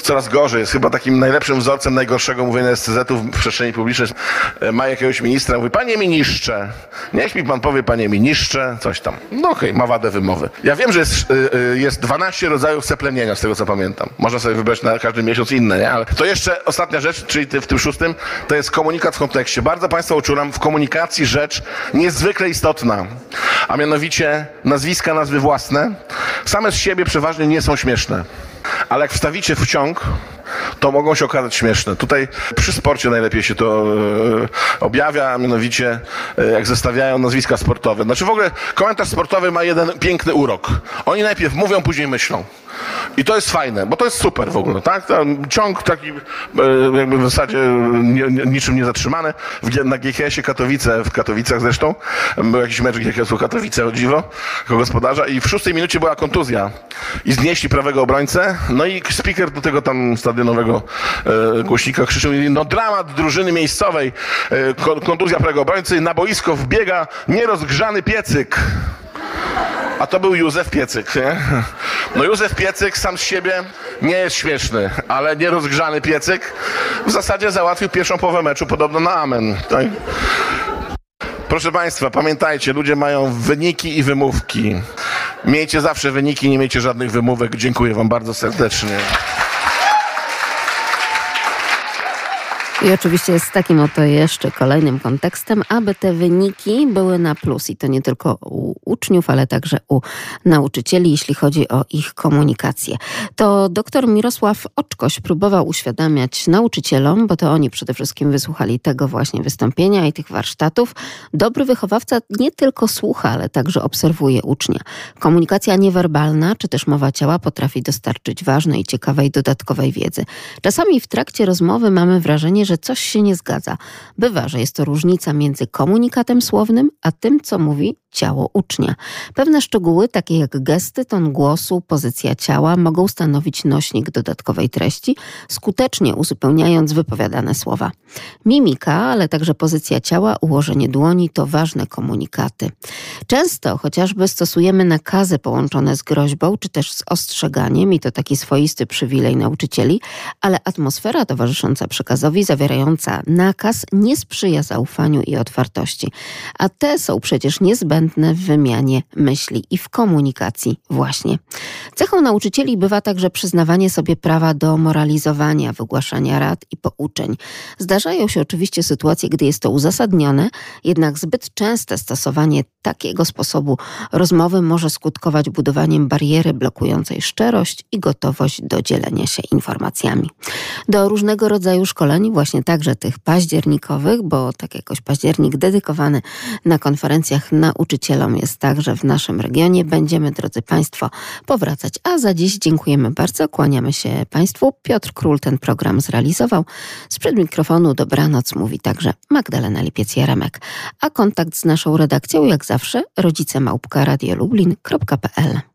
coraz gorzej. Jest chyba takim najlepszym wzorcem najgorszego mówienia SCZ-ów w przestrzeni publicznej. Ma jakiegoś ministra, mówi: panie ministrze, niech mi pan powie, panie ministrze, coś tam. No okej, ma wadę wymowy. Ja wiem, że jest 12 rodzajów seplenienia, z tego co pamiętam. Można sobie wybrać na każdy miesiąc inne, nie? Ale to jeszcze ostatnia rzecz, czyli w tym 6, to jest komunikat w kontekście. Bardzo państwa uczulam, w komunikacji rzecz niezwykle istotna, a mianowicie nazwiska, nazwy własne, same z siebie przeważnie nie są śmieszne. Ale jak wstawicie w ciąg, to mogą się okazać śmieszne. Tutaj przy sporcie najlepiej się to objawia, a mianowicie jak zestawiają nazwiska sportowe. Znaczy w ogóle komentarz sportowy ma jeden piękny urok. Oni najpierw mówią, później myślą. I to jest fajne, bo to jest super w ogóle, tak? Ciąg taki jakby w zasadzie niczym nie zatrzymany. Na GKS-ie Katowice, w Katowicach zresztą, był jakiś mecz GKS-u Katowice, o dziwo, jako gospodarza, i w 6 minucie była kontuzja. I znieśli prawego obrońcę, no i speaker do tego tam stadionowego głośnika krzyczył: no dramat drużyny miejscowej, kontuzja prawego obrońcy, na boisko wbiega nierozgrzany Piecyk. A to był Józef Piecyk, nie? No Józef Piecyk sam z siebie nie jest śmieszny, ale nierozgrzany Piecyk w zasadzie załatwił pierwszą połowę meczu podobno na amen. Tak? Proszę państwa, pamiętajcie, ludzie mają wyniki i wymówki. Miejcie zawsze wyniki, nie miejcie żadnych wymówek. Dziękuję wam bardzo serdecznie. I oczywiście z takim oto jeszcze kolejnym kontekstem, aby te wyniki były na plus. I to nie tylko u uczniów, ale także u nauczycieli, jeśli chodzi o ich komunikację. To dr Mirosław Oczkoś próbował uświadamiać nauczycielom, bo to oni przede wszystkim wysłuchali tego właśnie wystąpienia i tych warsztatów. Dobry wychowawca nie tylko słucha, ale także obserwuje ucznia. Komunikacja niewerbalna, czy też mowa ciała potrafi dostarczyć ważnej i ciekawej dodatkowej wiedzy. Czasami w trakcie rozmowy mamy wrażenie, że coś się nie zgadza. Bywa, że jest to różnica między komunikatem słownym, a tym, co mówi ciało ucznia. Pewne szczegóły, takie jak gesty, ton głosu, pozycja ciała, mogą stanowić nośnik dodatkowej treści, skutecznie uzupełniając wypowiadane słowa. Mimika, ale także pozycja ciała, ułożenie dłoni to ważne komunikaty. Często chociażby stosujemy nakazy połączone z groźbą, czy też z ostrzeganiem, i to taki swoisty przywilej nauczycieli, ale atmosfera towarzysząca przekazowi, zawierająca nakaz, nie sprzyja zaufaniu i otwartości. A te są przecież niezbędne w wymianie myśli i w komunikacji właśnie. Cechą nauczycieli bywa także przyznawanie sobie prawa do moralizowania, wygłaszania rad i pouczeń. Zdarzają się oczywiście sytuacje, gdy jest to uzasadnione, jednak zbyt częste stosowanie takiego sposobu rozmowy może skutkować budowaniem bariery blokującej szczerość i gotowość do dzielenia się informacjami. Do różnego rodzaju szkoleń, właśnie także tych październikowych, bo tak jakoś październik dedykowany na konferencjach nauczycielom jest także w naszym regionie. Będziemy, drodzy Państwo, powracać. A za dziś dziękujemy bardzo, kłaniamy się Państwu. Piotr Król ten program zrealizował. Sprzed mikrofonu dobranoc mówi także Magdalena Lipiec-Jaremek. A kontakt z naszą redakcją jak zawsze rodzice@radiolublin.pl.